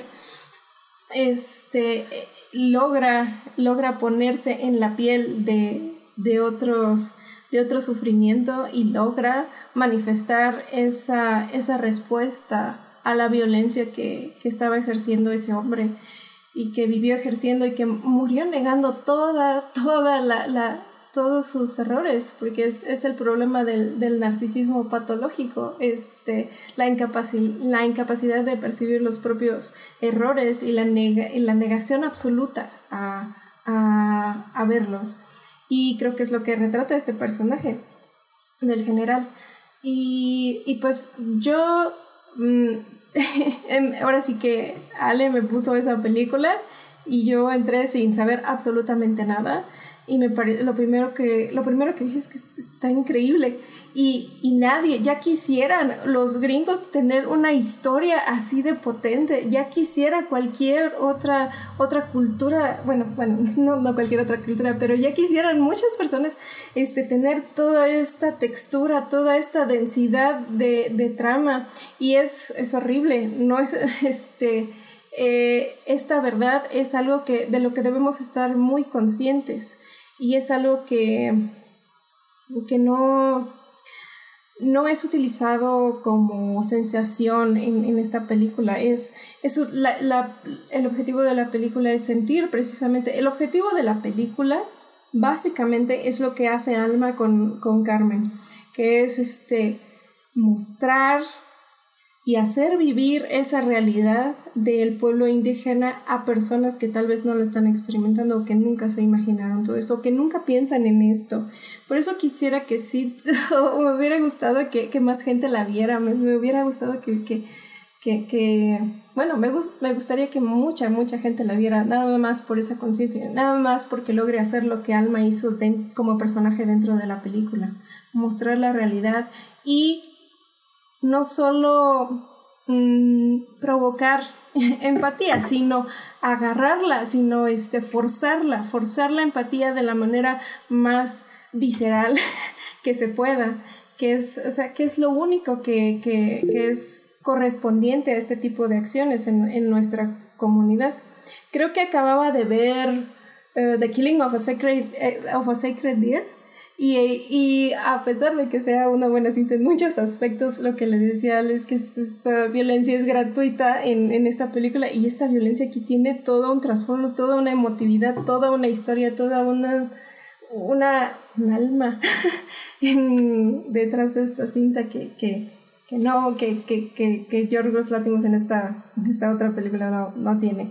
este, logra, logra ponerse en la piel de, de otros de otro sufrimiento y logra manifestar esa, esa respuesta a la violencia que, que estaba ejerciendo ese hombre y que vivió ejerciendo y que murió negando toda, toda la, la, todos sus errores, porque es, es el problema del, del narcisismo patológico, este, la, incapaci- la incapacidad de percibir los propios errores y la, neg- y la negación absoluta a, a, a verlos. Y creo que es lo que retrata este personaje del general. Y, y pues yo, mmm, ahora sí que Ale me puso esa película y yo entré sin saber absolutamente nada. Y me pare- lo primero que lo primero que dije es que está increíble. Y, y nadie, ya quisieran los gringos tener una historia así de potente, ya quisiera cualquier otra, otra cultura, bueno, bueno, no, no cualquier otra cultura, pero ya quisieran muchas personas este, tener toda esta textura, toda esta densidad de, de trama. Y es, es horrible, no es, este, eh, esta verdad es algo que, de lo que debemos estar muy conscientes. Y es algo que, que no, no es utilizado como sensación en, en esta película. Es, es la, la, el objetivo de la película es sentir precisamente. El objetivo de la película básicamente es lo que hace Alma con, con Carmen, que es este, mostrar y hacer vivir esa realidad del pueblo indígena a personas que tal vez no lo están experimentando o que nunca se imaginaron todo esto, o que nunca piensan en esto. Por eso quisiera que sí, me hubiera gustado que, que más gente la viera, me, me hubiera gustado que, que, que, que bueno, me, gust, me gustaría que mucha, mucha gente la viera, nada más por esa conciencia, nada más porque logre hacer lo que Alma hizo de, como personaje dentro de la película, mostrar la realidad y no solo mmm, provocar empatía, sino agarrarla, sino este, forzarla, forzar la empatía de la manera más visceral que se pueda, que es, o sea, que es lo único que, que, que es correspondiente a este tipo de acciones en, en nuestra comunidad. Creo que acababa de ver uh, The Killing of a Sacred, uh, of a Sacred Deer. Y, y a pesar de que sea una buena cinta en muchos aspectos, lo que le decía es que esta violencia es gratuita en, en esta película, y esta violencia aquí tiene todo un trasfondo, toda una emotividad, toda una historia, toda una, una, un alma en, detrás de esta cinta que, que, que no, que, que, que, que Yorgos Lanthimos en esta, en esta otra película no, no tiene.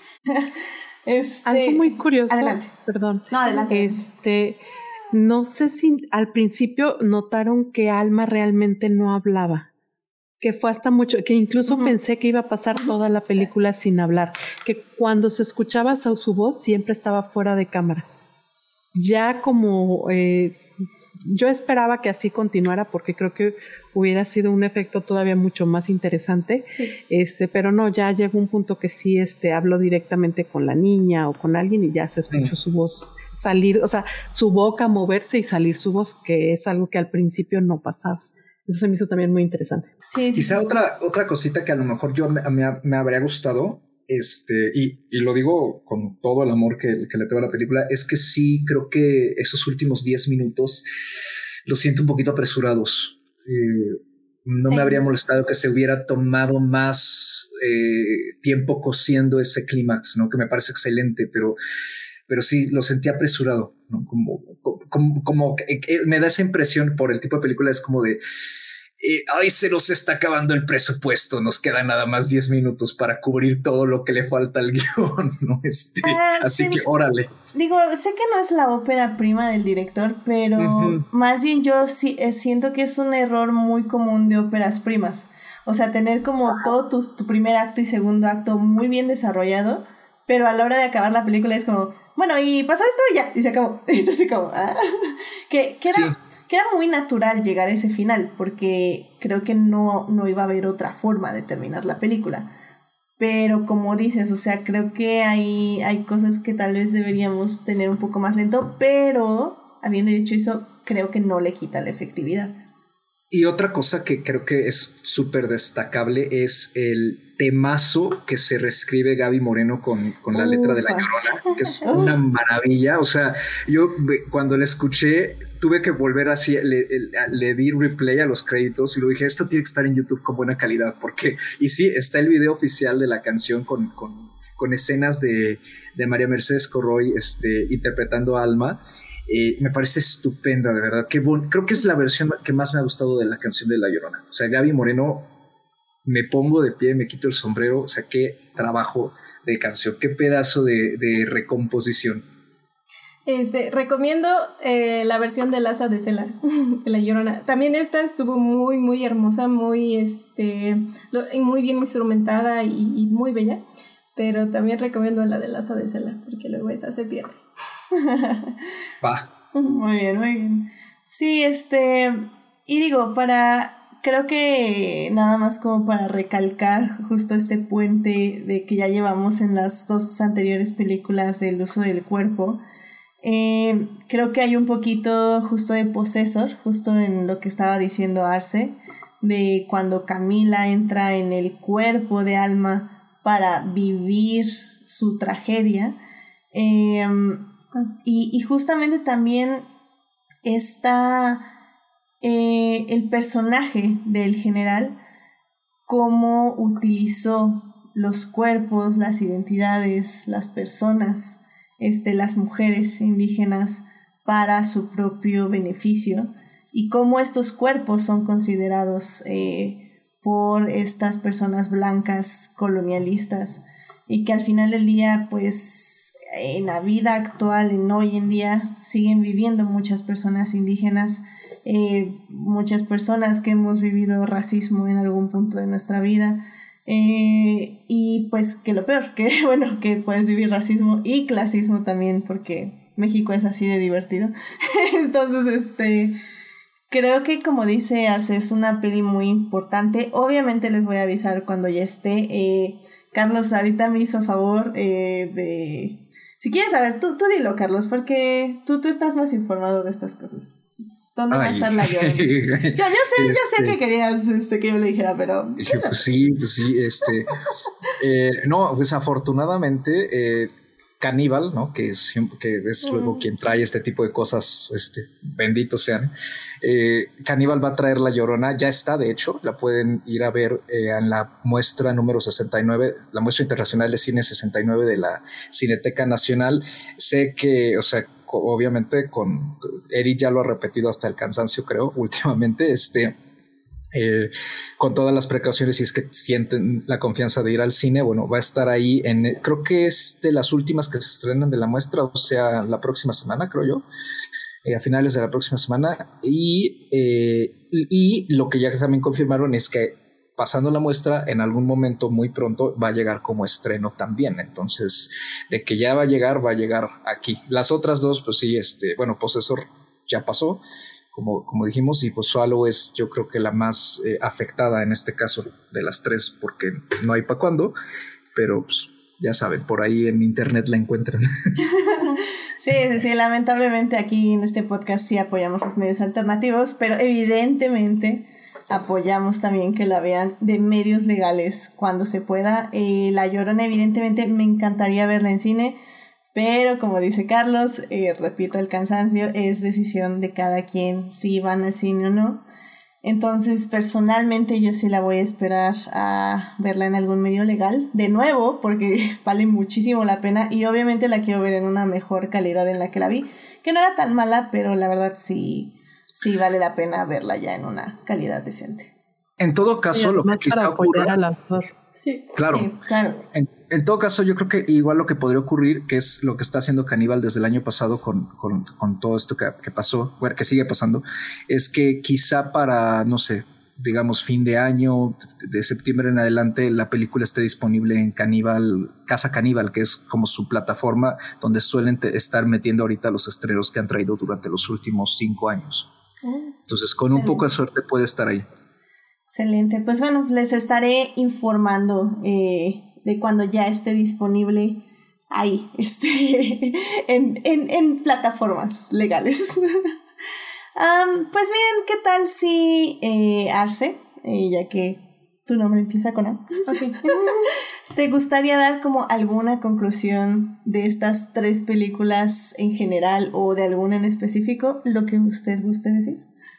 este, Algo muy curioso. Adelante. Perdón. No, adelante. Este... No sé si al principio notaron que Alma realmente no hablaba, que fue hasta mucho, que incluso uh-huh. pensé que iba a pasar toda la película sin hablar, que cuando se escuchaba su, su voz siempre estaba fuera de cámara. Ya como eh, yo esperaba que así continuara, porque creo que hubiera sido un efecto todavía mucho más interesante. Sí. Este, pero no, ya llegó un punto que sí, este, habló directamente con la niña o con alguien y ya se escuchó mm. su voz salir, o sea, su boca moverse y salir su voz, que es algo que al principio no pasaba. Eso se me hizo también muy interesante. Sí, sí. Quizá otra, otra cosita que a lo mejor yo me, me, me habría gustado, este, y, y lo digo con todo el amor que, que le tengo a la película, es que sí creo que esos últimos diez minutos los siento un poquito apresurados. Eh, no sí. me habría molestado que se hubiera tomado más eh, tiempo cosiendo ese clímax, ¿no? Que me parece excelente, pero, pero sí lo sentí apresurado, ¿no? Como, como, como que, que me da esa impresión por el tipo de película, es como de Eh, ay, se nos está acabando el presupuesto, nos quedan nada más diez minutos para cubrir todo lo que le falta al guión, ¿no? Este, ah, así sí, que órale. Digo, sé que no es la ópera prima del director, pero uh-huh. más bien yo sí eh, siento que es un error muy común de óperas primas. O sea, tener como todo tu, tu primer acto y segundo acto muy bien desarrollado, pero a la hora de acabar la película es como, bueno, y pasó esto y ya, y se acabó. Y esto se acabó. Ah. que, que era... Sí. Que era muy natural llegar a ese final, porque creo que no, no iba a haber otra forma de terminar la película. Pero como dices, o sea, creo que hay, hay cosas que tal vez deberíamos tener un poco más lento, pero habiendo dicho eso, creo que no le quita la efectividad. Y otra cosa que creo que es súper destacable es el temazo que se reescribe Gaby Moreno con, con la Ufa. letra de La Llorona, que es una maravilla. O sea, yo cuando la escuché tuve que volver así, le, le, le di replay a los créditos y lo dije, esto tiene que estar en YouTube con buena calidad, porque, y sí, está el video oficial de la canción con, con, con escenas de, de María Mercedes Corroy este, interpretando a Alma. Eh, me parece estupenda, de verdad. Qué bon- creo que es la versión que más me ha gustado de la canción de La Llorona. O sea, Gaby Moreno, me pongo de pie, me quito el sombrero. O sea, qué trabajo de canción, qué pedazo de, de recomposición. Este, recomiendo eh, la versión de Laza de Cela, de La Llorona. También esta estuvo muy, muy hermosa, muy, este, muy bien instrumentada y, y muy bella. Pero también recomiendo la de Laza de Cela, porque luego esa se pierde. Va. Muy bien, muy bien. Sí, este, y digo, para, creo que nada más como para recalcar justo este puente de que ya llevamos en las dos anteriores películas del uso del cuerpo, eh, creo que hay un poquito justo de Possessor, justo en lo que estaba diciendo Arce, de cuando Camila entra en el cuerpo de Alma para vivir su tragedia. Eh, y, y justamente también está eh, el personaje del general, cómo utilizó los cuerpos, las identidades, las personas, este, las mujeres indígenas para su propio beneficio, y cómo estos cuerpos son considerados eh, por estas personas blancas colonialistas, y que al final del día, pues en la vida actual, en hoy en día, siguen viviendo muchas personas indígenas, eh, muchas personas que hemos vivido racismo en algún punto de nuestra vida, eh, y pues que lo peor, que bueno, que puedes vivir racismo y clasismo también, porque México es así de divertido. Entonces, este, creo que, como dice Arce, es una peli muy importante. Obviamente les voy a avisar cuando ya esté. eh, Carlos ahorita me hizo favor eh, de... Si quieres saber, tú, tú dilo, Carlos, porque tú, tú estás más informado de estas cosas. ¿Dónde Ay. va a estar La Llorona? Yo, yo sé, este, yo sé que querías este, que yo le dijera, pero... Pues sí, pues sí, este... eh, no, pues afortunadamente... Eh, Caníbal, ¿no? Que es, que es luego quien trae este tipo de cosas, este, benditos sean. Eh, Caníbal va a traer La Llorona, ya está, de hecho, la pueden ir a ver eh, en la muestra número sesenta y nueve, la muestra internacional de cine sesenta y nueve de la Cineteca Nacional. Sé que, o sea, obviamente con Eric ya lo ha repetido hasta el cansancio, creo, últimamente, este... Eh, con todas las precauciones, si es que sienten la confianza de ir al cine, bueno, va a estar ahí en, creo que es de las últimas que se estrenan de la muestra, o sea, la próxima semana, creo yo, eh, a finales de la próxima semana, y, eh, y lo que ya también confirmaron es que pasando la muestra, en algún momento muy pronto va a llegar como estreno también. Entonces, de que ya va a llegar, va a llegar aquí. Las otras dos, pues sí, este, bueno, Possessor ya pasó, como, como dijimos, y pues Swallow es yo creo que la más eh, afectada en este caso de las tres, porque no hay pa' cuándo, pero pues, ya saben, por ahí en internet la encuentran. Sí, sí, sí, lamentablemente aquí en este podcast sí apoyamos los medios alternativos, pero evidentemente apoyamos también que la vean de medios legales cuando se pueda. Eh, La Llorona evidentemente me encantaría verla en cine, pero como dice Carlos, eh, repito, el cansancio es decisión de cada quien si van al cine o no. Entonces, personalmente yo sí la voy a esperar a verla en algún medio legal, de nuevo, porque vale muchísimo la pena y obviamente la quiero ver en una mejor calidad en la que la vi, que no era tan mala, pero la verdad sí, sí vale la pena verla ya en una calidad decente. En todo caso, lo que quizá ocurra... al autor. Sí, claro. Sí, claro. En, en todo caso, yo creo que igual lo que podría ocurrir, que es lo que está haciendo Caníbal desde el año pasado con, con, con todo esto que, que pasó, bueno, que sigue pasando, es que quizá para, no sé, digamos fin de año, de septiembre en adelante, la película esté disponible en Caníbal, Casa Caníbal, que es como su plataforma donde suelen te, estar metiendo ahorita los estrenos que han traído durante los últimos cinco años. Entonces, con Excelente. un poco de suerte puede estar ahí. Excelente, pues bueno, les estaré informando eh, de cuando ya esté disponible ahí, este, en, en, en plataformas legales. um, pues miren, ¿qué tal si eh, Arce, eh, ya que tu nombre empieza con A, okay. ¿Te gustaría dar como alguna conclusión de estas tres películas en general o de alguna en específico, lo que usted guste decir?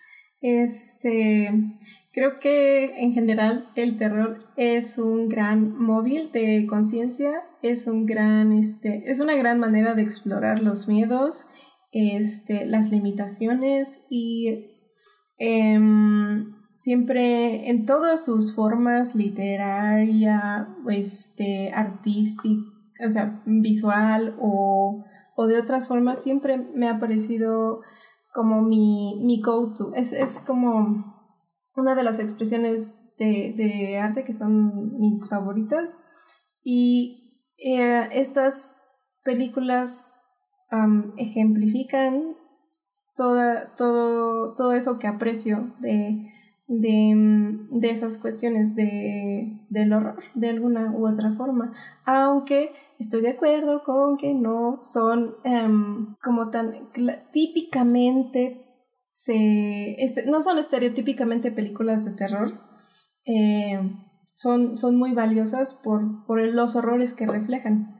Este... Creo que en general el terror es un gran móvil de conciencia, es un gran, este, es una gran manera de explorar los miedos, este, las limitaciones y eh, siempre en todas sus formas, literaria, este, artística, o sea, visual o, o de otras formas, siempre me ha parecido como mi, mi go-to. Es, es como una de las expresiones de, de arte que son mis favoritas. Y eh, estas películas um, ejemplifican toda, todo, todo eso que aprecio de, de, de esas cuestiones de, del horror, de alguna u otra forma. Aunque estoy de acuerdo con que no son um, como tan típicamente... Se, este, no son estereotípicamente películas de terror, eh, son, son muy valiosas por, por los horrores que reflejan.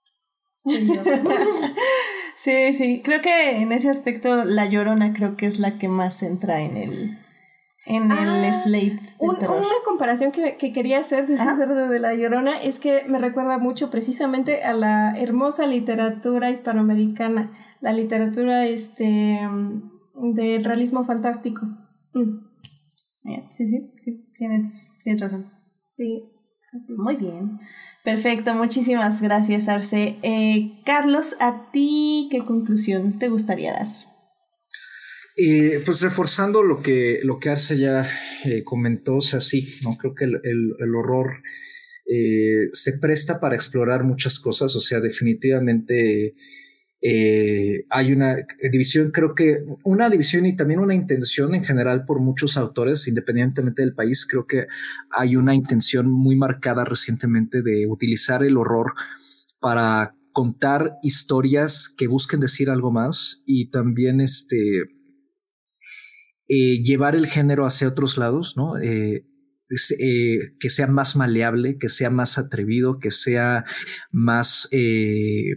Sí, sí, creo que en ese aspecto La Llorona creo que es la que más entra en el, en ah, el slate del un, terror. Una comparación que, que quería hacer de, de La Llorona es que me recuerda mucho precisamente a la hermosa literatura hispanoamericana, la literatura este... del realismo fantástico. Mm. Bien, sí, sí, sí, tienes, tienes razón. Sí, así. Muy bien. Perfecto, muchísimas gracias, Arce. Eh, Carlos, ¿a ti qué conclusión te gustaría dar? Eh, pues reforzando lo que, lo que Arce ya eh, comentó, o sea, sí, ¿no? Creo que el, el, el horror eh, se presta para explorar muchas cosas, o sea, definitivamente... Eh, hay una división, creo que una división y también una intención en general por muchos autores, independientemente del país. Creo que hay una intención muy marcada recientemente de utilizar el horror para contar historias que busquen decir algo más y también este, eh, llevar el género hacia otros lados, ¿no? Eh, eh, que sea más maleable, que sea más atrevido, que sea más... Eh,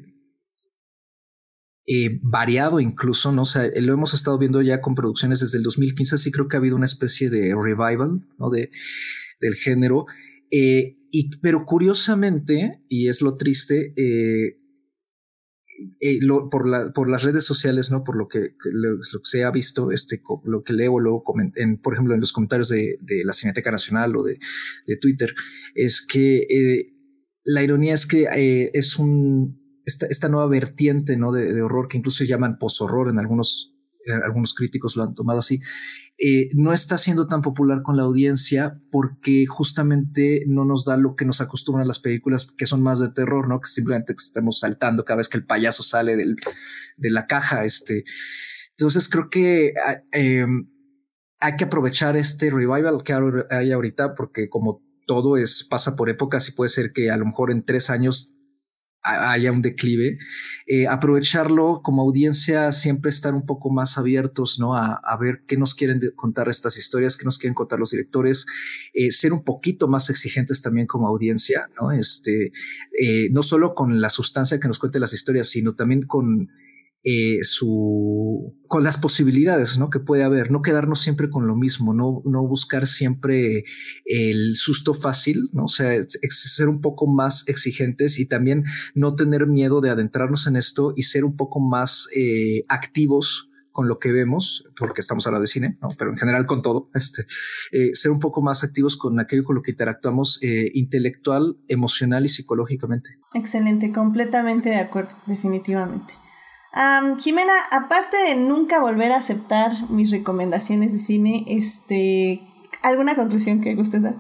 Eh, variado incluso, ¿no? O sea, lo hemos estado viendo ya con producciones desde el dos mil quince, sí creo que ha habido una especie de revival, ¿no? De, del género, eh, y, pero curiosamente, y es lo triste, eh, eh, lo, por, la, por las redes sociales, ¿no? Por lo que, que lo, lo que se ha visto, este, lo que leo luego, en, por ejemplo, en los comentarios de, de la Cineteca Nacional o de, de Twitter, es que eh, la ironía es que eh, es un Esta, esta nueva vertiente, ¿no? de, de horror que incluso llaman poshorror, en algunos, en algunos críticos lo han tomado así, eh, no está siendo tan popular con la audiencia porque justamente no nos da lo que nos acostumbran las películas que son más de terror, ¿no? Que simplemente estamos saltando cada vez que el payaso sale del, de la caja, este, Entonces creo que eh, hay que aprovechar este revival que hay ahorita, porque como todo es pasa por épocas y puede ser que a lo mejor en tres años haya un declive, eh, aprovecharlo como audiencia, siempre estar un poco más abiertos, ¿no? A, a ver qué nos quieren de, contar estas historias, qué nos quieren contar los directores, eh, ser un poquito más exigentes también como audiencia, ¿no? Este, eh, no solo con la sustancia que nos cuente las historias, sino también con Eh, su con las posibilidades, ¿no? que puede haber, no quedarnos siempre con lo mismo, no, no buscar siempre el susto fácil, ¿no? O sea, ex, ser un poco más exigentes y también no tener miedo de adentrarnos en esto y ser un poco más eh, activos con lo que vemos, porque estamos hablando de cine, ¿no? Pero en general con todo, este, eh, ser un poco más activos con aquello con lo que interactuamos eh, intelectual, emocional y psicológicamente. Excelente, completamente de acuerdo, definitivamente. Um, Jimena, aparte de nunca volver a aceptar mis recomendaciones de cine, este, ¿alguna conclusión que gustes dar?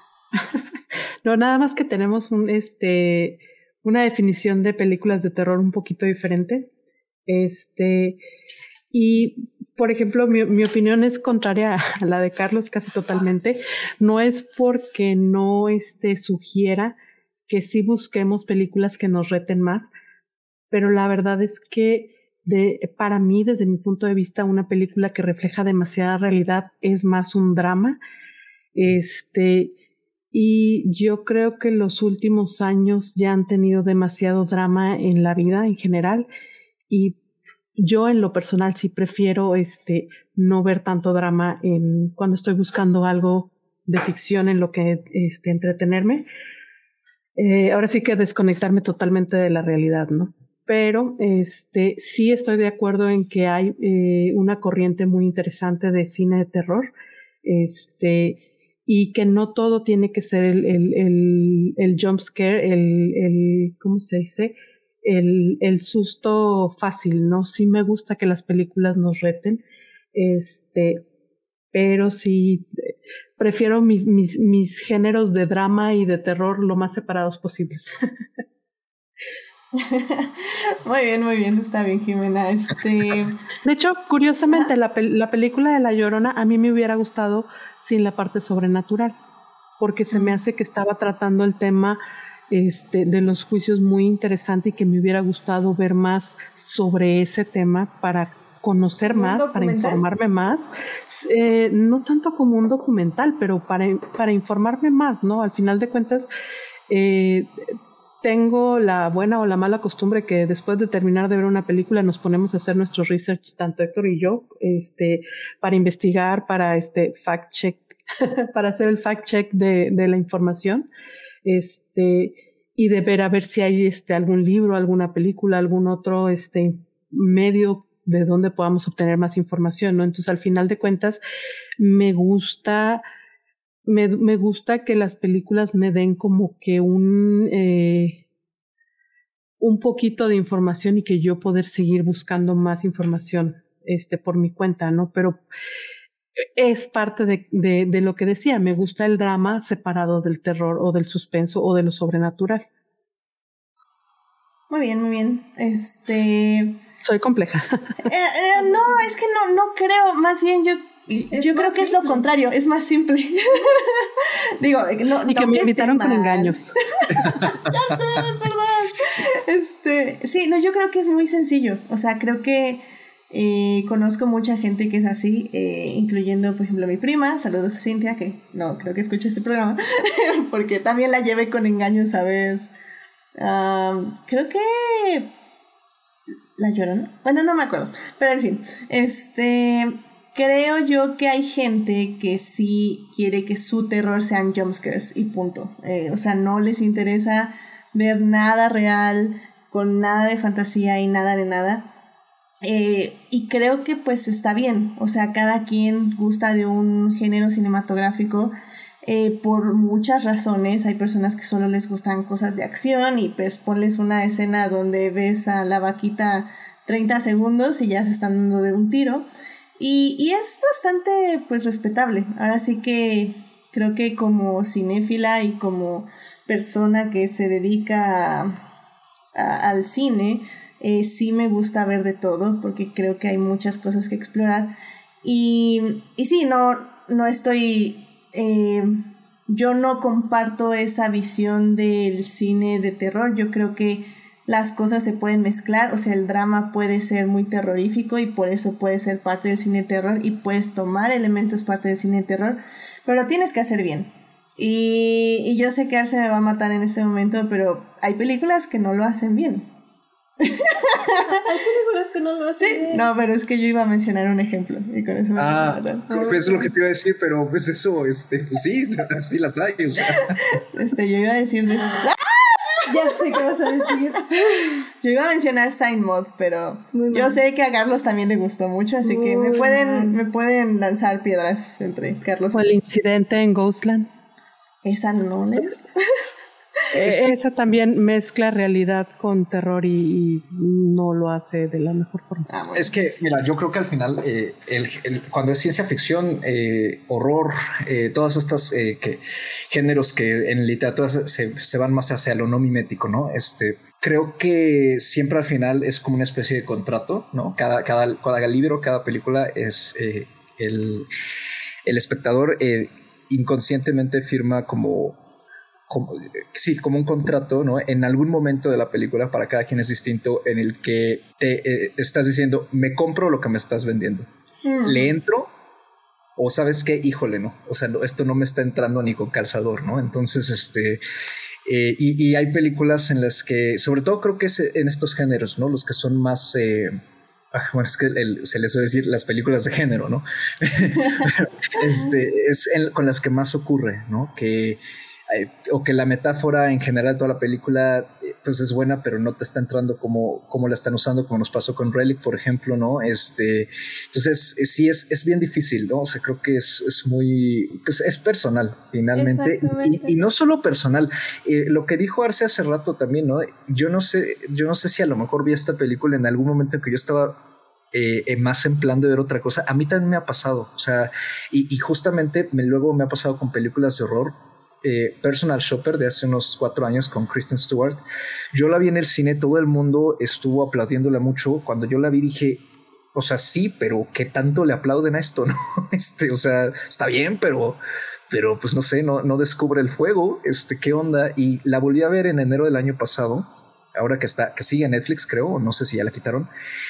No, nada más que tenemos un, este, una definición de películas de terror un poquito diferente. Este, y, por ejemplo, mi, mi opinión es contraria a la de Carlos casi totalmente. No es porque no este, sugiera que sí busquemos películas que nos reten más, pero la verdad es que de, para mí, desde mi punto de vista, una película que refleja demasiada realidad es más un drama. Este, y yo creo que los últimos años ya han tenido demasiado drama en la vida en general, y yo en lo personal sí prefiero este, no ver tanto drama en, cuando estoy buscando algo de ficción en lo que este, entretenerme. Eh, ahora sí que desconectarme totalmente de la realidad, ¿no? Pero este, sí estoy de acuerdo en que hay eh, una corriente muy interesante de cine de terror, este, y que no todo tiene que ser el, el, el, el jump scare, el, el, ¿cómo se dice? El, el susto fácil, ¿no? Sí me gusta que las películas nos reten, este, pero sí prefiero mis, mis, mis géneros de drama y de terror lo más separados posibles. Muy bien, muy bien, está bien, Jimena. Este... De hecho, curiosamente, la, pel- la película de La Llorona a mí me hubiera gustado sin la parte sobrenatural, porque se me hace que estaba tratando el tema este, de los juicios muy interesante y que me hubiera gustado ver más sobre ese tema para conocer más, para informarme más. Eh, no tanto como un documental, pero para, para informarme más, ¿no? Al final de cuentas, eh, tengo la buena o la mala costumbre que después de terminar de ver una película nos ponemos a hacer nuestro research, tanto Héctor y yo, este, para investigar, para este fact check, para hacer el fact check de, de la información, este, y de ver a ver si hay este algún libro, alguna película, algún otro este medio de donde podamos obtener más información, ¿no? Entonces, al final de cuentas, me gusta Me, me gusta que las películas me den como que un, eh, un poquito de información y que yo poder seguir buscando más información este, por mi cuenta, ¿no? Pero es parte de, de, de lo que decía, me gusta el drama separado del terror o del suspenso o de lo sobrenatural. Muy bien, muy bien. Este... Soy compleja. eh, eh, no, es que no, no creo, más bien yo... Es Yo creo que simple. Es lo contrario, es más simple. Digo, no, y que no me que invitaron con engaños. Ya sé, perdón. Este, sí, no, yo creo que es muy sencillo. O sea, creo que eh, conozco mucha gente que es así, eh, incluyendo, por ejemplo, a mi prima. Saludos a Cintia, que no creo que escuche este programa, porque también la llevé con engaños a ver. Um, creo que La Llorona. Bueno, no me acuerdo, pero en fin, este. Creo yo que hay gente que sí quiere que su terror sean jumpscares y punto. Eh, o sea, no les interesa ver nada real, con nada de fantasía y nada de nada. Eh, y creo que pues está bien. O sea, cada quien gusta de un género cinematográfico eh, por muchas razones. Hay personas que solo les gustan cosas de acción y pues ponles una escena donde ves a la vaquita treinta segundos y ya se están dando de un tiro. Y, y es bastante pues respetable. Ahora sí que creo que como cinéfila y como persona que se dedica a, a, al cine, Eh, sí me gusta ver de todo porque creo que hay muchas cosas que explorar. Y, y sí, no, no estoy... Eh, yo no comparto esa visión del cine de terror. Yo creo que las cosas se pueden mezclar. O sea, el drama puede ser muy terrorífico y por eso puede ser parte del cine de terror y puedes tomar elementos parte del cine de terror, pero lo tienes que hacer bien. Y, y yo sé que Arce me va a matar en este momento, pero hay películas que no lo hacen bien. Hay películas que no lo hacen Sí, bien. no, pero es que yo iba a mencionar un ejemplo y con eso me vas a matar. Pues eso es lo que te iba a decir, pero pues eso, este, pues sí, sí las hay, o sea. Este, yo iba a decir de... Ya sé qué vas a decir. Yo iba a mencionar Sign Mod, pero Muy yo mal. sé que a Carlos también le gustó mucho, así que me Muy pueden, mal. me pueden lanzar piedras entre Carlos O y el incidente en Ghostland. esa no le gusta. Eh, esa también mezcla realidad con terror y, y no lo hace de la mejor forma. Ah, bueno. Es que, mira, yo creo que al final, eh, el, el, cuando es ciencia ficción, eh, horror, eh, todas estas eh, que, géneros que en literatura se, se van más hacia lo no mimético, ¿no? Este, creo que siempre al final es como una especie de contrato, ¿no? Cada, cada, cada libro, cada película es eh, el, el espectador eh, inconscientemente firma como... Como, sí, como un contrato, ¿no? En algún momento de la película, para cada quien es distinto, en el que te eh, estás diciendo, me compro lo que me estás vendiendo. Mm. ¿Le entro? O ¿sabes qué? Híjole, ¿no? O sea, no, esto no me está entrando ni con calzador, ¿no? Entonces, este... Eh, y, y hay películas en las que, sobre todo creo que es en estos géneros, ¿no? Los que son más... Eh, bueno, es que el, se les suele decir las películas de género, ¿no? este, es en, con las que más ocurre, ¿no? Que... o que la metáfora en general toda la película pues es buena pero no te está entrando como, como la están usando, como nos pasó con Relic, por ejemplo, ¿no? Este, entonces sí es, es bien difícil, ¿no? O sea, creo que es, es muy, pues es personal finalmente y, y no solo personal, eh, lo que dijo Arce hace rato también, ¿no? Yo no sé, yo no sé si a lo mejor vi esta película en algún momento en que yo estaba Eh, más en plan de ver otra cosa. A mí también me ha pasado, o sea, y, y justamente me, luego me ha pasado con películas de horror. Eh, Personal Shopper de hace unos cuatro años con Kristen Stewart, yo la vi en el cine, todo el mundo estuvo aplaudiéndola mucho. Cuando yo la vi dije, o sea, sí, pero ¿qué tanto le aplauden a esto? ¿No? Este, o sea, está bien, pero, pero pues no sé, no, no descubre el fuego, este, ¿qué onda? Y la volví a ver en enero del año pasado, ahora que está, que sigue en Netflix, creo, no sé si ya la quitaron.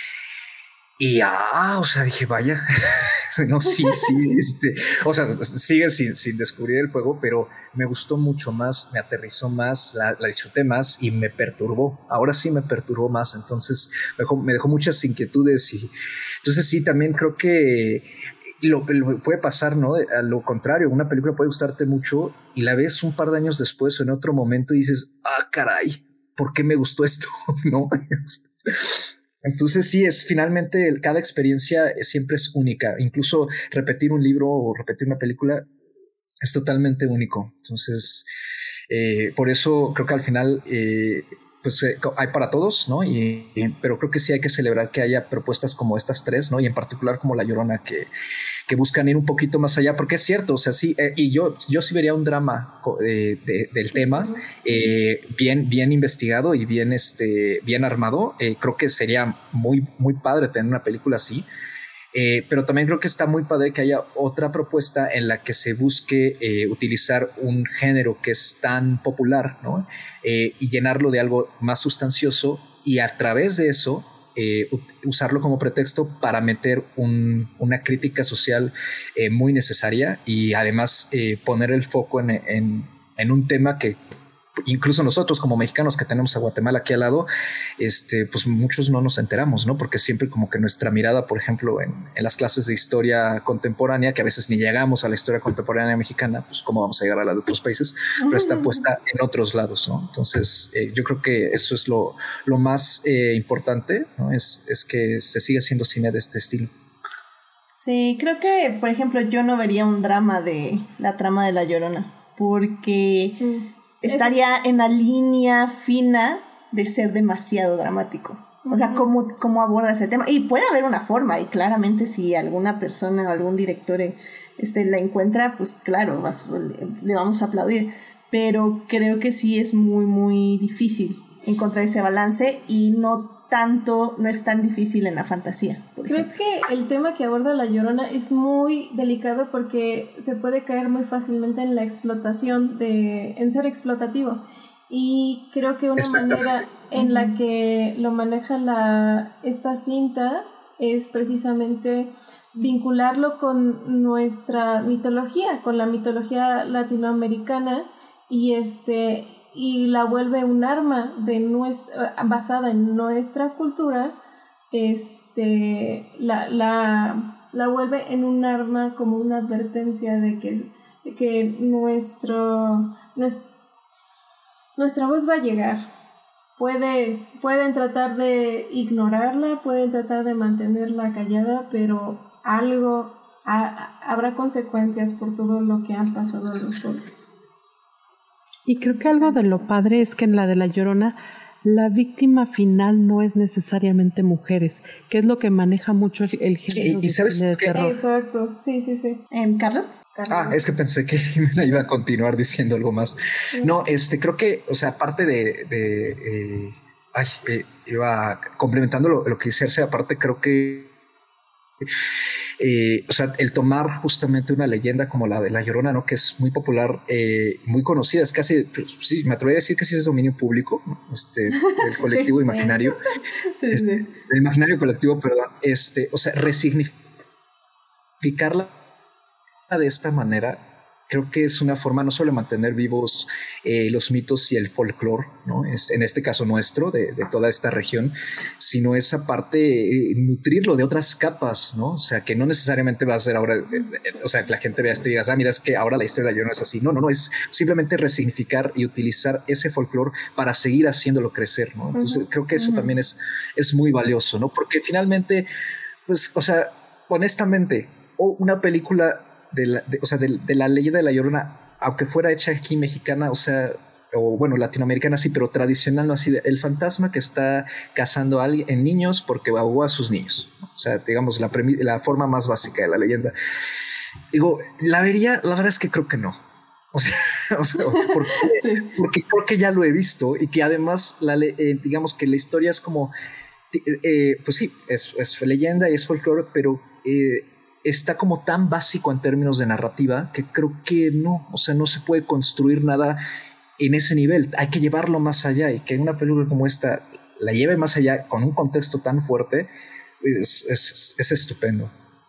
Y ah, o sea, dije, vaya, no, sí, sí, este, o sea, sigue sin, sin descubrir el fuego, pero me gustó mucho más, me aterrizó más, la, la disfruté más y me perturbó. Ahora sí me perturbó más, entonces me dejó, me dejó muchas inquietudes y entonces sí, también creo que lo, lo puede pasar, ¿no? A lo contrario, una película puede gustarte mucho y la ves un par de años después o en otro momento y dices, ah, caray, ¿por qué me gustó esto? ¿No? Entonces sí, es finalmente cada experiencia siempre es única. Incluso repetir un libro o repetir una película es totalmente único. Entonces, eh, por eso creo que al final eh, pues eh, hay para todos, ¿no? Y, y, pero creo que sí hay que celebrar que haya propuestas como estas tres, ¿no? Y en particular como La Llorona, que, que buscan ir un poquito más allá, porque es cierto, o sea, sí, eh, y yo, yo sí vería un drama eh, de, del tema eh, bien, bien investigado y bien, este, bien armado. Eh, creo que sería muy, muy padre tener una película así. Eh, pero también creo que está muy padre que haya otra propuesta en la que se busque eh, utilizar un género que es tan popular, ¿no? Eh, y llenarlo de algo más sustancioso y a través de eso eh, usarlo como pretexto para meter un, una crítica social eh, muy necesaria y además eh, poner el foco en, en, en un tema que incluso nosotros como mexicanos que tenemos a Guatemala aquí al lado, este, pues muchos no nos enteramos, ¿no? Porque siempre como que nuestra mirada, por ejemplo, en, en las clases de historia contemporánea, que a veces ni llegamos a la historia contemporánea mexicana, pues cómo vamos a llegar a la de otros países, pero está puesta en otros lados, ¿no? Entonces eh, yo creo que eso es lo, lo más eh, importante, ¿no? Es, es que se siga haciendo cine de este estilo. Sí, creo que, por ejemplo, yo no vería un drama de la trama de La Llorona, porque... Mm. estaría en la línea fina de ser demasiado dramático. O sea, cómo, cómo abordas el tema. Y puede haber una forma, y claramente si alguna persona o algún director este, la encuentra, pues claro, vas, le vamos a aplaudir. Pero creo que sí es muy, muy difícil encontrar ese balance y no tanto, no es tan difícil en la fantasía. Por Creo ejemplo. que el tema que aborda La Llorona es muy delicado porque se puede caer muy fácilmente en la explotación, de, en ser explotativo. Y creo que una manera en la que lo maneja la, esta cinta es precisamente vincularlo con nuestra mitología, con la mitología latinoamericana, y este y la vuelve un arma de nuestra, basada en nuestra cultura, este la, la, la vuelve en un arma como una advertencia de que, de que nuestro, nuestro nuestra voz va a llegar. Puede, pueden tratar de ignorarla, pueden tratar de mantenerla callada, pero algo, ha, habrá consecuencias por todo lo que han pasado los pueblos. Y creo que algo de lo padre es que en la de La Llorona, la víctima final no es necesariamente mujeres, que es lo que maneja mucho el, el género y, y sabes de que, terror. Exacto, sí, sí, sí. ¿Eh, ¿Carlos? Carlos. Ah, es que pensé que me iba a continuar diciendo algo más. No, este, creo que, o sea, aparte de, de eh, ay, eh, iba complementando lo, lo que dice Arce, aparte creo que Eh, o sea, el tomar justamente una leyenda como la de La Llorona, ¿no? Que es muy popular, eh, muy conocida, es casi, pues, sí, me atrevería a decir que sí es dominio público, ¿no? Este, el colectivo sí, imaginario, sí, este, sí. el imaginario colectivo, perdón, este, o sea, resignificarla de esta manera. Creo que es una forma no solo de mantener vivos eh, los mitos y el folclore, ¿no? Es, en este caso nuestro, de, de toda esta región, sino esa parte, eh, nutrirlo de otras capas, ¿no? O sea, que no necesariamente va a ser ahora, eh, eh, o sea, que la gente vea esto y diga, ah, mira, es que ahora la historia de la Llorona es así. No, no, no, es simplemente resignificar y utilizar ese folclore para seguir haciéndolo crecer, ¿no? Entonces, uh-huh. creo que eso uh-huh. también es, es muy valioso, ¿no? Porque finalmente, pues, o sea, honestamente, una película de la, de, o sea, de, de la leyenda de La Llorona, aunque fuera hecha aquí mexicana, o sea, o bueno, latinoamericana sí, pero tradicional, no así, de, el fantasma que está cazando a alguien, en niños porque ahogó a sus niños, ¿no? O sea, digamos, la, premi- la forma más básica de la leyenda. Digo, la vería, la verdad es que creo que no. O sea, o sea porque, sí. porque creo que ya lo he visto y que además, la, eh, digamos que la historia es como, eh, pues sí, es, es leyenda y es folclore, pero eh, está como tan básico en términos de narrativa que creo que no, o sea, no se puede construir nada en ese nivel. Hay que llevarlo más allá, y que una película como esta la lleve más allá con un contexto tan fuerte es, es, es estupendo.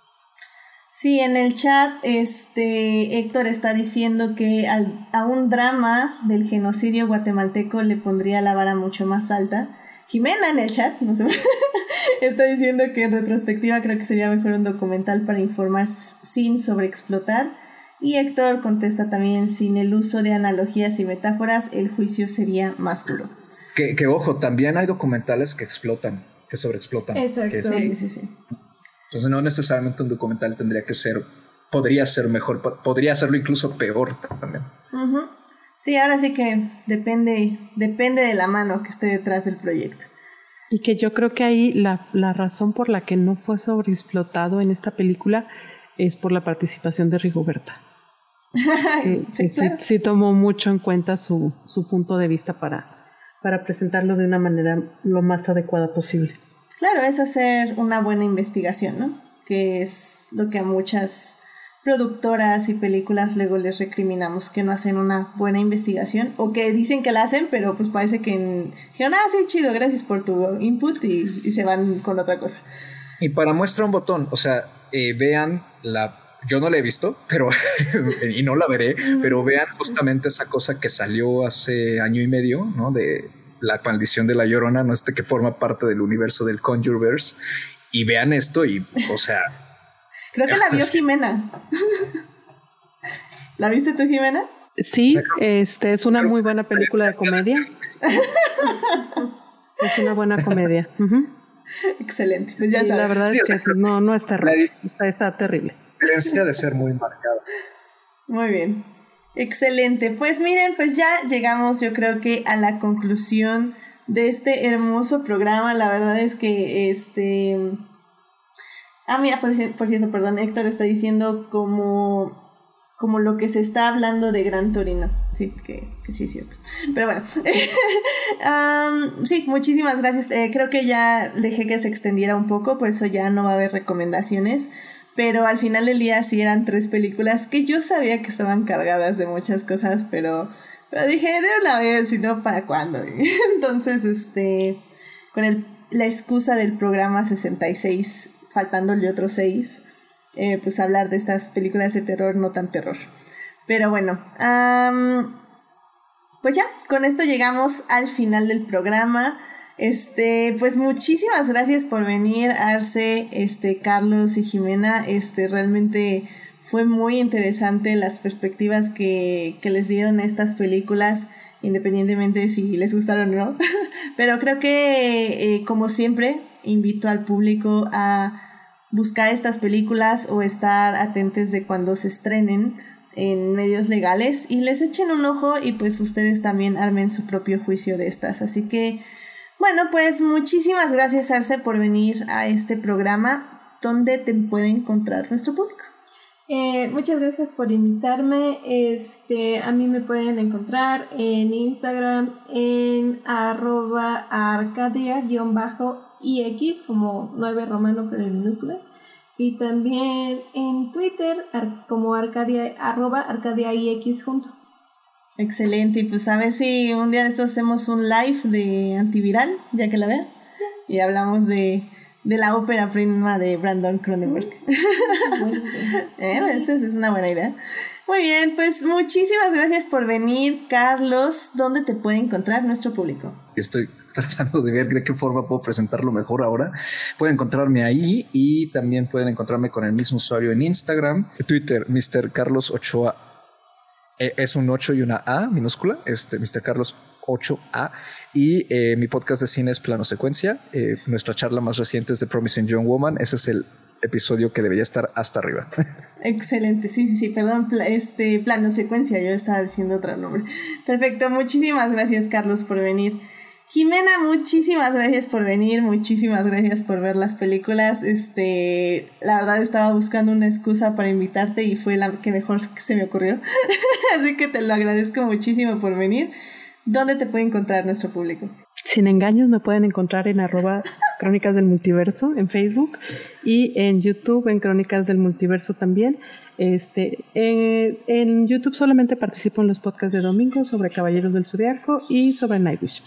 Sí, en el chat este Héctor está diciendo que al, a un drama del genocidio guatemalteco le pondría la vara mucho más alta. Jimena en el chat, no sé, está diciendo que en retrospectiva creo que sería mejor un documental para informar sin sobreexplotar. Y Héctor contesta también, sin el uso de analogías y metáforas, el juicio sería más duro. Que, que ojo, también hay documentales que explotan, que sobreexplotan. Exacto. Que sí, sí, sí. Entonces no necesariamente un documental tendría que ser, podría ser mejor, podría hacerlo incluso peor también. Uh-huh. Sí, ahora sí que depende, depende de la mano que esté detrás del proyecto. Y que yo creo que ahí la, la razón por la que no fue sobreexplotado en esta película es por la participación de Rigoberta. sí, sí, claro. sí, sí tomó mucho en cuenta su, su punto de vista para, para presentarlo de una manera lo más adecuada posible. Claro, es hacer una buena investigación, ¿no? Que es lo que a muchas productoras y películas luego les recriminamos, que no hacen una buena investigación, o que dicen que la hacen, pero pues parece que en, dijeron, ah, sí, chido, gracias por tu input, y, y se van con otra cosa. Y para muestra un botón, o sea, eh, vean la, yo no la he visto, pero y no la veré, pero vean justamente esa cosa que salió hace año y medio, ¿no? De La Maldición de la Llorona, no este que forma parte del universo del Conjureverse, y vean esto y, o sea, creo que la vio Jimena. ¿La viste tú, Jimena? Sí, este es una muy buena película de comedia. Es una buena comedia. Uh-huh. Excelente, pues ya sí, sabes. La verdad sí, es que o sea, no, no es terrible, está, está terrible. Diferencia de ser muy marcada. Muy bien, excelente. Pues miren, pues ya llegamos, yo creo que a la conclusión de este hermoso programa. La verdad es que este... Ah, mira, por, por cierto, perdón, Héctor está diciendo como como lo que se está hablando de Gran Torino. Sí, que, que sí es cierto. Pero bueno, um, sí, muchísimas gracias. Eh, creo que ya dejé que se extendiera un poco, por eso ya no va a haber recomendaciones. Pero al final del día sí eran tres películas que yo sabía que estaban cargadas de muchas cosas, pero, pero dije, de una vez, si no, ¿para cuándo? Entonces, este, con el, la excusa del programa sesenta y seis, faltándole otros seis, Eh, pues hablar de estas películas de terror, no tan terror. Pero bueno, um, pues ya, con esto llegamos al final del programa. Este, pues muchísimas gracias por venir, Arce, este, Carlos y Jimena. Este, realmente fue muy interesante las perspectivas que, que les dieron a estas películas, independientemente de si les gustaron o no. Pero creo que, eh, como siempre, invito al público a buscar estas películas o estar atentos de cuando se estrenen en medios legales y les echen un ojo y pues ustedes también armen su propio juicio de estas. Así que, bueno, pues muchísimas gracias, Arce, por venir a este programa. ¿Dónde te puede encontrar nuestro público? Eh, muchas gracias por invitarme. Este, a mí me pueden encontrar en Instagram en arroba arcadia-ix como nueve romano pero en minúsculas, y también en Twitter ar- como arcadia arroba arcadiaix junto. Excelente, y pues a ver si un día de estos hacemos un live de antiviral, ya que la vean, y hablamos de, de la ópera prima de Brandon Cronenberg. Bueno, eh, esa es una buena idea. Muy bien, pues muchísimas gracias por venir, Carlos. ¿Dónde te puede encontrar nuestro público? Estoy tratando de ver de qué forma puedo presentarlo mejor ahora. Pueden encontrarme ahí y también pueden encontrarme con el mismo usuario en Instagram, Twitter, mister Carlos Ochoa. Eh, es un ocho y una A minúscula, este mister Carlos ocho A. Y eh, mi podcast de cine es Plano Secuencia. Eh, nuestra charla más reciente es de Promising Young Woman. Ese es el episodio que debería estar hasta arriba. Excelente, sí, sí, sí, perdón, pla- este Plano Secuencia, yo estaba diciendo otro nombre. Perfecto, muchísimas gracias, Carlos, por venir. Jimena, muchísimas gracias por venir, muchísimas gracias por ver las películas. Este, la verdad estaba buscando una excusa para invitarte y fue la que mejor se me ocurrió. Así que te lo agradezco muchísimo por venir. ¿Dónde te puede encontrar nuestro público? Sin engaños, me pueden encontrar en arroba Crónicas del Multiverso en Facebook y en YouTube en Crónicas del Multiverso también. Este, en, en YouTube solamente participo en los podcasts de domingo sobre Caballeros del Zodiaco y sobre Nightwish.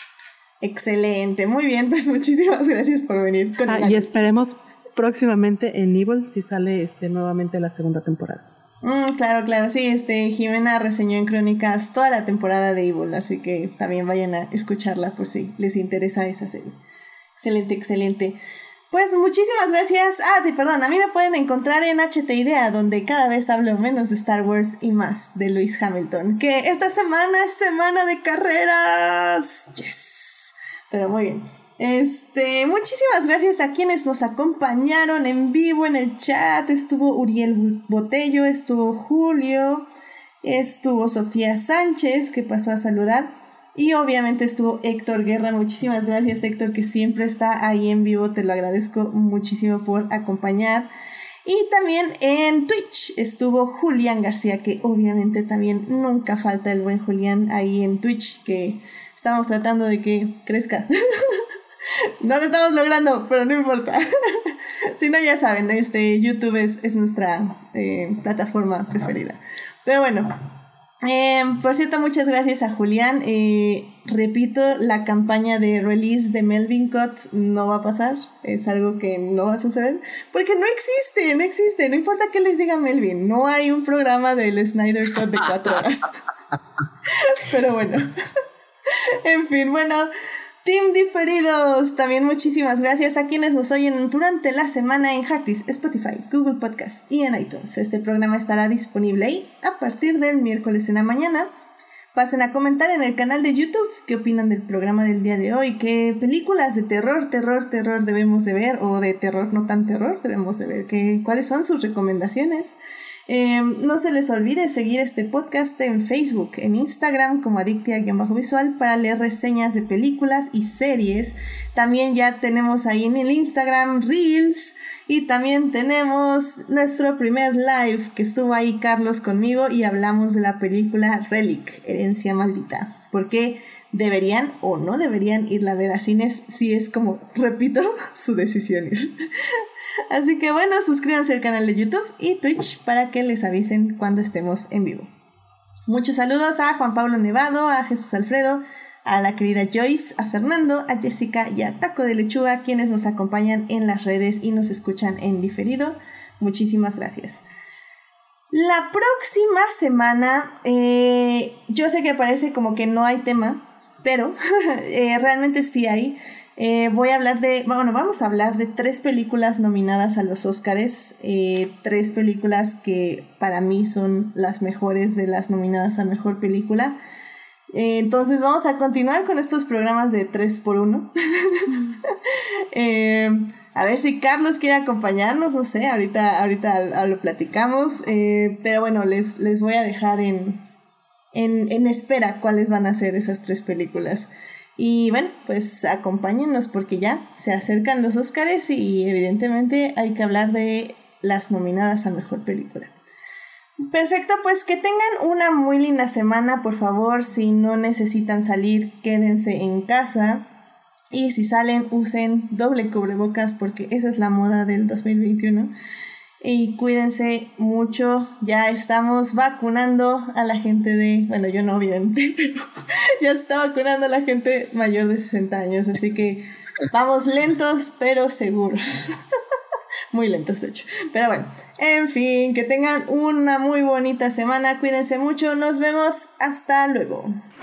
Excelente, muy bien, pues muchísimas gracias por venir. Con ah, y esperemos próximamente en Evil si sale este, nuevamente la segunda temporada. Mm, claro, claro, sí, este, Jimena reseñó en Crónicas toda la temporada de Evil, así que también vayan a escucharla por si les interesa esa serie. Excelente, excelente. Pues muchísimas gracias. Ah, de, perdón, a mí me pueden encontrar en H T Idea, donde cada vez hablo menos de Star Wars y más de Lewis Hamilton, que esta semana es semana de carreras. Yes. Pero muy bien. Este, muchísimas gracias a quienes nos acompañaron en vivo en el chat. Estuvo Uriel Botello, estuvo Julio, estuvo Sofía Sánchez, que pasó a saludar, y obviamente estuvo Héctor Guerra. Muchísimas gracias, Héctor, que siempre está ahí en vivo. Te lo agradezco muchísimo por acompañar. Y también en Twitch estuvo Julián García, que obviamente también nunca falta el buen Julián ahí en Twitch, que estamos tratando de que crezca. No lo estamos logrando, pero no importa. Si no, ya saben, este YouTube es, es nuestra eh, plataforma preferida. Pero bueno, eh, por cierto, muchas gracias a Julián. Eh, repito, la campaña de release de Melvin Cut no va a pasar. Es algo que no va a suceder, porque no existe, no existe. No importa qué les diga Melvin, no hay un programa del Snyder Cut de cuatro horas. Pero bueno. En fin, bueno, Team Diferidos, también muchísimas gracias a quienes nos oyen durante la semana en Heartis, Spotify, Google Podcast y en iTunes. Este programa estará disponible ahí a partir del miércoles en la mañana. Pasen a comentar en el canal de YouTube qué opinan del programa del día de hoy, qué películas de terror, terror, terror debemos de ver, o de terror no tan terror debemos de ver, qué, cuáles son sus recomendaciones. Eh, no se les olvide seguir este podcast en Facebook, en Instagram como adictia-visual para leer reseñas de películas y series. También ya tenemos ahí en el Instagram Reels y también tenemos nuestro primer live que estuvo ahí Carlos conmigo y hablamos de la película Relic, Herencia Maldita. ¿Por qué deberían o no deberían irla a ver a cines? Si es como, repito, su decisión ir. Así que bueno, suscríbanse al canal de YouTube y Twitch para que les avisen cuando estemos en vivo. Muchos saludos a Juan Pablo Nevado, a Jesús Alfredo, a la querida Joyce, a Fernando, a Jessica y a Taco de Lechuga, quienes nos acompañan en las redes y nos escuchan en diferido. Muchísimas gracias. La próxima semana, eh, yo sé que parece como que no hay tema, pero eh, realmente sí hay. Eh, voy a hablar de, bueno, vamos a hablar de tres películas nominadas a los Óscares, eh, tres películas que para mí son las mejores de las nominadas a Mejor Película. Eh, entonces vamos a continuar con estos programas de tres por uno. eh, a ver si Carlos quiere acompañarnos, no sé, ahorita, ahorita lo platicamos, eh, pero bueno, les, les voy a dejar en, en, en espera cuáles van a ser esas tres películas. Y bueno, pues acompáñennos porque ya se acercan los Óscares y evidentemente hay que hablar de las nominadas a Mejor Película. Perfecto, pues que tengan una muy linda semana, por favor. Si no necesitan salir, quédense en casa. Y si salen, usen doble cubrebocas porque esa es la moda del dos mil veintiuno. Y cuídense mucho, ya estamos vacunando a la gente de, bueno, yo no obviamente, pero ya se está vacunando a la gente mayor de sesenta años, así que vamos lentos pero seguros. Muy lentos de hecho, pero bueno, en fin, que tengan una muy bonita semana, cuídense mucho, nos vemos, hasta luego.